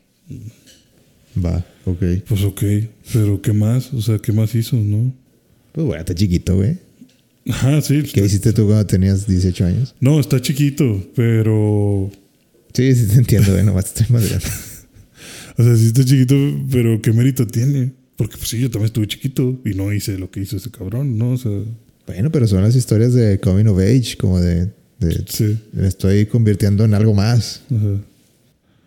Va, ok. Pues ok, pero ¿qué más? O sea, ¿qué más hizo, no? Pues bueno, está chiquito, güey. Ajá, sí. ¿Qué hiciste tú cuando tenías dieciocho años? No, está chiquito, pero... Sí, sí te entiendo, güey. Nomás te estoy madreando. O sea, sí está chiquito, pero ¿qué mérito tiene? Porque pues sí, yo también estuve chiquito y no hice lo que hizo ese cabrón, ¿no? O sea... Bueno, pero son las historias de coming of age, como de... de Sí. me estoy convirtiendo en algo más. Ajá.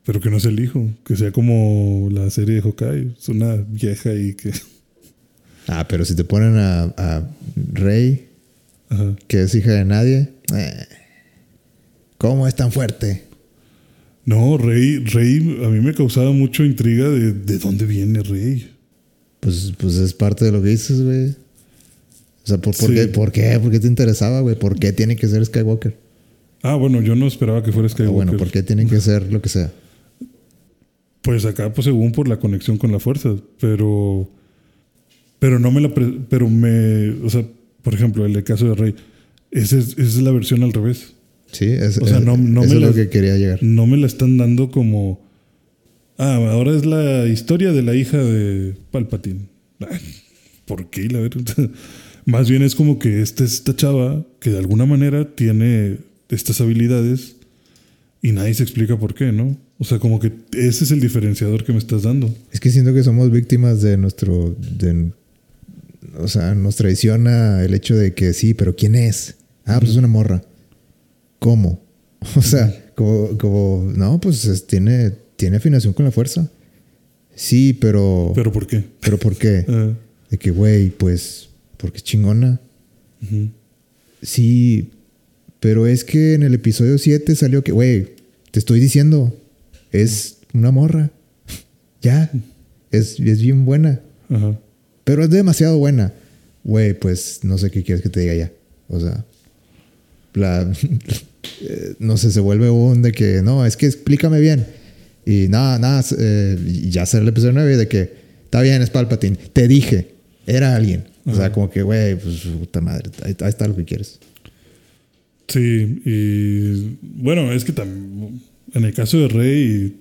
Pero que no sea el hijo. Que sea como la serie de Hawkeye. Es una vieja y que... Ah, pero si te ponen a, a Rey, Ajá. que es hija de nadie, eh, ¿cómo es tan fuerte? No, Rey, Rey a mí me causaba mucho intriga de, de dónde viene Rey. Pues, pues es parte de lo que dices, güey. O sea, ¿por, por, Sí. qué, ¿por qué? ¿Por qué te interesaba, güey? ¿Por qué tiene que ser Skywalker? Ah, bueno, yo no esperaba que fuera Ah, Skywalker. bueno, ¿por qué tiene que ser lo que sea? Pues acá, pues según por la conexión con la fuerza. Pero... Pero no me la... Pre- pero me... O sea, por ejemplo, el caso de Rey. Esa es, esa es la versión al revés. Sí, es, O sea, es- no- no eso me es lo las- que quería llegar. No me la están dando como... Ah, ahora es la historia de la hija de Palpatine. Ay, ¿por qué? La verdad. Más bien es como que esta, esta chava que de alguna manera tiene estas habilidades y nadie se explica por qué, ¿no? O sea, como que ese es el diferenciador que me estás dando. Es que siento que somos víctimas de nuestro... De, o sea, nos traiciona el hecho de que sí, pero ¿quién es? Ah, pues es una morra. ¿Cómo? O sea, como... como no, pues es- tiene, tiene afinación con la fuerza. Sí, pero... ¿Pero por qué? ¿Pero por qué? Ah, De que, güey, pues... Porque es chingona. ujú. Sí, pero es que en el episodio siete salió que, güey, te estoy diciendo, es una morra. Ya, es, es bien buena, Ajá. pero es demasiado buena. Güey, pues no sé qué quieres que te diga ya. O sea, la, eh, no sé, se vuelve un de que, no, es que explícame bien. Y nada, nada, eh, ya sale el episodio nueve de que, está bien, es Palpatine. Te dije, era alguien. O sea, Ajá. como que, güey, pues puta madre, ahí, ahí está lo que quieres. Sí, y bueno, es que también en el caso de Rey,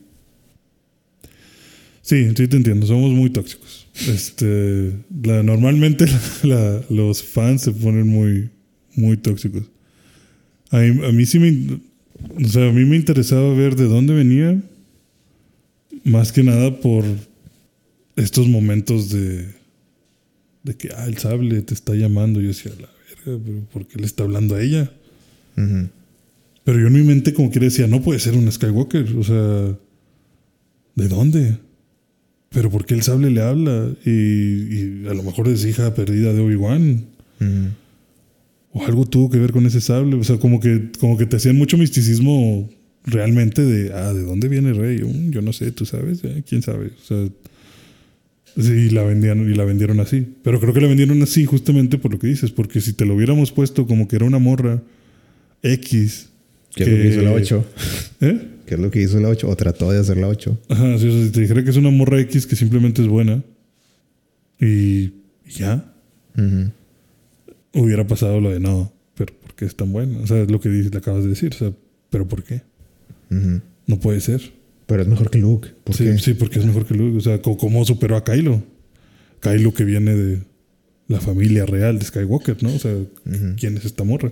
sí, sí te entiendo, somos muy tóxicos. Este, la, normalmente la- la- los fans se ponen muy, muy tóxicos. A mí, a mí sí me, o sea, a mí me interesaba ver de dónde venía, más que nada por estos momentos de, de que, ah, el sable te está llamando. Yo decía, la verga, pero ¿por qué le está hablando a ella? Ujú. Pero yo en mi mente como que decía, no puede ser un Skywalker. O sea, ¿de dónde? ¿Pero por qué el sable le habla? Y, y a lo mejor es hija perdida de Obi-Wan. Ujú. O algo tuvo que ver con ese sable. O sea, como que, como que te hacían mucho misticismo realmente de, ah, ¿de dónde viene Rey? Mm, yo no sé, ¿tú sabes? Eh, ¿Quién sabe? O sea, sí, la vendían, y la vendieron así. Pero creo que la vendieron así justamente por lo que dices. Porque si te lo hubiéramos puesto como que era una morra X... ¿Qué es lo que hizo la ocho? ¿Eh? ¿Qué es lo que hizo la ocho? O trató de hacer la ocho. Ajá, sí, o sea, si te dijera que es una morra X que simplemente es buena y ya, Ujú. hubiera pasado lo de no, pero ¿por qué es tan buena? O sea, es lo que dices, le acabas de decir, o sea, ¿pero por qué? Ujú. No puede ser. Pero es mejor que Luke. ¿Por Sí, qué? sí, porque es mejor que Luke. O sea, co- ¿cómo superó a Kylo? Kylo que viene de la familia real de Skywalker, ¿no? O sea, Ujú. ¿quién es esta morra?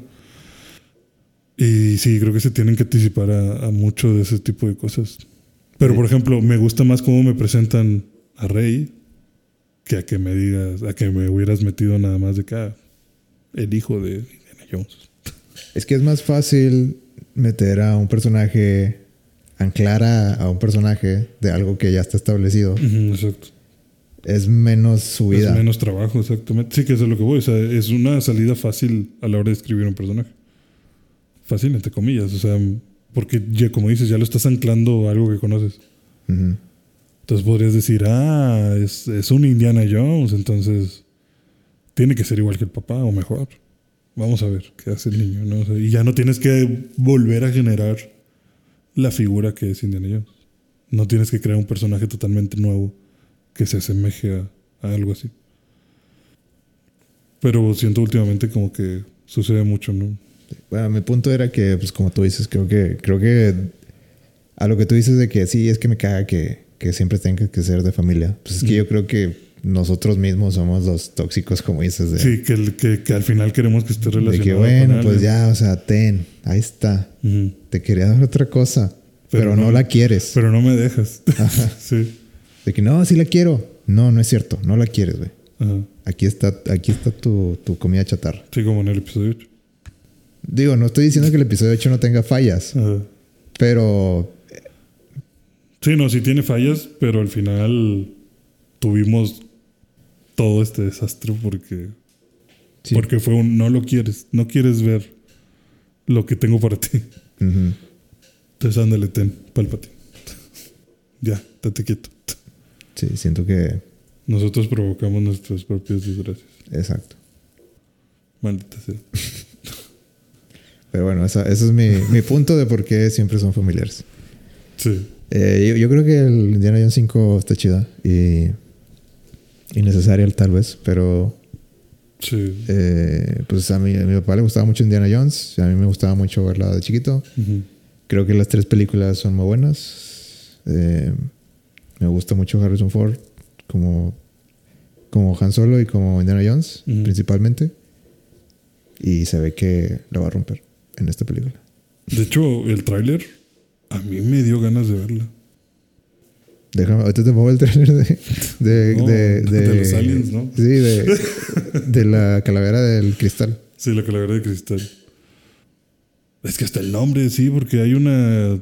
Y sí, creo que se tienen que anticipar a, a mucho de ese tipo de cosas. Pero, por ejemplo, me gusta más cómo me presentan a Rey que a que me digas, a que me hubieras metido nada más de acá el hijo de Indiana Jones. Es que es más fácil meter a un personaje, anclar a, a un personaje de algo que ya está establecido. Ujú, exacto. Es menos subida. Es menos trabajo, exactamente. Sí, que eso es lo que voy. O sea, es una salida fácil a la hora de escribir un personaje. Fácil, entre comillas. O sea, porque ya, como dices, ya lo estás anclando a algo que conoces. Ujú. Entonces podrías decir, ah, es, es un Indiana Jones, entonces tiene que ser igual que el papá o mejor. Vamos a ver qué hace el niño, ¿no? O sea, y ya no tienes que volver a generar la figura que es Indiana Jones. No tienes que crear un personaje totalmente nuevo que se asemeje a, a algo así. Pero siento últimamente como que sucede mucho, ¿no? Bueno, mi punto era que, pues como tú dices, creo que, creo que a lo que tú dices de que sí, es que me caga que, que siempre tenga que ser de familia. Pues es que Mm. yo creo que nosotros mismos somos los tóxicos, como dices. De, Sí, que, el- que, que al final queremos que esté de relacionado que con bueno, pues alguien. ya, o sea, ten, ahí está. Ujú. Te quería dar otra cosa, pero, Pero no, no- la quieres. Pero no me dejas. Sí. De que no, sí la quiero. No, no es cierto, no la quieres, güey. Ajá. Aquí está, aquí está tu, tu comida chatarra. Sí, como en el episodio ocho. Digo, no estoy diciendo que el episodio ocho no tenga fallas, Ajá. pero Sí, no, sí tiene fallas, pero al final tuvimos todo este desastre porque, Sí. porque fue un no lo quieres, no quieres ver lo que tengo para ti. Ujú. Entonces ándale, ten, Palpatine. Ya, date quieto. Sí, siento que... Nosotros provocamos nuestras propias desgracias. Exacto. Maldita sea. Pero bueno, esa- ese es mi, mi punto de por qué siempre son familiares. Sí. Eh, yo, yo creo que el Indiana Jones cinco está chida y innecesaria tal vez, pero Sí. eh, pues a mi, a mi papá le gustaba mucho Indiana Jones y a mí me gustaba mucho verla de chiquito. Ujú. Creo que las tres películas son muy buenas. Eh, me gusta mucho Harrison Ford como, como Han Solo y como Indiana Jones, Ujú. principalmente. Y se ve que lo va a romper en esta película. De hecho, el tráiler a mí me dio ganas de verla. Déjame, ahorita te pongo el trailer de... De, No, de, de los aliens, ¿no? Sí, de, de la calavera del cristal. Sí, la calavera de cristal. Es que hasta el nombre, sí, porque hay una...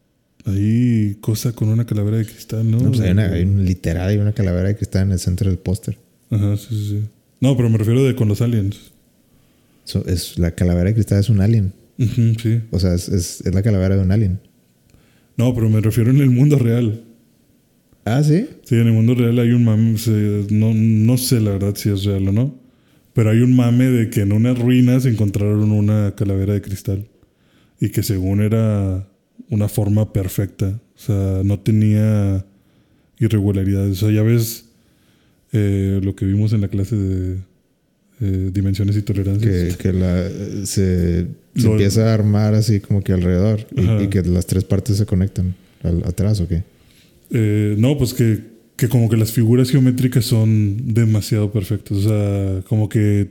Hay cosa con una calavera de cristal, ¿no? No, pues hay, una, hay un literal, hay una calavera de cristal en el centro del póster. Ajá, sí, sí, sí. No, pero me refiero de con los aliens. So, es, la calavera de cristal es un alien. Ujú, sí. O sea, es, es, es la calavera de un alien. No, pero me refiero en el mundo real. Ah, ¿sí? Sí, en el mundo real hay un mame, se- no, no sé la verdad si es real o no, pero hay un mame de que en unas ruinas encontraron una calavera de cristal y que según era una forma perfecta, o sea, no tenía irregularidades. O sea, ya ves eh, lo que vimos en la clase de eh, dimensiones y tolerancias. Que, que la, se, se Lo- empieza a armar así como que alrededor Ajá. y, y que las tres partes se conectan al, atrás, ¿o qué? Eh, no, pues que, que como que las figuras geométricas son demasiado perfectas. O sea, como que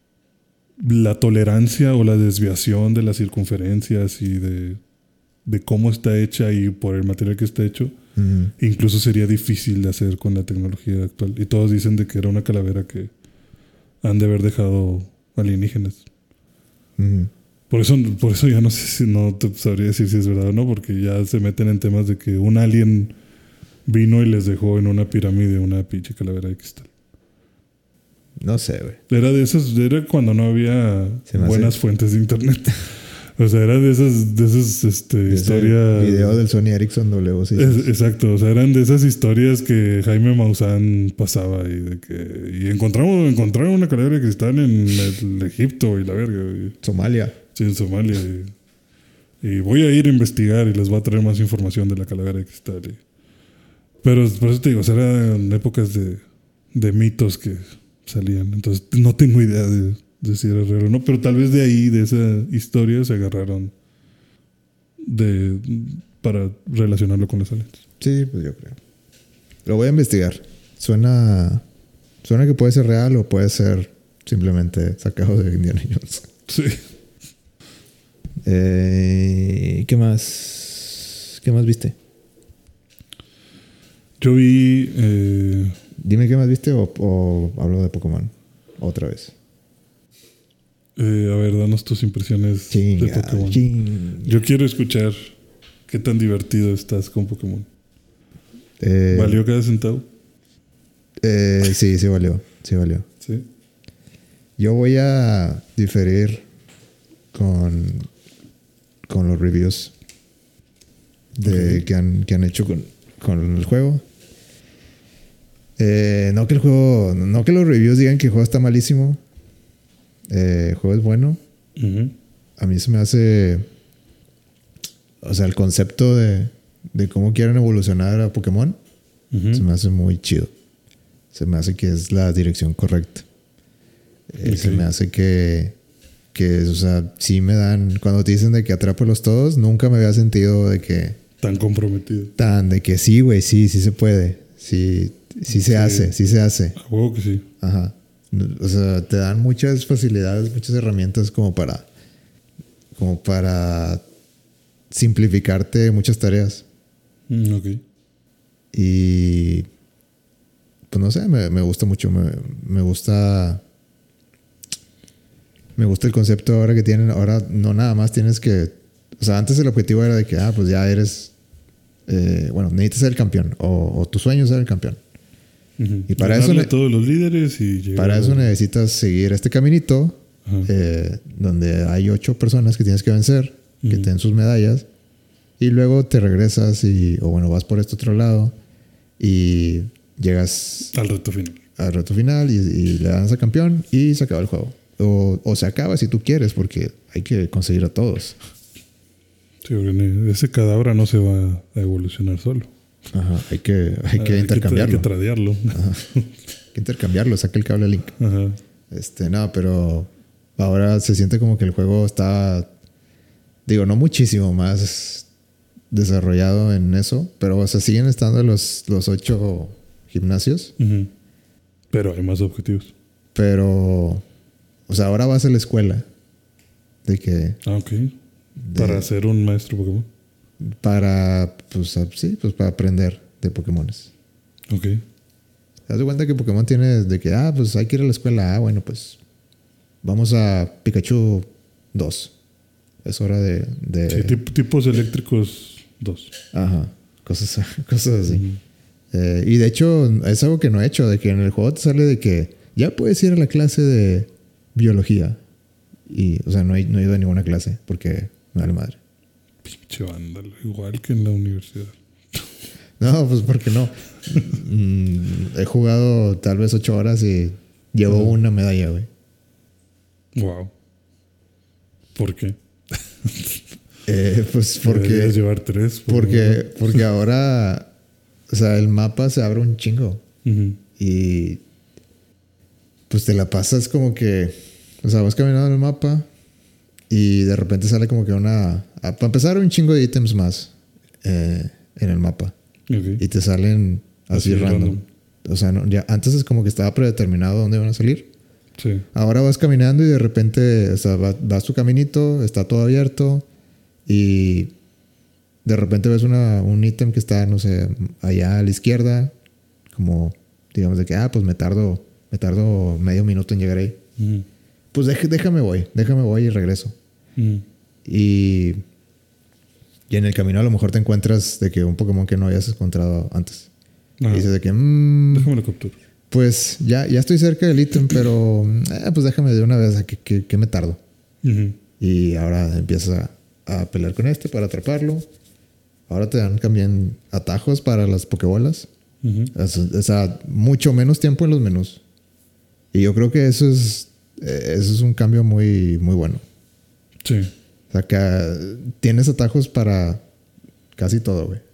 la tolerancia o la desviación de las circunferencias y de, de cómo está hecha y por el material que está hecho, Ujú. incluso sería difícil de hacer con la tecnología actual. Y todos dicen de que era una calavera que han de haber dejado alienígenas. Ujú. Por eso, por eso ya no sé si no te sabría decir si es verdad o no, porque ya se meten en temas de que un alien vino y les dejó en una pirámide una pinche calavera de cristal. No sé, güey. Era de esas, era cuando no había Se me buenas hace- fuentes de internet. O sea, era de esas, de esas este, Ese historias. video del Sony Ericsson W seis. Es- exacto, o sea, eran de esas historias que Jaime Maussan pasaba y de que y encontramos encontraron una calavera de cristal en el Egipto y la verga, y, Somalia. sí, en Somalia y, y voy a ir a investigar y les voy a traer más información de la calavera de cristal. y- pero por eso te digo, o sea, eran épocas de, de mitos que salían, entonces no tengo idea de, de si era real o no, pero tal vez de ahí, de esa historia, se agarraron de para relacionarlo con los aliens. Sí, pues yo creo. Lo voy a investigar. Suena... Suena que puede ser real o puede ser simplemente sacado de Indiana Jones. Sí. Eh, ¿Qué más? ¿Qué más viste? Yo vi. Eh, Dime qué más viste o, o hablo de Pokémon otra vez. eh, a ver, danos tus impresiones de Chinga, Pokémon. ching. Yo quiero escuchar qué tan divertido estás con Pokémon. Eh, ¿Valió cada centavo? eh, sí, sí valió. Sí valió. Sí. Yo voy a diferir con, con los reviews de, Ok. que, han, que han hecho con, con el juego. Eh, no que el juego, no que los reviews digan que el juego está malísimo. Eh, el juego es bueno. Ujú. A mí se me hace, o sea, el concepto de, de cómo quieren evolucionar a Pokémon Ujú. se me hace muy chido. Se me hace que es la dirección correcta. Eh, Ok. Se me hace que, que, o sea, sí me dan, cuando te dicen de que atrápalos todos, nunca me había sentido de que, Tan comprometido. tan, de que sí, güey, sí, sí se puede. Sí, sí se Sí. hace, sí se hace. A huevo que sí. Ajá. O sea, te dan muchas facilidades, muchas herramientas como para, como para simplificarte muchas tareas. Mm, ok. Y pues no sé, me, me gusta mucho. Me, me gusta. Me gusta el concepto ahora que tienen. Ahora no nada más tienes que. O sea, antes el objetivo era de que, ah, pues ya eres. Eh, bueno, necesitas ser el campeón. O, o tu sueño es ser el campeón. Uh-huh. Y para eso, a todos los líderes y llegar para eso a... necesitas seguir este caminito. Uh-huh. eh, donde hay ocho personas que tienes que vencer. Uh-huh. Que te den sus medallas. Y luego te regresas y... O bueno, vas por este otro lado. Y llegas... Al reto final. Al reto final. Y, y le das al campeón. Y se acaba el juego. O, o se acaba si tú quieres. Porque hay que conseguir a todos. Sí, ese cadáver no se va a evolucionar solo. Ajá, hay que, hay que hay intercambiarlo. Que, hay que tradearlo. Ajá. Hay que intercambiarlo, saca el cable Link. Ajá. Este, no, pero ahora se siente como que el juego está, digo, no muchísimo más desarrollado en eso, pero o sea, siguen estando los, los ocho gimnasios. Uh-huh. Pero hay más objetivos. Pero, o sea, ahora vas a la escuela. De que... Ah, ok. De, para ser un maestro Pokémon. Para, pues, sí, pues para aprender de Pokémones. Ok. ¿Te das cuenta que Pokémon tiene de que, ah, pues hay que ir a la escuela? Ah, bueno, pues vamos a Pikachu dos. Es hora de... de... Sí, tip, tipos eléctricos dos. Ajá, cosas, cosas así. Uh-huh. Eh, y de hecho, es algo que no he hecho, de que en el juego te sale de que ya puedes ir a la clase de biología. Y, o sea, no he, no he ido a ninguna clase porque me vale madre. Pinche vándalo, igual que en la universidad. No, pues porque no. mm, he jugado tal vez ocho horas y llevo uh-huh. una medalla, güey. Wow. ¿Por qué? eh, pues porque... Deberías llevar tres. Por porque, porque ahora... O sea, el mapa se abre un chingo. Uh-huh. Y... Pues te la pasas como que... O sea, vas caminando en el mapa... Y de repente sale como que una... Para empezar, un chingo de ítems más eh, en el mapa. Okay. Y te salen así, así random. random. O sea, no, ya, antes es como que estaba predeterminado dónde iban a salir. Sí. Ahora vas caminando y de repente, o sea, vas, vas tu caminito, está todo abierto. Y de repente ves una, un ítem que está, no sé, allá a la izquierda. Como, digamos, de que, ah, pues me tardo, me tardo medio minuto en llegar ahí. Mm. Pues déjame, déjame voy, déjame voy y regreso. Mm. Y, y en el camino a lo mejor te encuentras de que un Pokémon que no habías encontrado antes. Ajá. Y dices de que... Mmm, déjame lo capturo. Pues ya, ya estoy cerca del ítem, pero... Eh, pues déjame de una vez, que, que, que me tardo. Uh-huh. Y ahora empiezas a, a pelear con este para atraparlo. Ahora te dan también atajos para las Pokébolas. Uh-huh. O sea, mucho menos tiempo en los menús. Y yo creo que eso es... Eso es un cambio muy, muy bueno. Sí. O sea, que tienes atajos para casi todo, güey.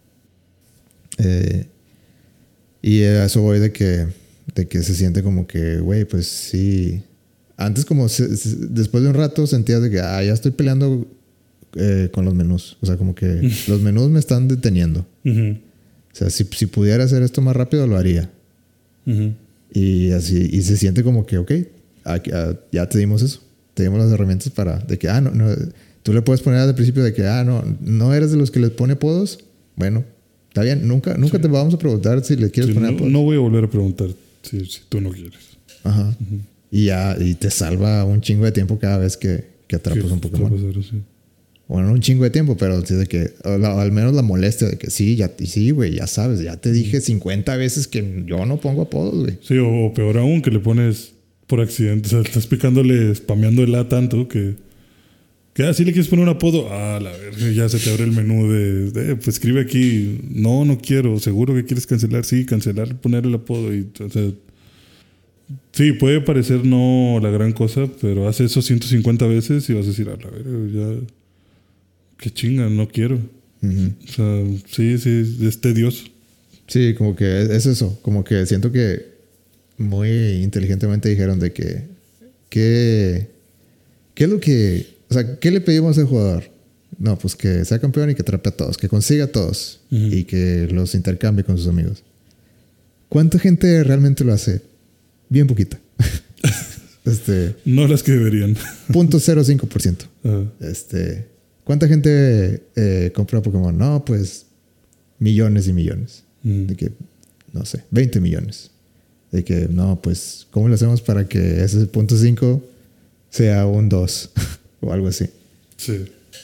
Eh, y a eso voy de que, de que se siente como que, güey, pues sí. Antes como se, se, después de un rato sentías de que, ah, ya estoy peleando eh, con los menús. O sea, como que los menús me están deteniendo. Uh-huh. O sea, si, si pudiera hacer esto más rápido, lo haría. Uh-huh. Y así, y se siente como que, ok, Aquí, uh, ya te dimos eso. Te dimos las herramientas para... De que, ah, no, no... Tú le puedes poner al principio de que, ah, no, no eres de los que les pone apodos. Bueno, está bien. Nunca, nunca sí. te vamos a preguntar si le quieres sí, poner no, apodos. No voy a volver a preguntar si, si tú no quieres. Ajá. Uh-huh. Y ya... Y te salva un chingo de tiempo cada vez que, que atrapas sí, un Pokémon. Pasar, sí. Bueno, no un chingo de tiempo, pero sí de que... O la, al menos la molestia de que sí, ya... Sí, güey, ya sabes. Ya te dije cincuenta veces que yo no pongo apodos, güey. Sí, o, o peor aún, que le pones... Por accidente, o sea, estás picándole, spameando el A tanto que... Que así ah, le quieres poner un apodo. Ah, la verga, ya se te abre el menú de, de... Pues escribe aquí, no, no quiero. ¿Seguro que quieres cancelar? Sí, cancelar, poner el apodo. Y, o sea... Sí, puede parecer no la gran cosa, pero hace eso ciento cincuenta veces y vas a decir, ah, la verga, ya... Qué chinga, no quiero. Uh-huh. O sea, sí, sí, es tedioso. Sí, como que es eso. Como que siento que... Muy inteligentemente dijeron de que ¿qué, qué es lo que o sea, qué le pedimos al jugador? No, pues que sea campeón y que atrape a todos, que consiga a todos uh-huh. y que los intercambie con sus amigos. ¿Cuánta gente realmente lo hace? Bien poquita. este, no las que deberían. punto cero cinco por ciento. Uh-huh. Este, ¿cuánta gente eh, compra Pokémon? No, pues millones y millones. Uh-huh. De que, no sé, veinte millones. De que, no, pues, ¿cómo lo hacemos para que ese punto cinco sea un dos? O algo así. Sí.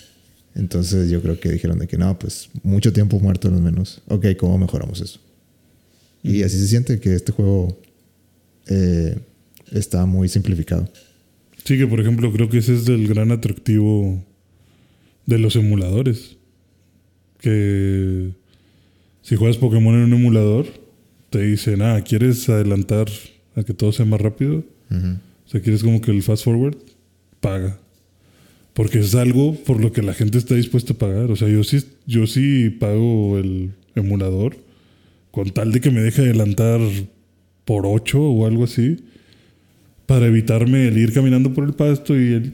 Entonces yo creo que dijeron de que no, pues mucho tiempo muerto en los menús. Ok, ¿cómo mejoramos eso? Mm. Y así se siente que este juego eh, está muy simplificado. Sí, que por ejemplo creo que ese es el gran atractivo de los emuladores. Que si juegas Pokémon en un emulador, te dicen, ah, ¿quieres adelantar a que todo sea más rápido? Uh-huh. O sea, ¿quieres como que el fast forward? Paga. Porque es algo por lo que la gente está dispuesta a pagar. O sea, yo sí, yo sí pago el emulador con tal de que me deje adelantar por ocho o algo así, para evitarme el ir caminando por el pasto y el...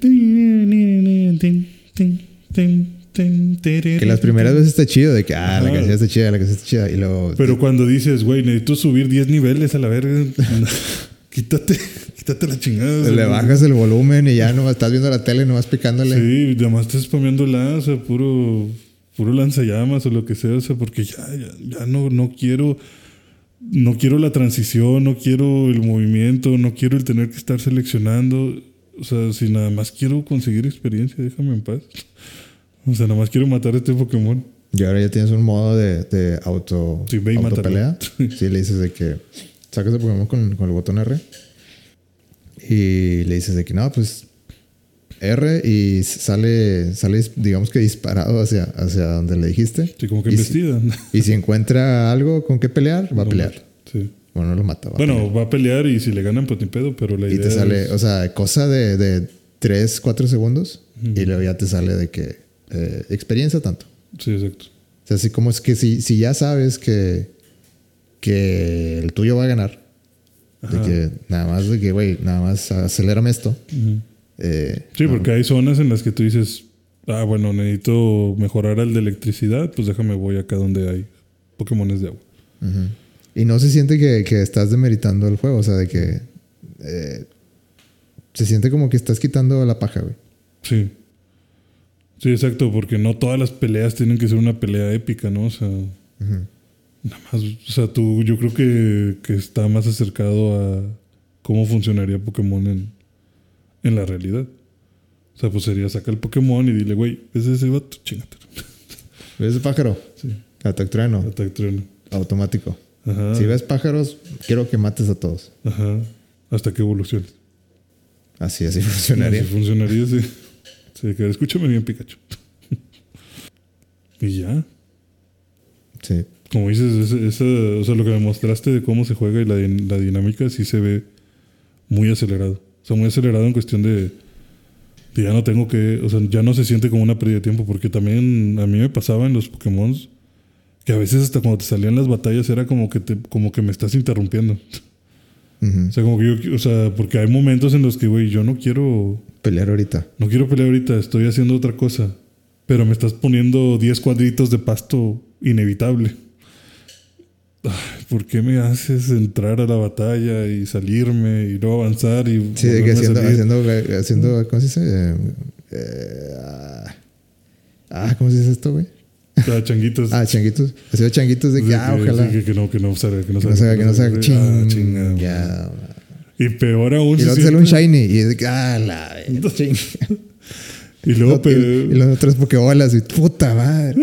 Que las primeras veces está chido, de que, ah, ajá, la canción está chida, la canción está chida. Y luego... Pero cuando dices, güey, necesito subir diez niveles a la verga, quítate, quítate la chingada. Le bajas el volumen y ya no estás viendo la tele, no vas picándole. Sí, además estás spameándola, o sea, puro, puro lanzallamas o lo que sea, o sea, porque ya, ya, ya no, no quiero... No quiero la transición, no quiero el movimiento, no quiero el tener que estar seleccionando. O sea, si nada más quiero conseguir experiencia, déjame en paz. O sea, nada más quiero matar a este Pokémon. Y ahora ya tienes un modo de, de auto, sí, ve y autopelea. Sí, le dices de que sacas el Pokémon con, con el botón R y le dices de que no, pues R y sale, sale digamos que disparado hacia, hacia donde le dijiste. Sí, como que y investiga. Si, y si encuentra algo con qué pelear, va a pelear. Mata, sí. Bueno, no lo mata. Va bueno, a pelear. va a pelear y si le ganan, pues ni pedo, pero la y idea te sale, es... o sea, cosa de, de tres, cuatro segundos uh-huh. y luego ya te sale de que eh, experiencia tanto. Sí, exacto. O sea, así como es que si, si ya sabes que, que el tuyo va a ganar, ajá. de que nada más de que, güey, nada más acelérame esto. Uh-huh. Eh, sí, porque no. hay zonas en las que tú dices, ah, bueno, necesito mejorar el de electricidad, pues déjame voy acá donde hay Pokémones de agua. Uh-huh. Y no se siente que, que estás demeritando el juego, o sea, de que eh, se siente como que estás quitando la paja, güey. Sí. Sí, exacto, porque no todas las peleas tienen que ser una pelea épica, ¿no? O sea, uh-huh. nada más, o sea, tú, yo creo que, que está más acercado a cómo funcionaría Pokémon en en la realidad. O sea, pues sería saca el Pokémon y dile, güey, ¿ves ese vato? Chingate. ¿Ves ese pájaro? Sí. Ataque trueno. Ataque trueno. Automático. Ajá. Si ves pájaros, quiero que mates a todos. Ajá. Hasta que evoluciones. Así, así funcionaría. Así funcionaría, sí. Sí, que escúchame bien, Pikachu. Y ya. Sí. Como dices, esa, esa, o sea, lo que me mostraste de cómo se juega y la, la dinámica sí se ve muy acelerado. O sea, muy acelerado en cuestión de, de ya no tengo que... O sea, ya no se siente como una pérdida de tiempo. Porque también a mí me pasaba en los Pokémon que a veces hasta cuando te salían las batallas era como que, te, como que me estás interrumpiendo. Uh-huh. O sea, como que yo... O sea, porque hay momentos en los que, güey, yo no quiero... Pelear ahorita. No quiero pelear ahorita. Estoy haciendo otra cosa. Pero me estás poniendo diez cuadritos de pasto inevitable. Ay, ¿por qué me haces entrar a la batalla y salirme y luego avanzar y sí, de que haciendo, haciendo, haciendo, ¿cómo se dice? Eh, eh, ah, ¿cómo se dice esto, güey? Ah, changuitos. Ah, changuitos. Haciendo changuitos de que, ah, que, ojalá. Sí, que, que no, que no salga, que no salga. Que no salga, que no salga. Ching, ah, chinga. Ya. Y peor aún. Y luego te sale un shiny y de que, ah, la ching. Y luego, y, y, y los otros pokebolas y puta madre.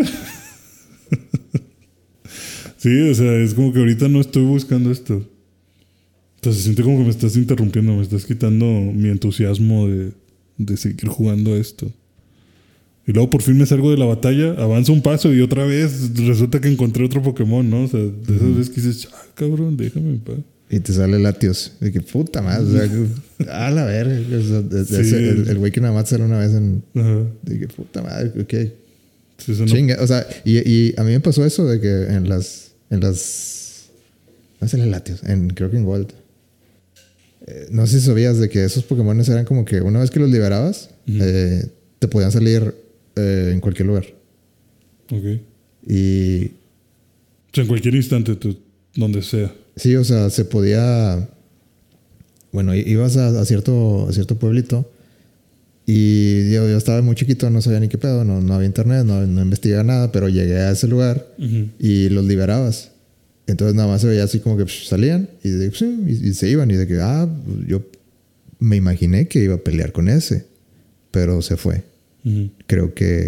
Sí, o sea, es como que ahorita no estoy buscando esto. Entonces se siente como que me estás interrumpiendo, me estás quitando mi entusiasmo de, de seguir jugando esto. Y luego por fin me salgo de la batalla, avanzo un paso y otra vez resulta que encontré otro Pokémon, ¿no? O sea, de esas uh-huh. veces que dices, ah, cabrón, déjame en paz. Y te sale Latios. De que puta madre, o sea, a la verga. O sea, de, de sí. ese, el güey que nada más sale una vez en... Uh-huh. De que puta madre, ok. Sí, eso no. Chinga, o sea, y, y a mí me pasó eso de que en las... En las... No sé, en Latios. En, creo que en Gold. Eh, no sé si sabías de que esos Pokémon eran como que una vez que los liberabas, uh-huh. eh, te podían salir eh, en cualquier lugar. Ok. Y... O sea, en cualquier instante, tú, donde sea. Sí, o sea, se podía... Bueno, ibas a, a, cierto, a cierto pueblito y yo, yo estaba muy chiquito, no sabía ni qué pedo, no, no había internet, no, no investigaba nada, pero llegué a ese lugar uh-huh. y los liberabas. Entonces nada más se veía así como que psh, salían y, de, psh, y, y se iban y de que, ah, yo me imaginé que iba a pelear con ese, pero se fue. Uh-huh. Creo que...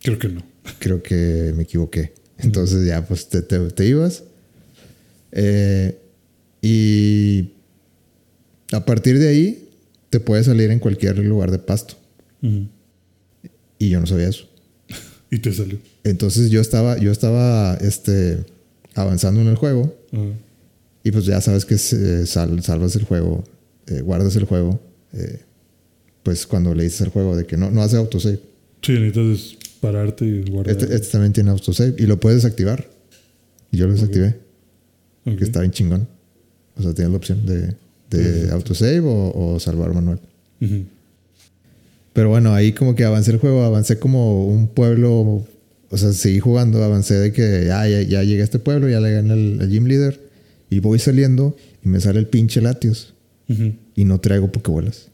Creo que no. Creo que me equivoqué. Entonces ya, pues te, te, te ibas. Eh, y a partir de ahí, te puedes salir en cualquier lugar de pasto. Uh-huh. Y yo no sabía eso. Y te salió. Entonces yo estaba, yo estaba este, avanzando en el juego. Uh-huh. Y pues ya sabes que se, sal, salvas el juego, eh, guardas el juego. Eh, pues cuando le dices al juego de que no, no hace autosave. Sí, necesitas pararte y guardar. Este, este también tiene autosave y lo puedes desactivar. Y yo lo desactivé. Okay. Okay. Que está bien chingón. O sea, tienes la opción de, de autosave o, o salvar manual. Uh-huh. Pero bueno, ahí como que avancé el juego, avancé como un pueblo. O sea, seguí jugando, avancé de que ah, ya, ya llegué a este pueblo, ya le gané el, el gym leader. Y voy saliendo y me sale el pinche Latios. Uh-huh. Y no traigo pokebolas.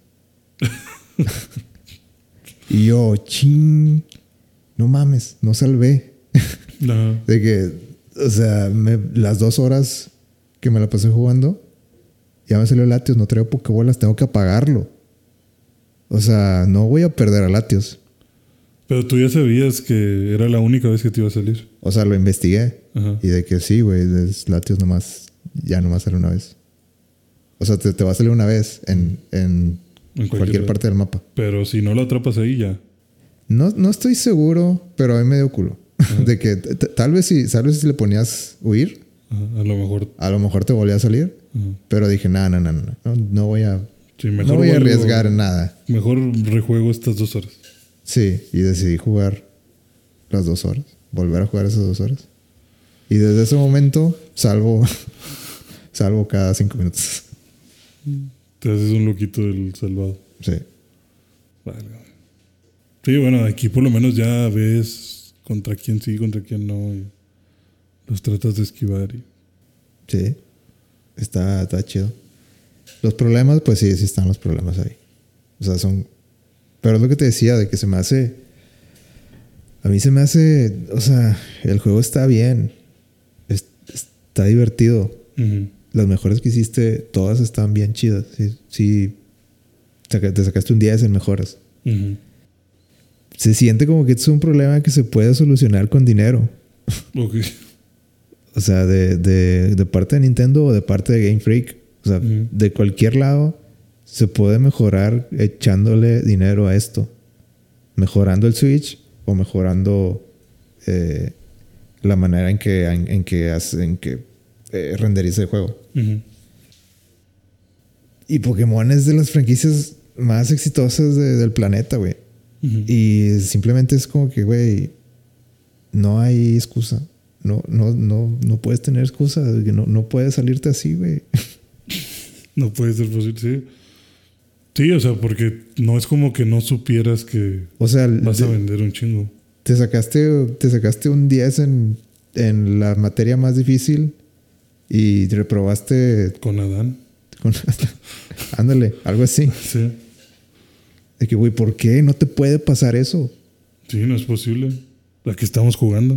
Y yo, ching, no mames, no salvé. No. De que, o sea, me, las dos horas que me la pasé jugando, ya me salió Latios, no traigo pokebolas, tengo que apagarlo. O sea, no voy a perder a Latios. Pero tú ya sabías que era la única vez que te iba a salir. O sea, lo investigué. Uh-huh. Y de que sí, güey, Latios nomás, ya nomás sale una vez. O sea, te, te va a salir una vez en... en En cualquier, cualquier parte del mapa. Pero si no lo atrapas ahí, ya. No, no estoy seguro, pero a mí me dio culo. Uh-huh. De que t- t- tal vez si, tal vez si le ponías huir, uh-huh. a lo mejor a lo mejor te volvía a salir. Uh-huh. Pero dije, no, no, no, no, no, no voy a, sí, mejor no voy a vuelvo, arriesgar en nada. Mejor rejuego estas dos horas. Sí, y decidí jugar las dos horas, volver a jugar esas dos horas. Y desde ese momento salvo, salvo cada cinco minutos. Te haces un loquito del salvado. Sí. Vale. Sí, bueno, aquí por lo menos ya ves contra quién sí, contra quién no. Y los tratas de esquivar. Y... Sí. Está, está chido. Los problemas, pues sí, sí están los problemas ahí. O sea, son... Pero es lo que te decía, de que se me hace... A mí se me hace... O sea, el juego está bien. Es, está divertido. Uh-huh. Las mejores que hiciste, todas están bien chidas. Sí, sí te sacaste un diez en mejoras. Uh-huh. Se siente como que es un problema que se puede solucionar con dinero. Okay. O sea, de, de, de parte de Nintendo o de parte de Game Freak. O sea, uh-huh. de cualquier lado se puede mejorar echándole dinero a esto. Mejorando el Switch o mejorando eh, la manera en que, en, en que, hace, en que Eh, renderiza el juego. Uh-huh. Y Pokémon es de las franquicias más exitosas de, del planeta, güey. Uh-huh. Y simplemente es como que, güey, no hay excusa. No, no, no, no puedes tener excusa. No, no puedes salirte así, güey. No puede ser posible, sí. Sí, o sea, porque no es como que no supieras que o sea, vas te, a vender un chingo. Te sacaste, te sacaste un diez en, en la materia más difícil. Y reprobaste... Con Adán. Con, ándale, algo así. Sí. De que, güey, ¿por qué no te puede pasar eso? Sí, no es posible. Aquí estamos jugando.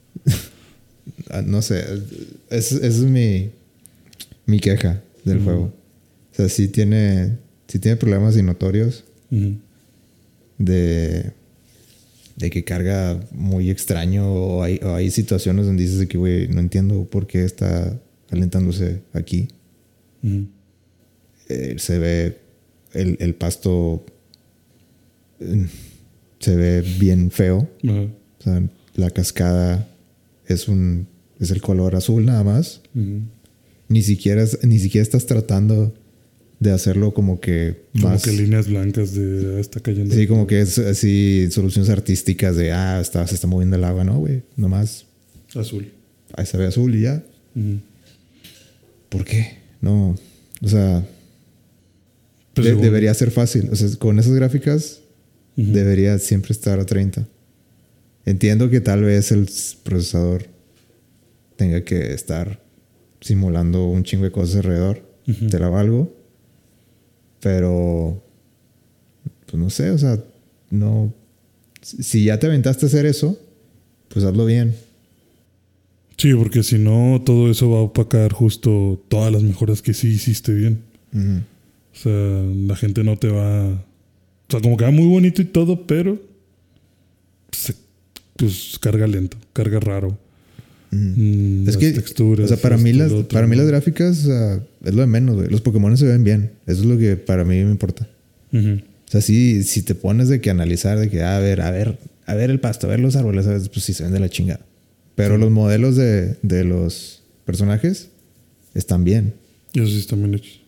No sé. Esa es mi... Mi queja del uh-huh. juego. O sea, sí tiene... Sí tiene problemas notorios. Uh-huh. De... De que carga muy extraño. O hay, o hay situaciones donde dices de que, güey, no entiendo por qué está... calentándose aquí. Uh-huh. Eh, se ve el, el pasto eh, se ve bien feo. Uh-huh. O sea, la cascada es un es el color azul nada más. Uh-huh. Ni siquiera ni siquiera estás tratando de hacerlo como que como más que líneas blancas de ah, está cayendo. Sí, como que es así soluciones artísticas de ah está, se está moviendo el agua, no, güey, nomás azul. Ahí se ve azul y ya. Uh-huh. ¿Por qué? No, o sea, de, debería ser fácil. O sea, con esas gráficas uh-huh. debería siempre estar a treinta. Entiendo que tal vez el procesador tenga que estar simulando un chingo de cosas alrededor. Uh-huh. Te la valgo. Pero, pues no sé, o sea, no. Si ya te aventaste a hacer eso, pues hazlo bien. Sí, porque si no, todo eso va a opacar justo todas las mejoras que sí hiciste bien. Uh-huh. O sea, la gente no te va... O sea, como que va muy bonito y todo, pero se pues carga lento, carga raro. Mm. Mm, Es las que, texturas, o sea, para mí esto, las, lo otro, para mí ¿no? las gráficas, o sea, es lo de menos, güey. Los Pokémon se ven bien. Eso es lo que para mí me importa. Ujú. O sea, sí, si te pones de que analizar, de que, ah, a ver, a ver, a ver el pasto, a ver los árboles, ¿sabes? Pues sí se ven de la chingada. Pero Sí. los modelos de, de los personajes están bien. Y eso sí están bien hechos.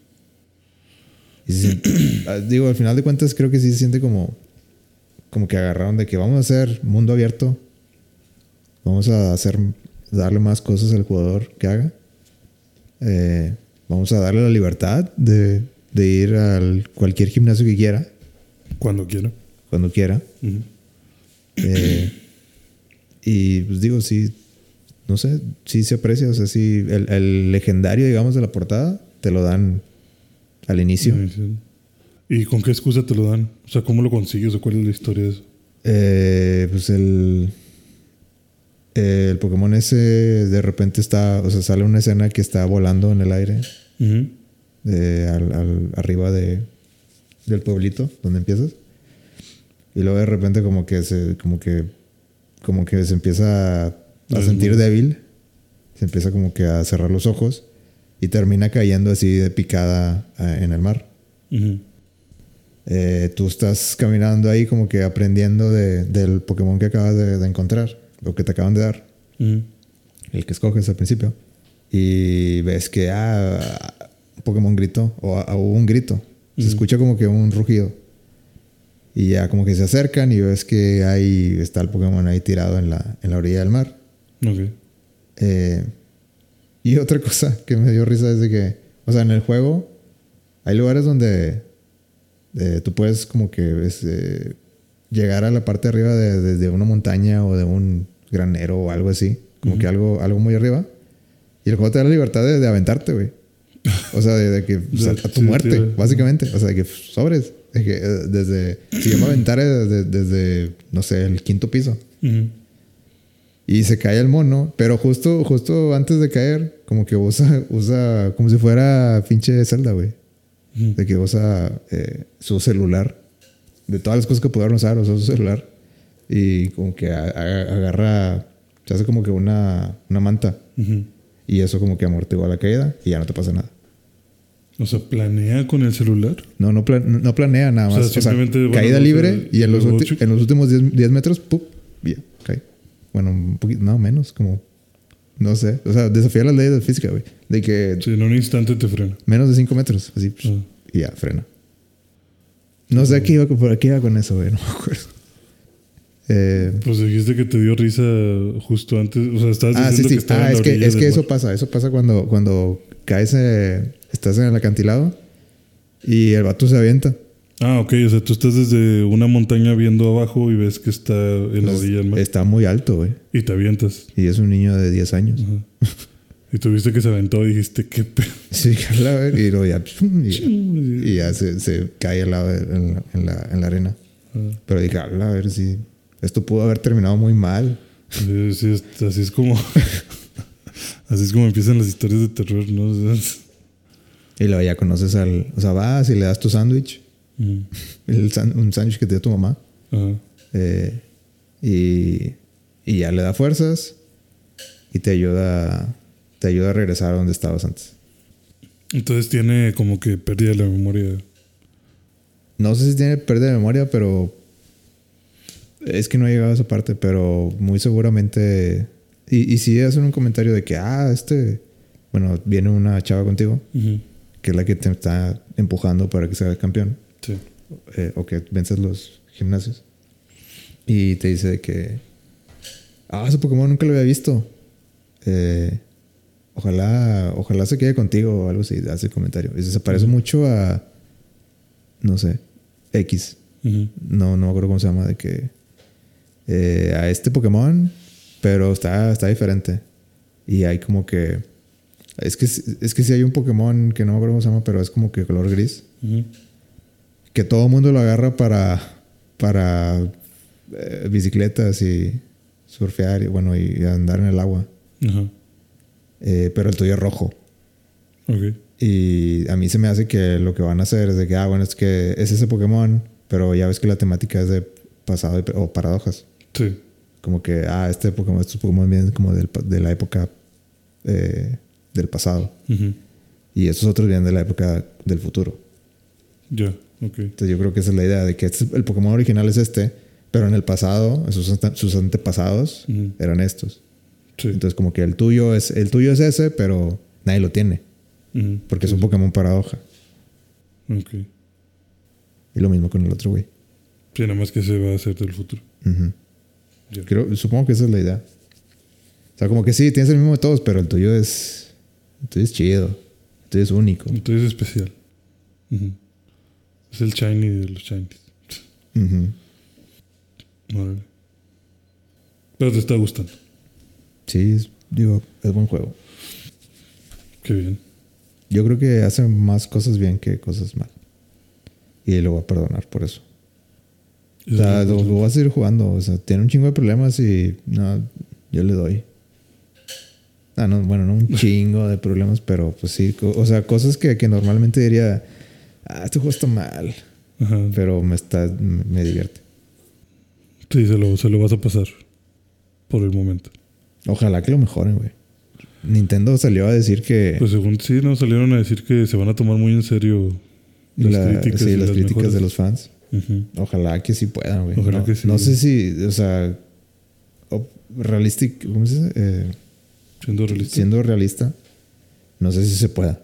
Y se siente- ah, digo, al final de cuentas, creo que sí se siente como, como que agarraron de que vamos a hacer mundo abierto. Vamos a hacer, darle más cosas al jugador que haga. Eh, vamos a darle la libertad de, de ir a cualquier gimnasio que quiera, Cuando quiera. cuando quiera. Ujú. Eh, y pues digo, sí, no sé, sí se aprecia. O sea, sí, el, el legendario, digamos, de la portada, te lo dan al inicio. Sí, sí. ¿Y con qué excusa te lo dan? O sea, ¿cómo lo consigues o cuál es la historia de eso? Eh, pues el, el Pokémon ese de repente está, o sea, sale una escena que está volando en el aire, Ujú. de, al, al- arriba de, del pueblito donde empiezas. Y luego de repente como que se, como que, como que se empieza a, a Desnudo. sentir débil. Se empieza como que a cerrar los ojos y termina cayendo así de picada eh, en el mar. Ujú. Eh, tú estás caminando ahí como que aprendiendo de, del Pokémon que acabas de, de encontrar, lo que te acaban de dar, Ujú. el que escoges al principio. Y ves que ah, un Pokémon gritó, o, o hubo un grito. Se Ujú. escucha como que un rugido. Y ya como que se acercan y ves que ahí está el Pokémon ahí tirado en la, en la orilla del mar. Ok. Eh, y otra cosa que me dio risa es de que, o sea, en el juego hay lugares donde eh, tú puedes como que es, eh, llegar a la parte de arriba de, de- de una montaña o de un granero o algo así, como Ujú. que algo, algo muy arriba. Y el juego te da la libertad de, de aventarte, güey. O sea, de, de que pues, a, a tu Sí, muerte, sí. básicamente. O sea, de que sobres. De que, eh, desde, si yo me aventara desde, desde, no sé, el quinto piso. Ujú. Y se cae el mono, pero justo, justo antes de caer, como que usa, usa como si fuera pinche Zelda, güey. Ujú. De que usa eh, su celular. De todas las cosas que pudieron usar, usa su celular. Y como que a- a- agarra, se hace como que una, una manta. Ujú. Y eso como que amortigua la caída y ya no te pasa nada. O sea, ¿planea con el celular? No, no, plan- no planea nada O sea, más. O sea, simplemente, bueno, caída no sé, libre y en los, luego ulti- chup. en los últimos diez metros, ¡pum! Ya, cae. Bueno, un poquito, no, menos, como, no sé. O sea, desafía las leyes de física, güey. De que Sí, en un instante te frena. menos de cinco metros, así, Ah. y ya, frena. No sé qué iba, por qué iba con eso, güey, no me acuerdo. Eh, Pues dijiste que te dio risa justo antes. O sea, estabas ah, sí, diciendo sí. que estaba Ah, en la es que, orilla es que del eso mar. pasa. Eso pasa cuando, cuando caes, eh, estás en el acantilado y el vato se avienta. Ah, ok. O sea, tú estás desde una montaña viendo abajo y ves que está en la Entonces, orilla del mar. está muy alto, güey. Y te avientas. Y es un niño de diez años. Ajá. Y tuviste que se aventó y dijiste, qué pedo. Sí, a ver, y luego ya, pum, y ya, y ya se, se cae al lado de- en, la, en, la, en la arena. Ah. Pero dije, a ver si esto pudo haber terminado muy mal. Sí, sí, es- así es como. Así es como empiezan las historias de terror, ¿no? O sea, Y luego ya conoces al... O sea, vas y le das tu sándwich. mm, el san- un sándwich que te dio tu mamá. ajá. eh, y, y ya le da fuerzas. Y te ayuda, te ayuda a regresar a donde estabas antes. Entonces tiene como que pérdida de la memoria. No sé si tiene pérdida de memoria, pero... Es que no he llegado a esa parte, pero muy seguramente... Y, y si hacen un comentario de que, ah, este... Bueno, viene una chava contigo, Ujú. que es la que te está empujando para que seas campeón. Sí. eh, o que vences los gimnasios. Y te dice de que... Ah, ese Pokémon nunca lo había visto. Eh, ojalá, ojalá se quede contigo o algo así. Hace el comentario. Y se parece Ujú. mucho a... No sé. X. Ujú. No, no me acuerdo cómo se llama. De que... eh, a este Pokémon... Pero está, está diferente. Y hay como que... Es que, es que sí hay un Pokémon que no me acuerdo cómo se llama, pero es como que color gris. Ujú. Que todo el mundo lo agarra para... Para... eh, bicicletas y... Surfear y bueno, y andar en el agua. Ajá. Eh, pero el tuyo es rojo. Ok. Y a mí se me hace que lo que van a hacer es de que, ah, bueno, es que es ese Pokémon, pero ya ves que la temática es de pasado y- o paradojas. Sí. Como que, ah, este Pokémon, estos Pokémon vienen como del, de la época eh, del pasado. Uh-huh. Y estos otros vienen de la época del futuro. Ya, yeah, ok. Entonces yo creo que esa es la idea de que este, el Pokémon original es este, pero en el pasado, sus, sus antepasados uh-huh. eran estos. Sí. Entonces como que el tuyo es el tuyo es ese, pero nadie lo tiene. Uh-huh. Porque sí. es un Pokémon paradoja. Ok. Y lo mismo con el otro güey. Sí, nada más que se va a hacer del futuro. Uh-huh. Yeah. Creo, supongo que esa es la idea. O sea, como que sí, tienes el mismo de todos, pero el tuyo es... El tuyo es chido. El tuyo es único. El tuyo es especial. Uh-huh. Es el shiny de los shinies. Uh-huh. Vale. Pero te está gustando. Sí, es, digo, es buen juego. Qué bien. Yo creo que hace más cosas bien que cosas mal. Y lo voy a perdonar por eso. O sea, lo, lo voy a seguir jugando. O sea, tiene un chingo de problemas y no, yo le doy. Ah, no, bueno, no un chingo de problemas, pero pues sí. O sea, cosas que, que normalmente diría, ah, este juego está mal. Ajá. Pero me está, me, me divierte. Sí, se lo, se lo vas a pasar. Por el momento. Ojalá que lo mejoren, güey. Nintendo salió a decir que... Pues según sí, nos salieron a decir que se van a tomar muy en serio las la, críticas, sí, las las críticas mejoras de los fans. Uh-huh. Ojalá que sí puedan, güey. Ojalá no, que sí. No sé si, o sea, realistic, ¿cómo se dice? Eh, siendo realista. Siendo realista, no sé si se pueda.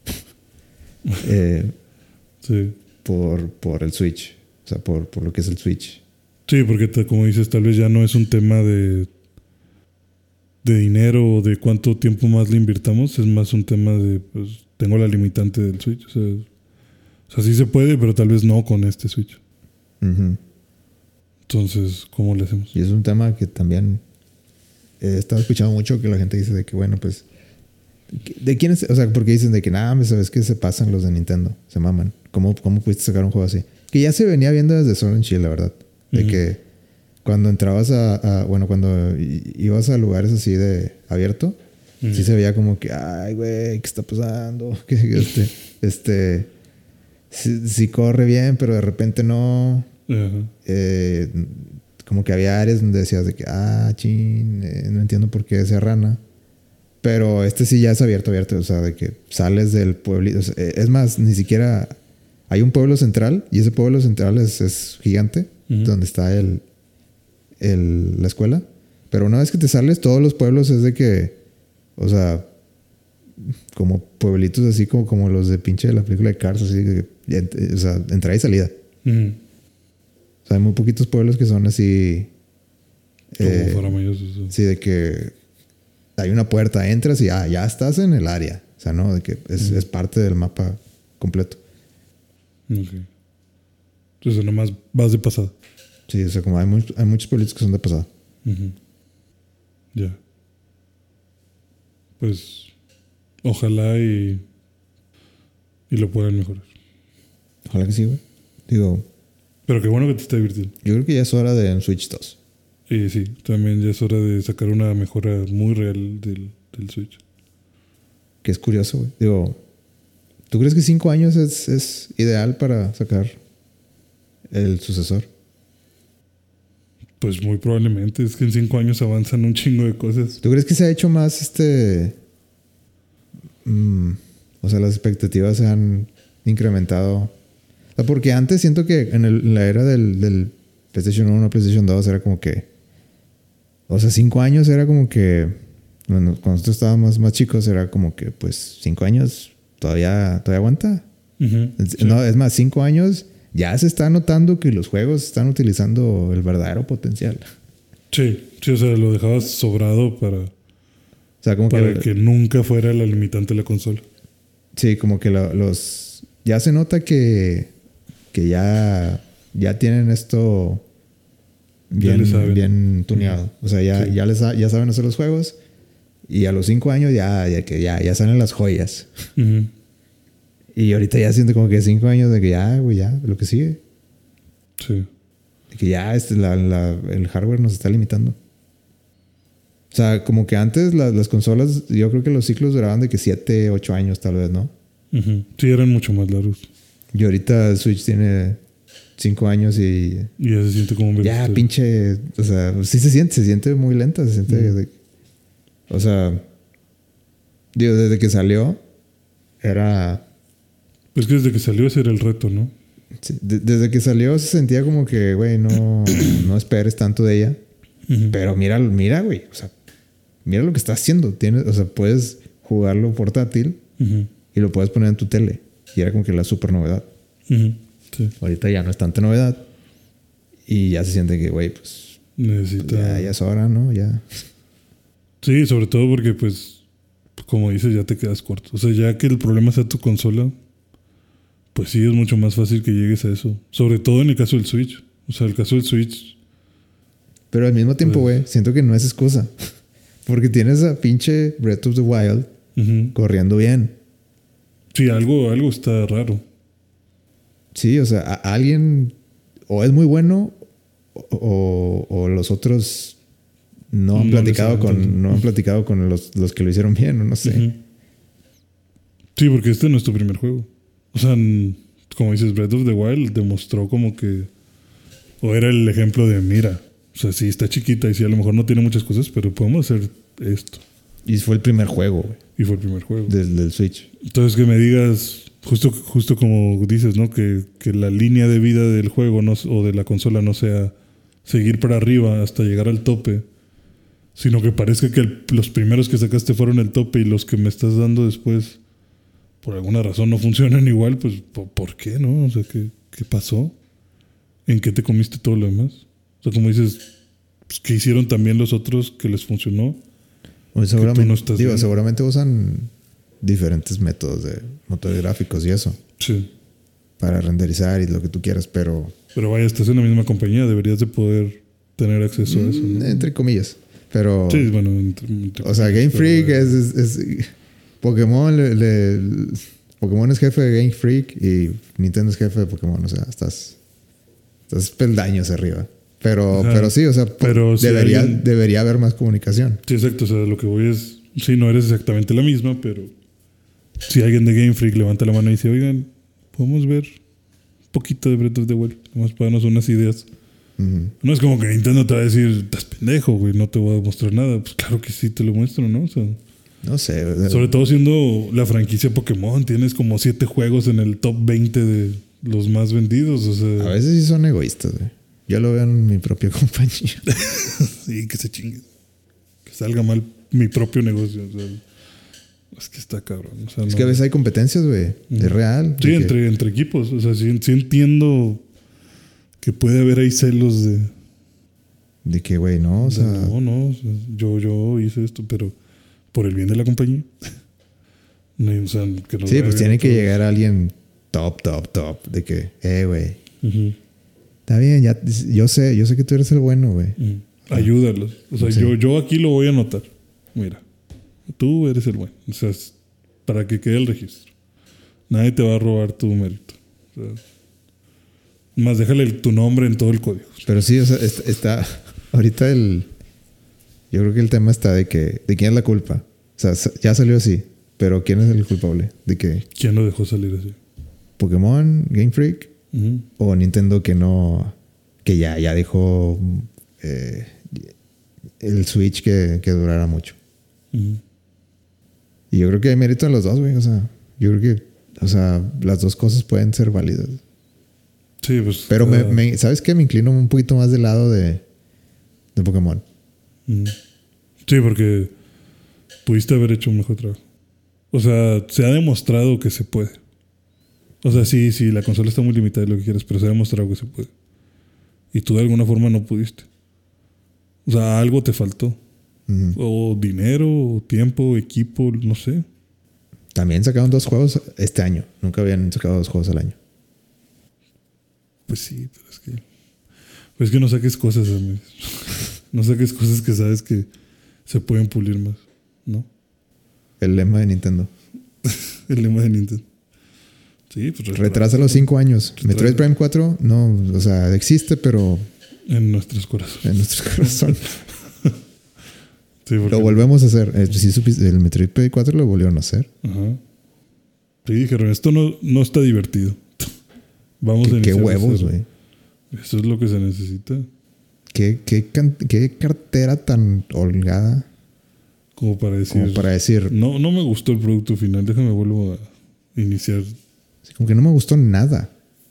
eh, sí. Por, por el Switch. O sea, por, por lo que es el Switch. Sí, porque te, como dices, tal vez ya no es un tema de, de dinero o de cuánto tiempo más le invirtamos. Es más un tema de, pues, tengo la limitante del Switch. O sea, o sea sí se puede, pero tal vez no con este Switch. Uh-huh. Entonces, ¿cómo le hacemos? Y es un tema que también he estado escuchando mucho, que la gente dice de que, bueno, pues, ¿de quién es? O sea, porque dicen de que nada, sabes que se pasan los de Nintendo, se maman. ¿Cómo, cómo pudiste sacar un juego así? Que ya se venía viendo desde Sword and Shield, la verdad. De uh-huh. que cuando entrabas a, a, bueno, cuando ibas a lugares así de abierto, uh-huh. sí se veía como que, ay, güey, ¿qué está pasando? Que este, este, sí, sí corre bien, pero de repente no. Uh-huh. Eh, como que había áreas donde decías de que, ah, chin, eh, no entiendo por qué esa rana. Pero este sí ya es abierto, abierto. O sea, de que sales del pueblito. O sea, es más, ni siquiera... Hay un pueblo central y ese pueblo central es, es gigante, uh-huh. donde está el, el, la escuela. Pero una vez que te sales, todos los pueblos es de que... O sea, como pueblitos así como, como los de pinche de la película de Cars. Así que, o sea, entrada y salida. Uh-huh. O sea, hay muy poquitos pueblos que son así... Como Eh, faramillosos. sí, de que hay una puerta, entras y ah, ya estás en el área. O sea, no, de que es, uh-huh. es parte del mapa completo. Ok. Entonces nomás vas de pasada. Sí, o sea, como hay, muy, hay muchos pueblitos que son de pasada. Uh-huh. Ya. Pues ojalá y y lo puedan mejorar. Ojalá que sí, güey. Digo... Pero qué bueno que te está divirtiendo. Yo creo que ya es hora de un Switch dos. Y sí, también ya es hora de sacar una mejora muy real del, del Switch. Que es curioso, güey. Digo, ¿tú crees que cinco años es, es ideal para sacar el sucesor? Pues muy probablemente. Es que en cinco años avanzan un chingo de cosas. ¿Tú crees que se ha hecho más este... Mm, o sea, las expectativas se han incrementado? O sea, porque antes siento que en, el, en la era del, del PlayStation uno, PlayStation dos era como que... O sea, cinco años era como que... Bueno, cuando nosotros estábamos más chicos era como que, pues, cinco años todavía, todavía aguanta. Uh-huh, sí. No, es más, cinco años ya se está notando que los juegos están utilizando el verdadero potencial. Sí, sí, o sea, lo dejabas sobrado para... O sea, como para que... que nunca fuera la limitante de la consola. Sí, como que lo, los... Ya se nota que... Que ya... Ya tienen esto... Bien, bien tuneado. O sea, ya, sí. ya, les, ya saben hacer los juegos. Y a los cinco años ya, ya, que ya, ya salen las joyas. Uh-huh. Y ahorita ya siento como que cinco años de que ya, güey, ya, lo que sigue. Sí. De que ya este, la, la, el hardware nos está limitando. O sea, como que antes la, las consolas, yo creo que los ciclos duraban de que siete, ocho años tal vez, ¿no? Uh-huh. Sí, eran mucho más largos. Y ahorita el Switch tiene cinco años y... Y ya se siente como un bebé. Ya, pinche... O sea, sí se siente, se siente muy lenta. Se siente... Mm. De, o sea... Digo, desde que salió... Era... Es que desde que salió ese era el reto, ¿no? Sí, de, desde que salió se sentía como que, güey, no, no esperes tanto de ella. Uh-huh. Pero mira, mira, güey. O sea, mira lo que está haciendo. Tienes, o sea, puedes jugarlo portátil uh-huh. y lo puedes poner en tu tele. Y era como que la super novedad. Uh-huh. Sí. Ahorita ya no es tanta novedad. Y ya se siente que, güey, pues... Necesita... Ya, ya es hora, ¿no? Ya... Sí, sobre todo porque, pues... Como dices, ya te quedas corto. O sea, ya que el problema sea tu consola... Pues sí, es mucho más fácil que llegues a eso. Sobre todo en el caso del Switch. O sea, el caso del Switch... Pero al mismo tiempo, güey, pues, siento que no es excusa. Porque tienes a pinche Breath of the Wild uh-huh. corriendo bien. Sí, algo, algo está raro. Sí, o sea, a, a alguien o es muy bueno o, o, o los otros no han no platicado con no han platicado con los, los que lo hicieron bien, o no sé. Uh-huh. Sí, porque este no es tu primer juego. O sea, como dices, Breath of the Wild demostró como que... O era el ejemplo de, mira, o sea, sí está chiquita y sí a lo mejor no tiene muchas cosas, pero podemos hacer esto. Y fue el primer juego, güey. Y fue el primer juego. Del, del Switch. Entonces que me digas, justo, justo como dices, ¿no? Que, que la línea de vida del juego no, o de la consola no sea seguir para arriba hasta llegar al tope, sino que parezca que el, los primeros que sacaste fueron el tope y los que me estás dando después... por alguna razón no funcionan igual, pues ¿por, ¿por qué, no? O sea, ¿qué, ¿qué pasó? ¿En qué te comiste todo lo demás? O sea, como dices, pues, ¿qué hicieron también los otros que les funcionó? Pues seguramente, no digo, seguramente usan diferentes métodos de motores gráficos y eso. Sí. Para renderizar y lo que tú quieras, pero... Pero vaya, estás en la misma compañía, deberías de poder tener acceso mm, a eso, ¿no? Entre comillas, pero... Sí, bueno, entre, entre o sea, Game Freak es... es, es Pokémon, le, le, Pokémon es jefe de Game Freak y Nintendo es jefe de Pokémon. O sea, estás, estás peldaños arriba. Pero, pero sí, o sea, pero debería, si alguien, debería haber más comunicación. Sí, exacto. O sea, lo que voy es... Sí, no eres exactamente la misma, pero... Si alguien de Game Freak levanta la mano y dice, oigan, podemos ver un poquito de Breath of the Wild. Vamos a darnos unas ideas. Uh-huh. No es como que Nintendo te va a decir, estás pendejo, güey, no te voy a mostrar nada. Pues claro que sí te lo muestro, ¿no? O sea... No sé. ¿Verdad? Sobre todo siendo la franquicia Pokémon, tienes como siete juegos en el top veinte de los más vendidos. O sea, a veces sí son egoístas, güey. Yo lo veo en mi propia compañía. Sí, que se chingue. Que salga mal mi propio negocio. O sea, es que está cabrón. O sea, es no... que a veces hay competencias, güey. Mm. Es real. Sí, entre, que... entre equipos. O sea, sí, sí entiendo que puede haber ahí celos de... De que, güey, no, o sea... No, no. O sea, yo, yo hice esto, pero... por el bien de la compañía. No, o sea, que no sí, pues tiene que llegar alguien top, top, top. De que, eh, güey. Uh-huh. Está bien, ya, yo sé, yo sé que tú eres el bueno, güey. Uh-huh. Ah. Ayúdalos. O sea, sí. yo, yo aquí lo voy a anotar. Mira, tú eres el bueno. O sea, para que quede el registro. Nadie te va a robar tu mérito. O sea, más déjale el, tu nombre en todo el código. Pero sí, o sea, está, está ahorita el... Yo creo que el tema está de que... ¿De quién es la culpa? O sea, ya salió así. Pero ¿quién es el culpable? ¿De qué? ¿Quién lo dejó salir así? ¿Pokémon? ¿Game Freak? Uh-huh. ¿O Nintendo que no... Que ya, ya dejó... Eh, el Switch que, que durara mucho? Uh-huh. Y yo creo que hay mérito en los dos, güey. O sea, yo creo que... O sea, las dos cosas pueden ser válidas. Sí, pues... Pero uh... me, me, ¿sabes qué? Me inclino un poquito más del lado de... De Pokémon. Sí, porque pudiste haber hecho un mejor trabajo. O sea, se ha demostrado que se puede. O sea, sí, sí, la consola está muy limitada y lo que quieras, pero se ha demostrado que se puede. Y tú de alguna forma no pudiste. O sea, algo te faltó. Uh-huh. O dinero, o tiempo, equipo, no sé. También sacaron dos juegos este año. Nunca habían sacado dos juegos al año. Pues sí, pero es que... Pues es que no saques cosas, amigos. No saques cosas que sabes que se pueden pulir más, ¿no? El lema de Nintendo. El lema de Nintendo. Sí, pues... Retrasa los cinco años. Retrasa. Metroid Prime cuatro, no, o sea, existe, pero... En nuestros corazones. En nuestros corazones. Sí, lo volvemos a hacer. Eh, sí, el Metroid Prime cuatro lo volvieron a hacer. Ajá. Sí, dijeron, esto no, no está divertido. Vamos ¿Qué, a qué huevos, güey. Eso es lo que se necesita. ¿Qué, qué, can- qué cartera tan holgada Como para decir... como para decir... No, no me gustó el producto final. Déjame vuelvo a iniciar. Sí, como que no me gustó nada.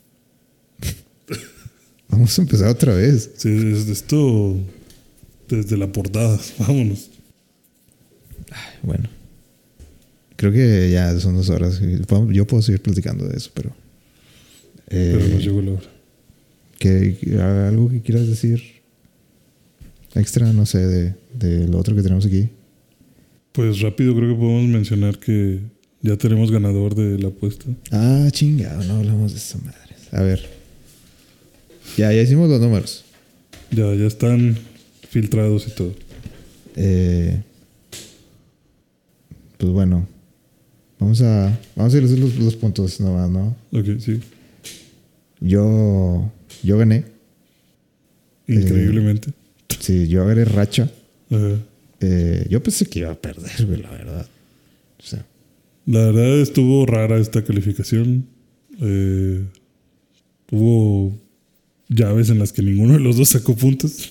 Vamos a empezar otra vez. Sí, es- esto... Desde la portada. Vámonos. Bueno. Creo que ya son dos horas. Yo puedo seguir platicando de eso, pero... eh, Pero nos llegó la hora. ¿qué- ¿Algo que quieras decir extra, no sé, de, de lo otro que tenemos aquí? Pues rápido creo que podemos mencionar que ya tenemos ganador de la apuesta. Ah, chingado, no hablamos de esa madre. A ver. Ya, ya hicimos los números. Ya, ya están filtrados y todo. Eh, pues bueno. Vamos a, vamos a ir a hacer los, los puntos nomás, ¿no? Ok, sí. Yo, yo gané. Increíblemente. Sí, yo agarré racha. Ajá. Eh, yo pensé que iba a perder, güey, la verdad. O sea, La verdad estuvo rara esta calificación. Eh, hubo llaves en las que ninguno de los dos sacó puntos.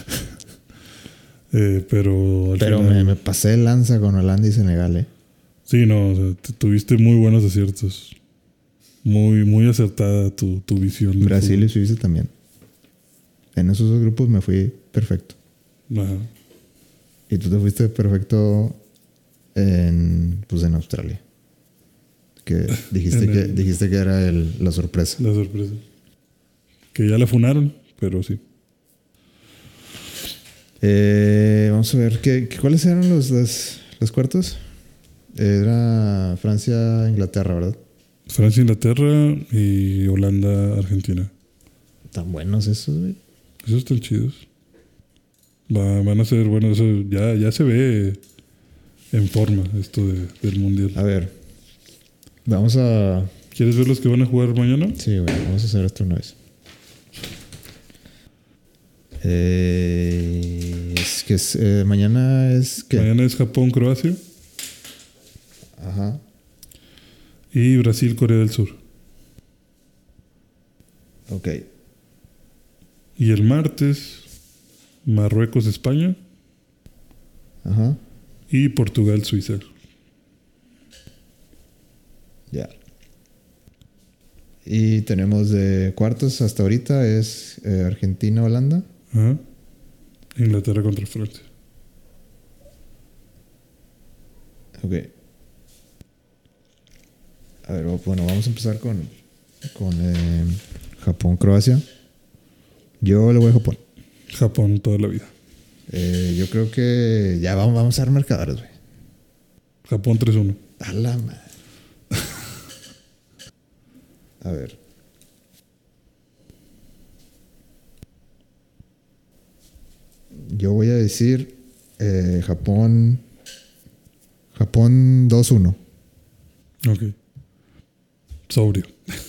eh, pero al pero final... me, me pasé de lanza con Holanda y Senegal, ¿eh? Sí, no, o sea, te- tuviste muy buenos aciertos. Muy, muy acertada tu, tu visión. del Brasil y Suiza también. En esos dos grupos me fui perfecto. fútbol. Ajá. Y tú te fuiste perfecto en, pues en Australia. Que dijiste, En que, el- dijiste que era el, la sorpresa. La sorpresa. Que ya la funaron, pero sí. Eh, vamos a ver, ¿qué, qué- ¿cuáles eran los, los, los cuartos? Era Francia, Inglaterra, ¿verdad? Francia, Inglaterra y Holanda, Argentina. Tan buenos esos, güey. Esos están chidos. Va- van a ser, bueno, eso ya, ya se ve en forma esto de- del mundial. A ver. Vamos a... ¿Quieres ver los que van a jugar mañana? Sí, güey, vamos a hacer esto una vez. Eh, es que es, eh, mañana es... ¿Qué? Mañana es Japón, Croacia Ajá. y Brasil, Corea del Sur. Ok. Y el martes, Marruecos, España Ajá. y Portugal, Suiza. Ya. Y tenemos de cuartos hasta ahorita es eh, Argentina, Holanda. Ajá. Inglaterra contra Francia. Ok. A ver, bueno, vamos a empezar con, con eh, Japón, Croacia. Yo le voy a Japón. Japón toda la vida. Eh, yo creo que ya vamos, vamos a dar marcadores, güey. Japón tres uno. A la madre. A ver. Yo voy a decir eh, Japón. Japón dos uno. Ok. Sobrio.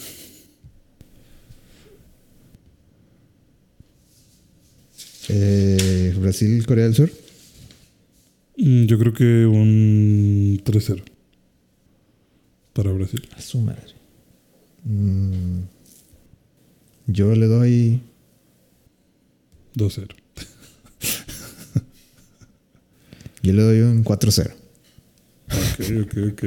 Eh, Brasil, Corea del Sur. Mm, Yo creo que un tres cero para Brasil. A su madre. Mm, yo le doy. dos cero. Yo le doy un cuatro cero. Ok, ok, ok.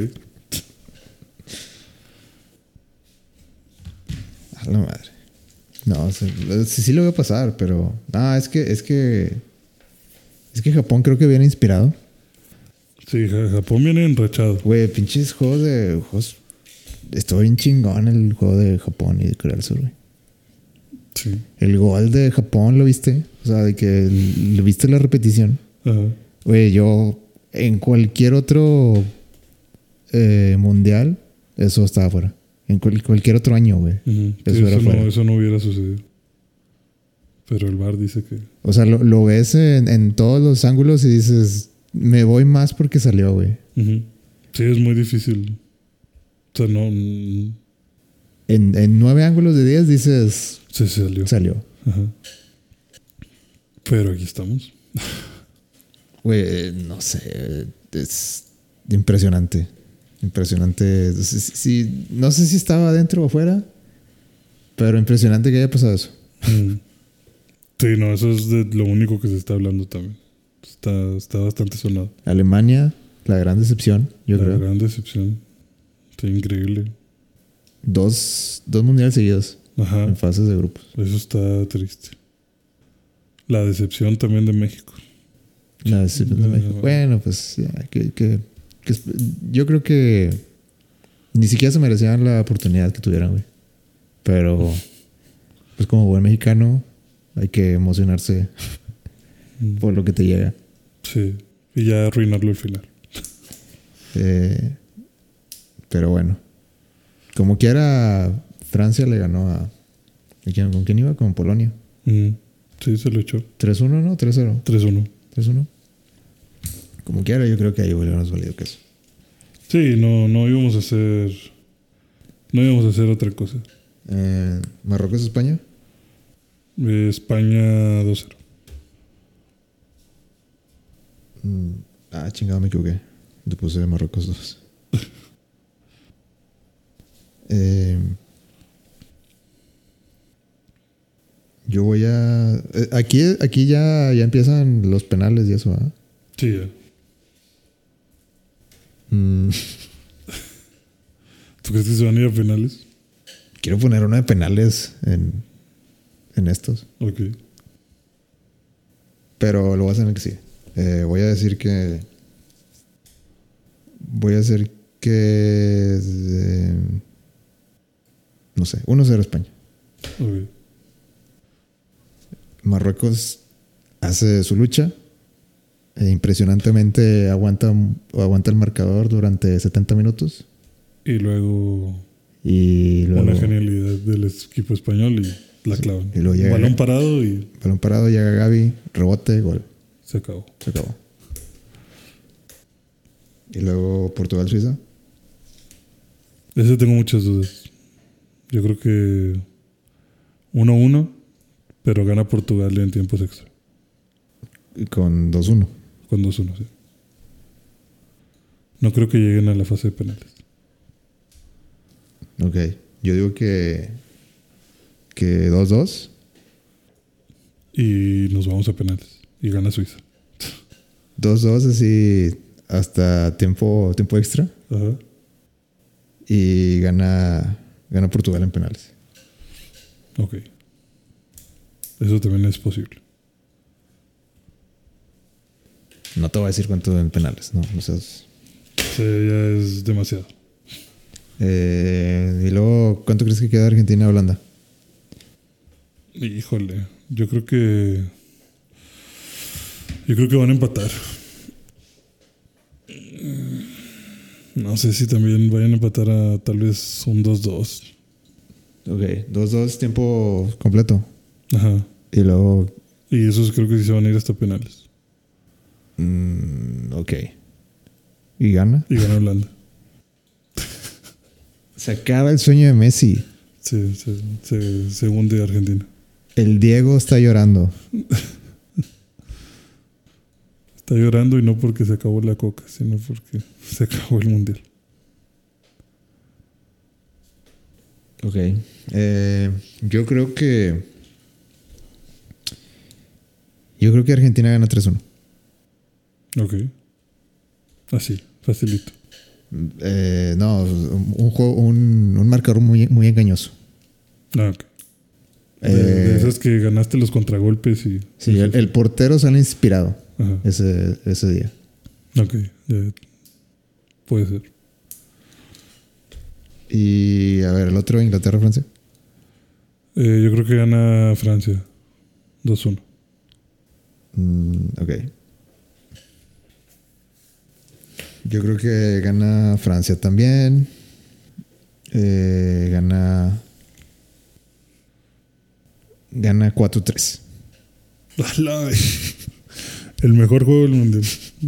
A la madre. No, sí, sí, sí lo voy a pasar, pero. No, es que. Es que. Es que Japón creo que viene inspirado. Sí, Ja- Japón viene enrachado. Güey, pinches juegos de. Juegos, estuvo bien chingón el juego de Japón y de Corea del Sur, güey. Sí. El gol de Japón, ¿lo viste? O sea, de que ¿lo viste la repetición? Ajá. Güey, yo. En cualquier otro. Eh, mundial, eso estaba fuera. En cual- cualquier otro año, güey. Ujú. Eso Sí, era eso, fuera. no, eso no hubiera sucedido. Pero el V A R dice que... O sea, lo, lo ves en, en todos los ángulos y dices, me voy más porque salió, güey. Ujú. Sí, es muy difícil. O sea, no... mm, En, en nueve ángulos de diez dices, Se salió. salió. Ajá. Pero aquí estamos. Güey, no sé, es impresionante. Impresionante. Sí, sí, no sé si estaba adentro o afuera, pero impresionante que haya pasado eso. Mm. Sí, no, eso es de lo único que se está hablando también. Está, está bastante sonado. Alemania, la gran decepción, yo La creo. gran decepción. Está increíble. Dos, dos mundiales seguidos Ajá. en fases de grupos. Eso está triste. La decepción también de México. La decepción de Ya, México. ya, Bueno, pues ya, que, que, que es- yo creo que ni siquiera se merecían la oportunidad que tuvieran, güey. Pero, pues como buen mexicano, hay que emocionarse Mm. por lo que te llega. Sí. Y ya arruinarlo al final. Eh, pero bueno. Como quiera, Francia le ganó a... ¿a quién- ¿Con quién iba? Con Polonia. Mm. Sí, se lo echó. tres uno, ¿no? tres cero. tres uno. tres uno. Como quiera, yo creo que ahí hubiéramos valido queso. Sí, no, no íbamos a hacer... No íbamos a hacer otra cosa. Eh, Marruecos-España. Eh, España dos cero. Mm, ah, chingado, me equivoqué. Le puse Marruecos dos. eh, yo voy a... eh, aquí aquí ya, ya empiezan los penales y eso, ¿ah? Sí, ya. Mm, ¿Tú crees que se van a ir a penales? quiero poner una de penales en, en estos. Ok. Pero lo voy a hacer en el que sigue. Eh, voy a decir que... Voy a decir que... eh, no sé, uno cero España. Ok. Marruecos hace su lucha. E impresionantemente aguanta, aguanta el marcador durante setenta minutos. Y luego Y luego... una genialidad del equipo español y la clavan. y luego llega- Balón parado y Balón parado, llega Gavi, rebote, gol. se acabó. Se acabó. Y luego Portugal-Suiza. Ese tengo muchas dudas. Yo creo que uno uno, pero gana Portugal en tiempos extra. Con dos uno. Con dos uno, sí. No creo que lleguen a la fase de penales. Ok. Yo digo que... Que dos dos. Y nos vamos a penales. Y gana Suiza. dos dos así hasta tiempo, tiempo extra. Ajá. Y gana, gana Portugal en penales. Ok. Eso también es posible. No te voy a decir cuánto en penales, no, no seas... Sí, ya es demasiado. Eh, y luego, ¿cuánto crees que queda Argentina-Holanda? Híjole, yo creo que... Yo creo que van a empatar. No sé si también vayan a empatar a tal vez un dos dos. Ok, dos dos, tiempo completo. Ajá. Y luego... Y esos creo que sí se van a ir hasta penales. mm, ok. ¿Y gana? Y gana Holanda. Se acaba el sueño de Messi. Se, se, se, se hunde Argentina. El Diego está llorando. Está llorando y no porque se acabó la coca, sino porque se acabó el mundial. Ok. Eh, yo creo que... Yo creo que Argentina gana tres uno. Ok. Así, facilito. Eh, no, un juego, un, un marcador muy, muy engañoso. Ah, ok. De, Eh, de esas que ganaste los contragolpes y... Sí, el, el portero sale inspirado Ajá. ese, ese día. Ok, ya. Puede ser. Y a ver, el otro, Inglaterra-Francia. Eh, yo creo que gana Francia. dos uno. Mm, ok. Yo creo que gana Francia también. Eh, gana... Gana cuatro tres. ¡Hala! El mejor juego del mundial.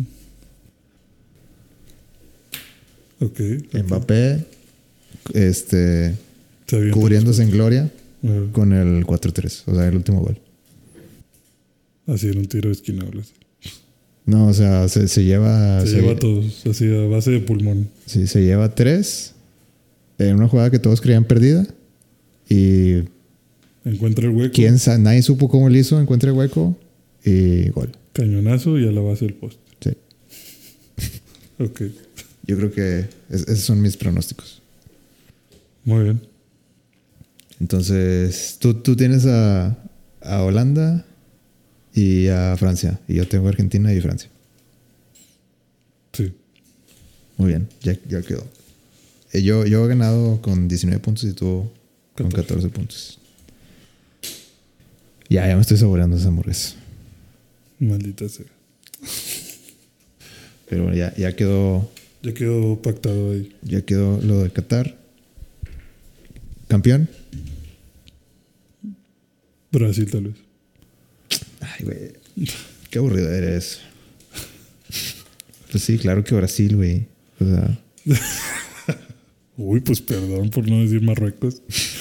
Ok. Mbappé, este, Se avienta. cubriéndose en gloria Ajá. con el cuatro tres, o sea, el último gol. Así en un tiro de esquina. ¿Verdad? No, o sea, se, se lleva... Se, lleva a todos, así a base de pulmón. Sí, se lleva tres en una jugada que todos creían perdida y Encuentra el hueco. ¿Quién sabe? Nadie supo cómo lo hizo. Encuentra el hueco y gol. Cañonazo y a la base del poste. Sí. Ok. Yo creo que es, esos son mis pronósticos. Muy bien. Entonces, tú, tú tienes a, a Holanda y a Francia. Y yo tengo a Argentina y Francia. Sí. Muy bien, ya, ya quedó. Eh, Yo, yo he ganado con diecinueve puntos y tú con catorce. catorce puntos. Ya, ya me estoy saboreando esa hamburguesa. Maldita sea. Pero bueno, ya, ya quedó. Ya quedó pactado ahí. Ya quedó lo de Qatar. ¿Campeón? Brasil, tal vez. Ay, güey. Qué aburrido eres. Pues sí, claro que Brasil, güey. O sea, Uy, pues perdón por no decir Marruecos.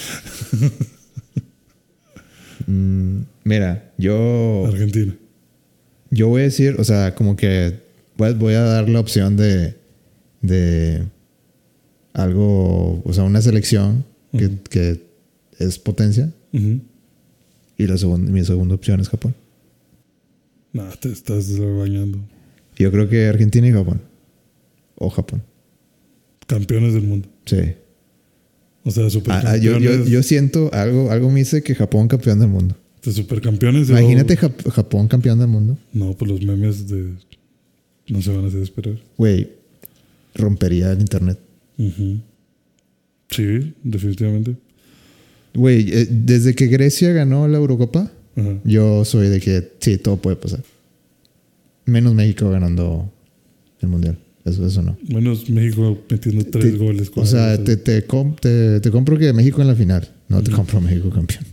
mm, mira, yo. Argentina. Yo voy a decir, o sea, como que voy, voy a dar la opción de. de algo, o sea, una selección que, Ujú. que es potencia. Ujú. Y la segunda, mi segunda opción es Japón. Nah, te estás bañando. Yo creo que Argentina y Japón. O Japón. Campeones del mundo. Sí. O sea, Ah, ah, supercampeones. yo, yo, yo siento algo, algo me dice que Japón campeón del mundo. de supercampeones. de- Imagínate Jap- Japón campeón del mundo. No, pues los memes de. No se van a hacer esperar. Güey, rompería el internet. Ujú. Sí, definitivamente. Güey, eh, desde que Grecia ganó la Eurocopa, Ajá. yo soy de que sí, todo puede pasar. Menos México ganando el Mundial. Eso, eso no. Menos México metiendo tres Te- goles. O sea, te, te, com- te, te compro que México en la final. No te Ujú. compro México campeón.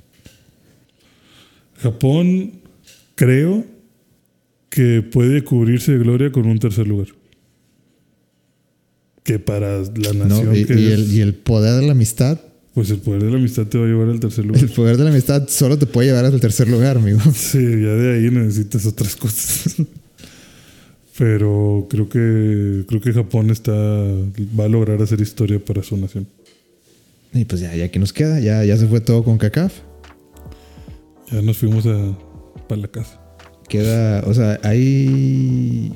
Japón, creo que puede cubrirse de gloria con un tercer lugar. Que para la nación ¿No? Y, que y es, el, y el poder de la amistad. pues el poder de la amistad te va a llevar al tercer lugar. El poder de la amistad solo te puede llevar hasta el tercer lugar, amigo. Sí, ya de ahí necesitas otras cosas. Pero creo que creo que Japón está va a lograr hacer historia para su nación. Y pues ya, ya que nos queda, ya, ya se fue todo con CACAF. Ya nos fuimos a para la casa. Queda, o sea, hay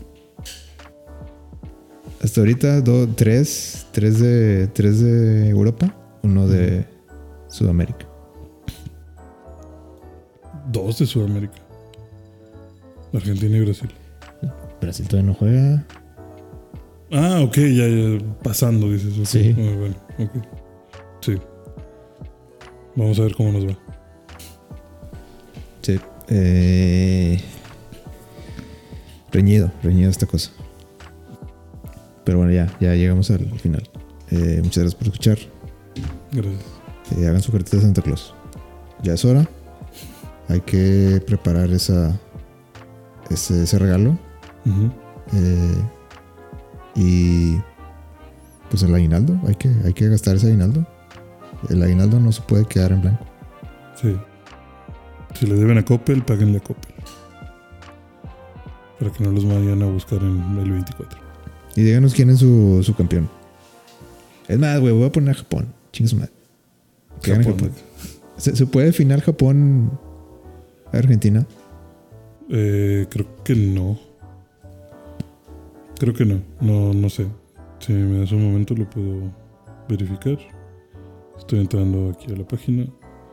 hasta ahorita dos, tres, tres de, tres de Europa, uno de Sudamérica. Dos de Sudamérica. Argentina y Brasil. Brasil todavía no juega. Ah, ok, ya, ya pasando, dices. Ok. Sí. Ah, bueno, ok. Sí. Vamos a ver cómo nos va. Sí. Eh, reñido, reñido esta cosa. Pero bueno, ya, ya llegamos al final. Eh, muchas gracias por escuchar. Gracias. Eh, hagan su cartita de Santa Claus. Ya es hora. Hay que preparar esa, ese, ese regalo. Ujú. Eh, y pues el aguinaldo. Hay que, hay que gastar ese aguinaldo. El aguinaldo no se puede quedar en blanco. Sí. Si le deben a Coppel, páguenle a Coppel. Para que no los vayan a buscar en el veinticuatro. Y díganos quién es su, su campeón. Es más, güey, voy a poner a Japón. Chingue su madre. Que gane Japón. Japón. ¿Se, ¿Se puede final Japón Argentina? Eh, creo que no. Creo que no. No, no sé. Si me das un momento lo puedo verificar. Estoy entrando aquí a la página.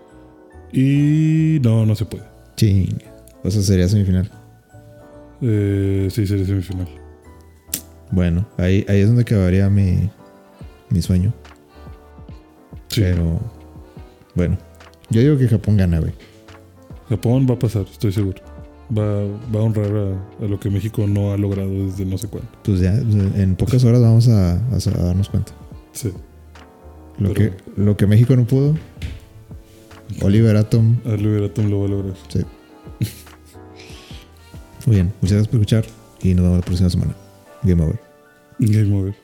Y no, no se puede. Ching. O sea, sería semifinal. Eh, sí, sería semifinal. Bueno, ahí, ahí es donde acabaría mi, mi sueño. Sí. Pero bueno, yo digo que Japón gana, güey. Japón va a pasar, estoy seguro. Va, va a honrar a, a lo que México no ha logrado desde no sé cuándo. Pues ya, en pocas horas vamos a, a, a darnos cuenta. Sí. Lo, Pero- que, lo que México no pudo, Oliver Atom. Oliver Atom lo va a lograr. Sí. Muy bien, muchas gracias por escuchar y nos vemos la próxima semana. Game over. Game over.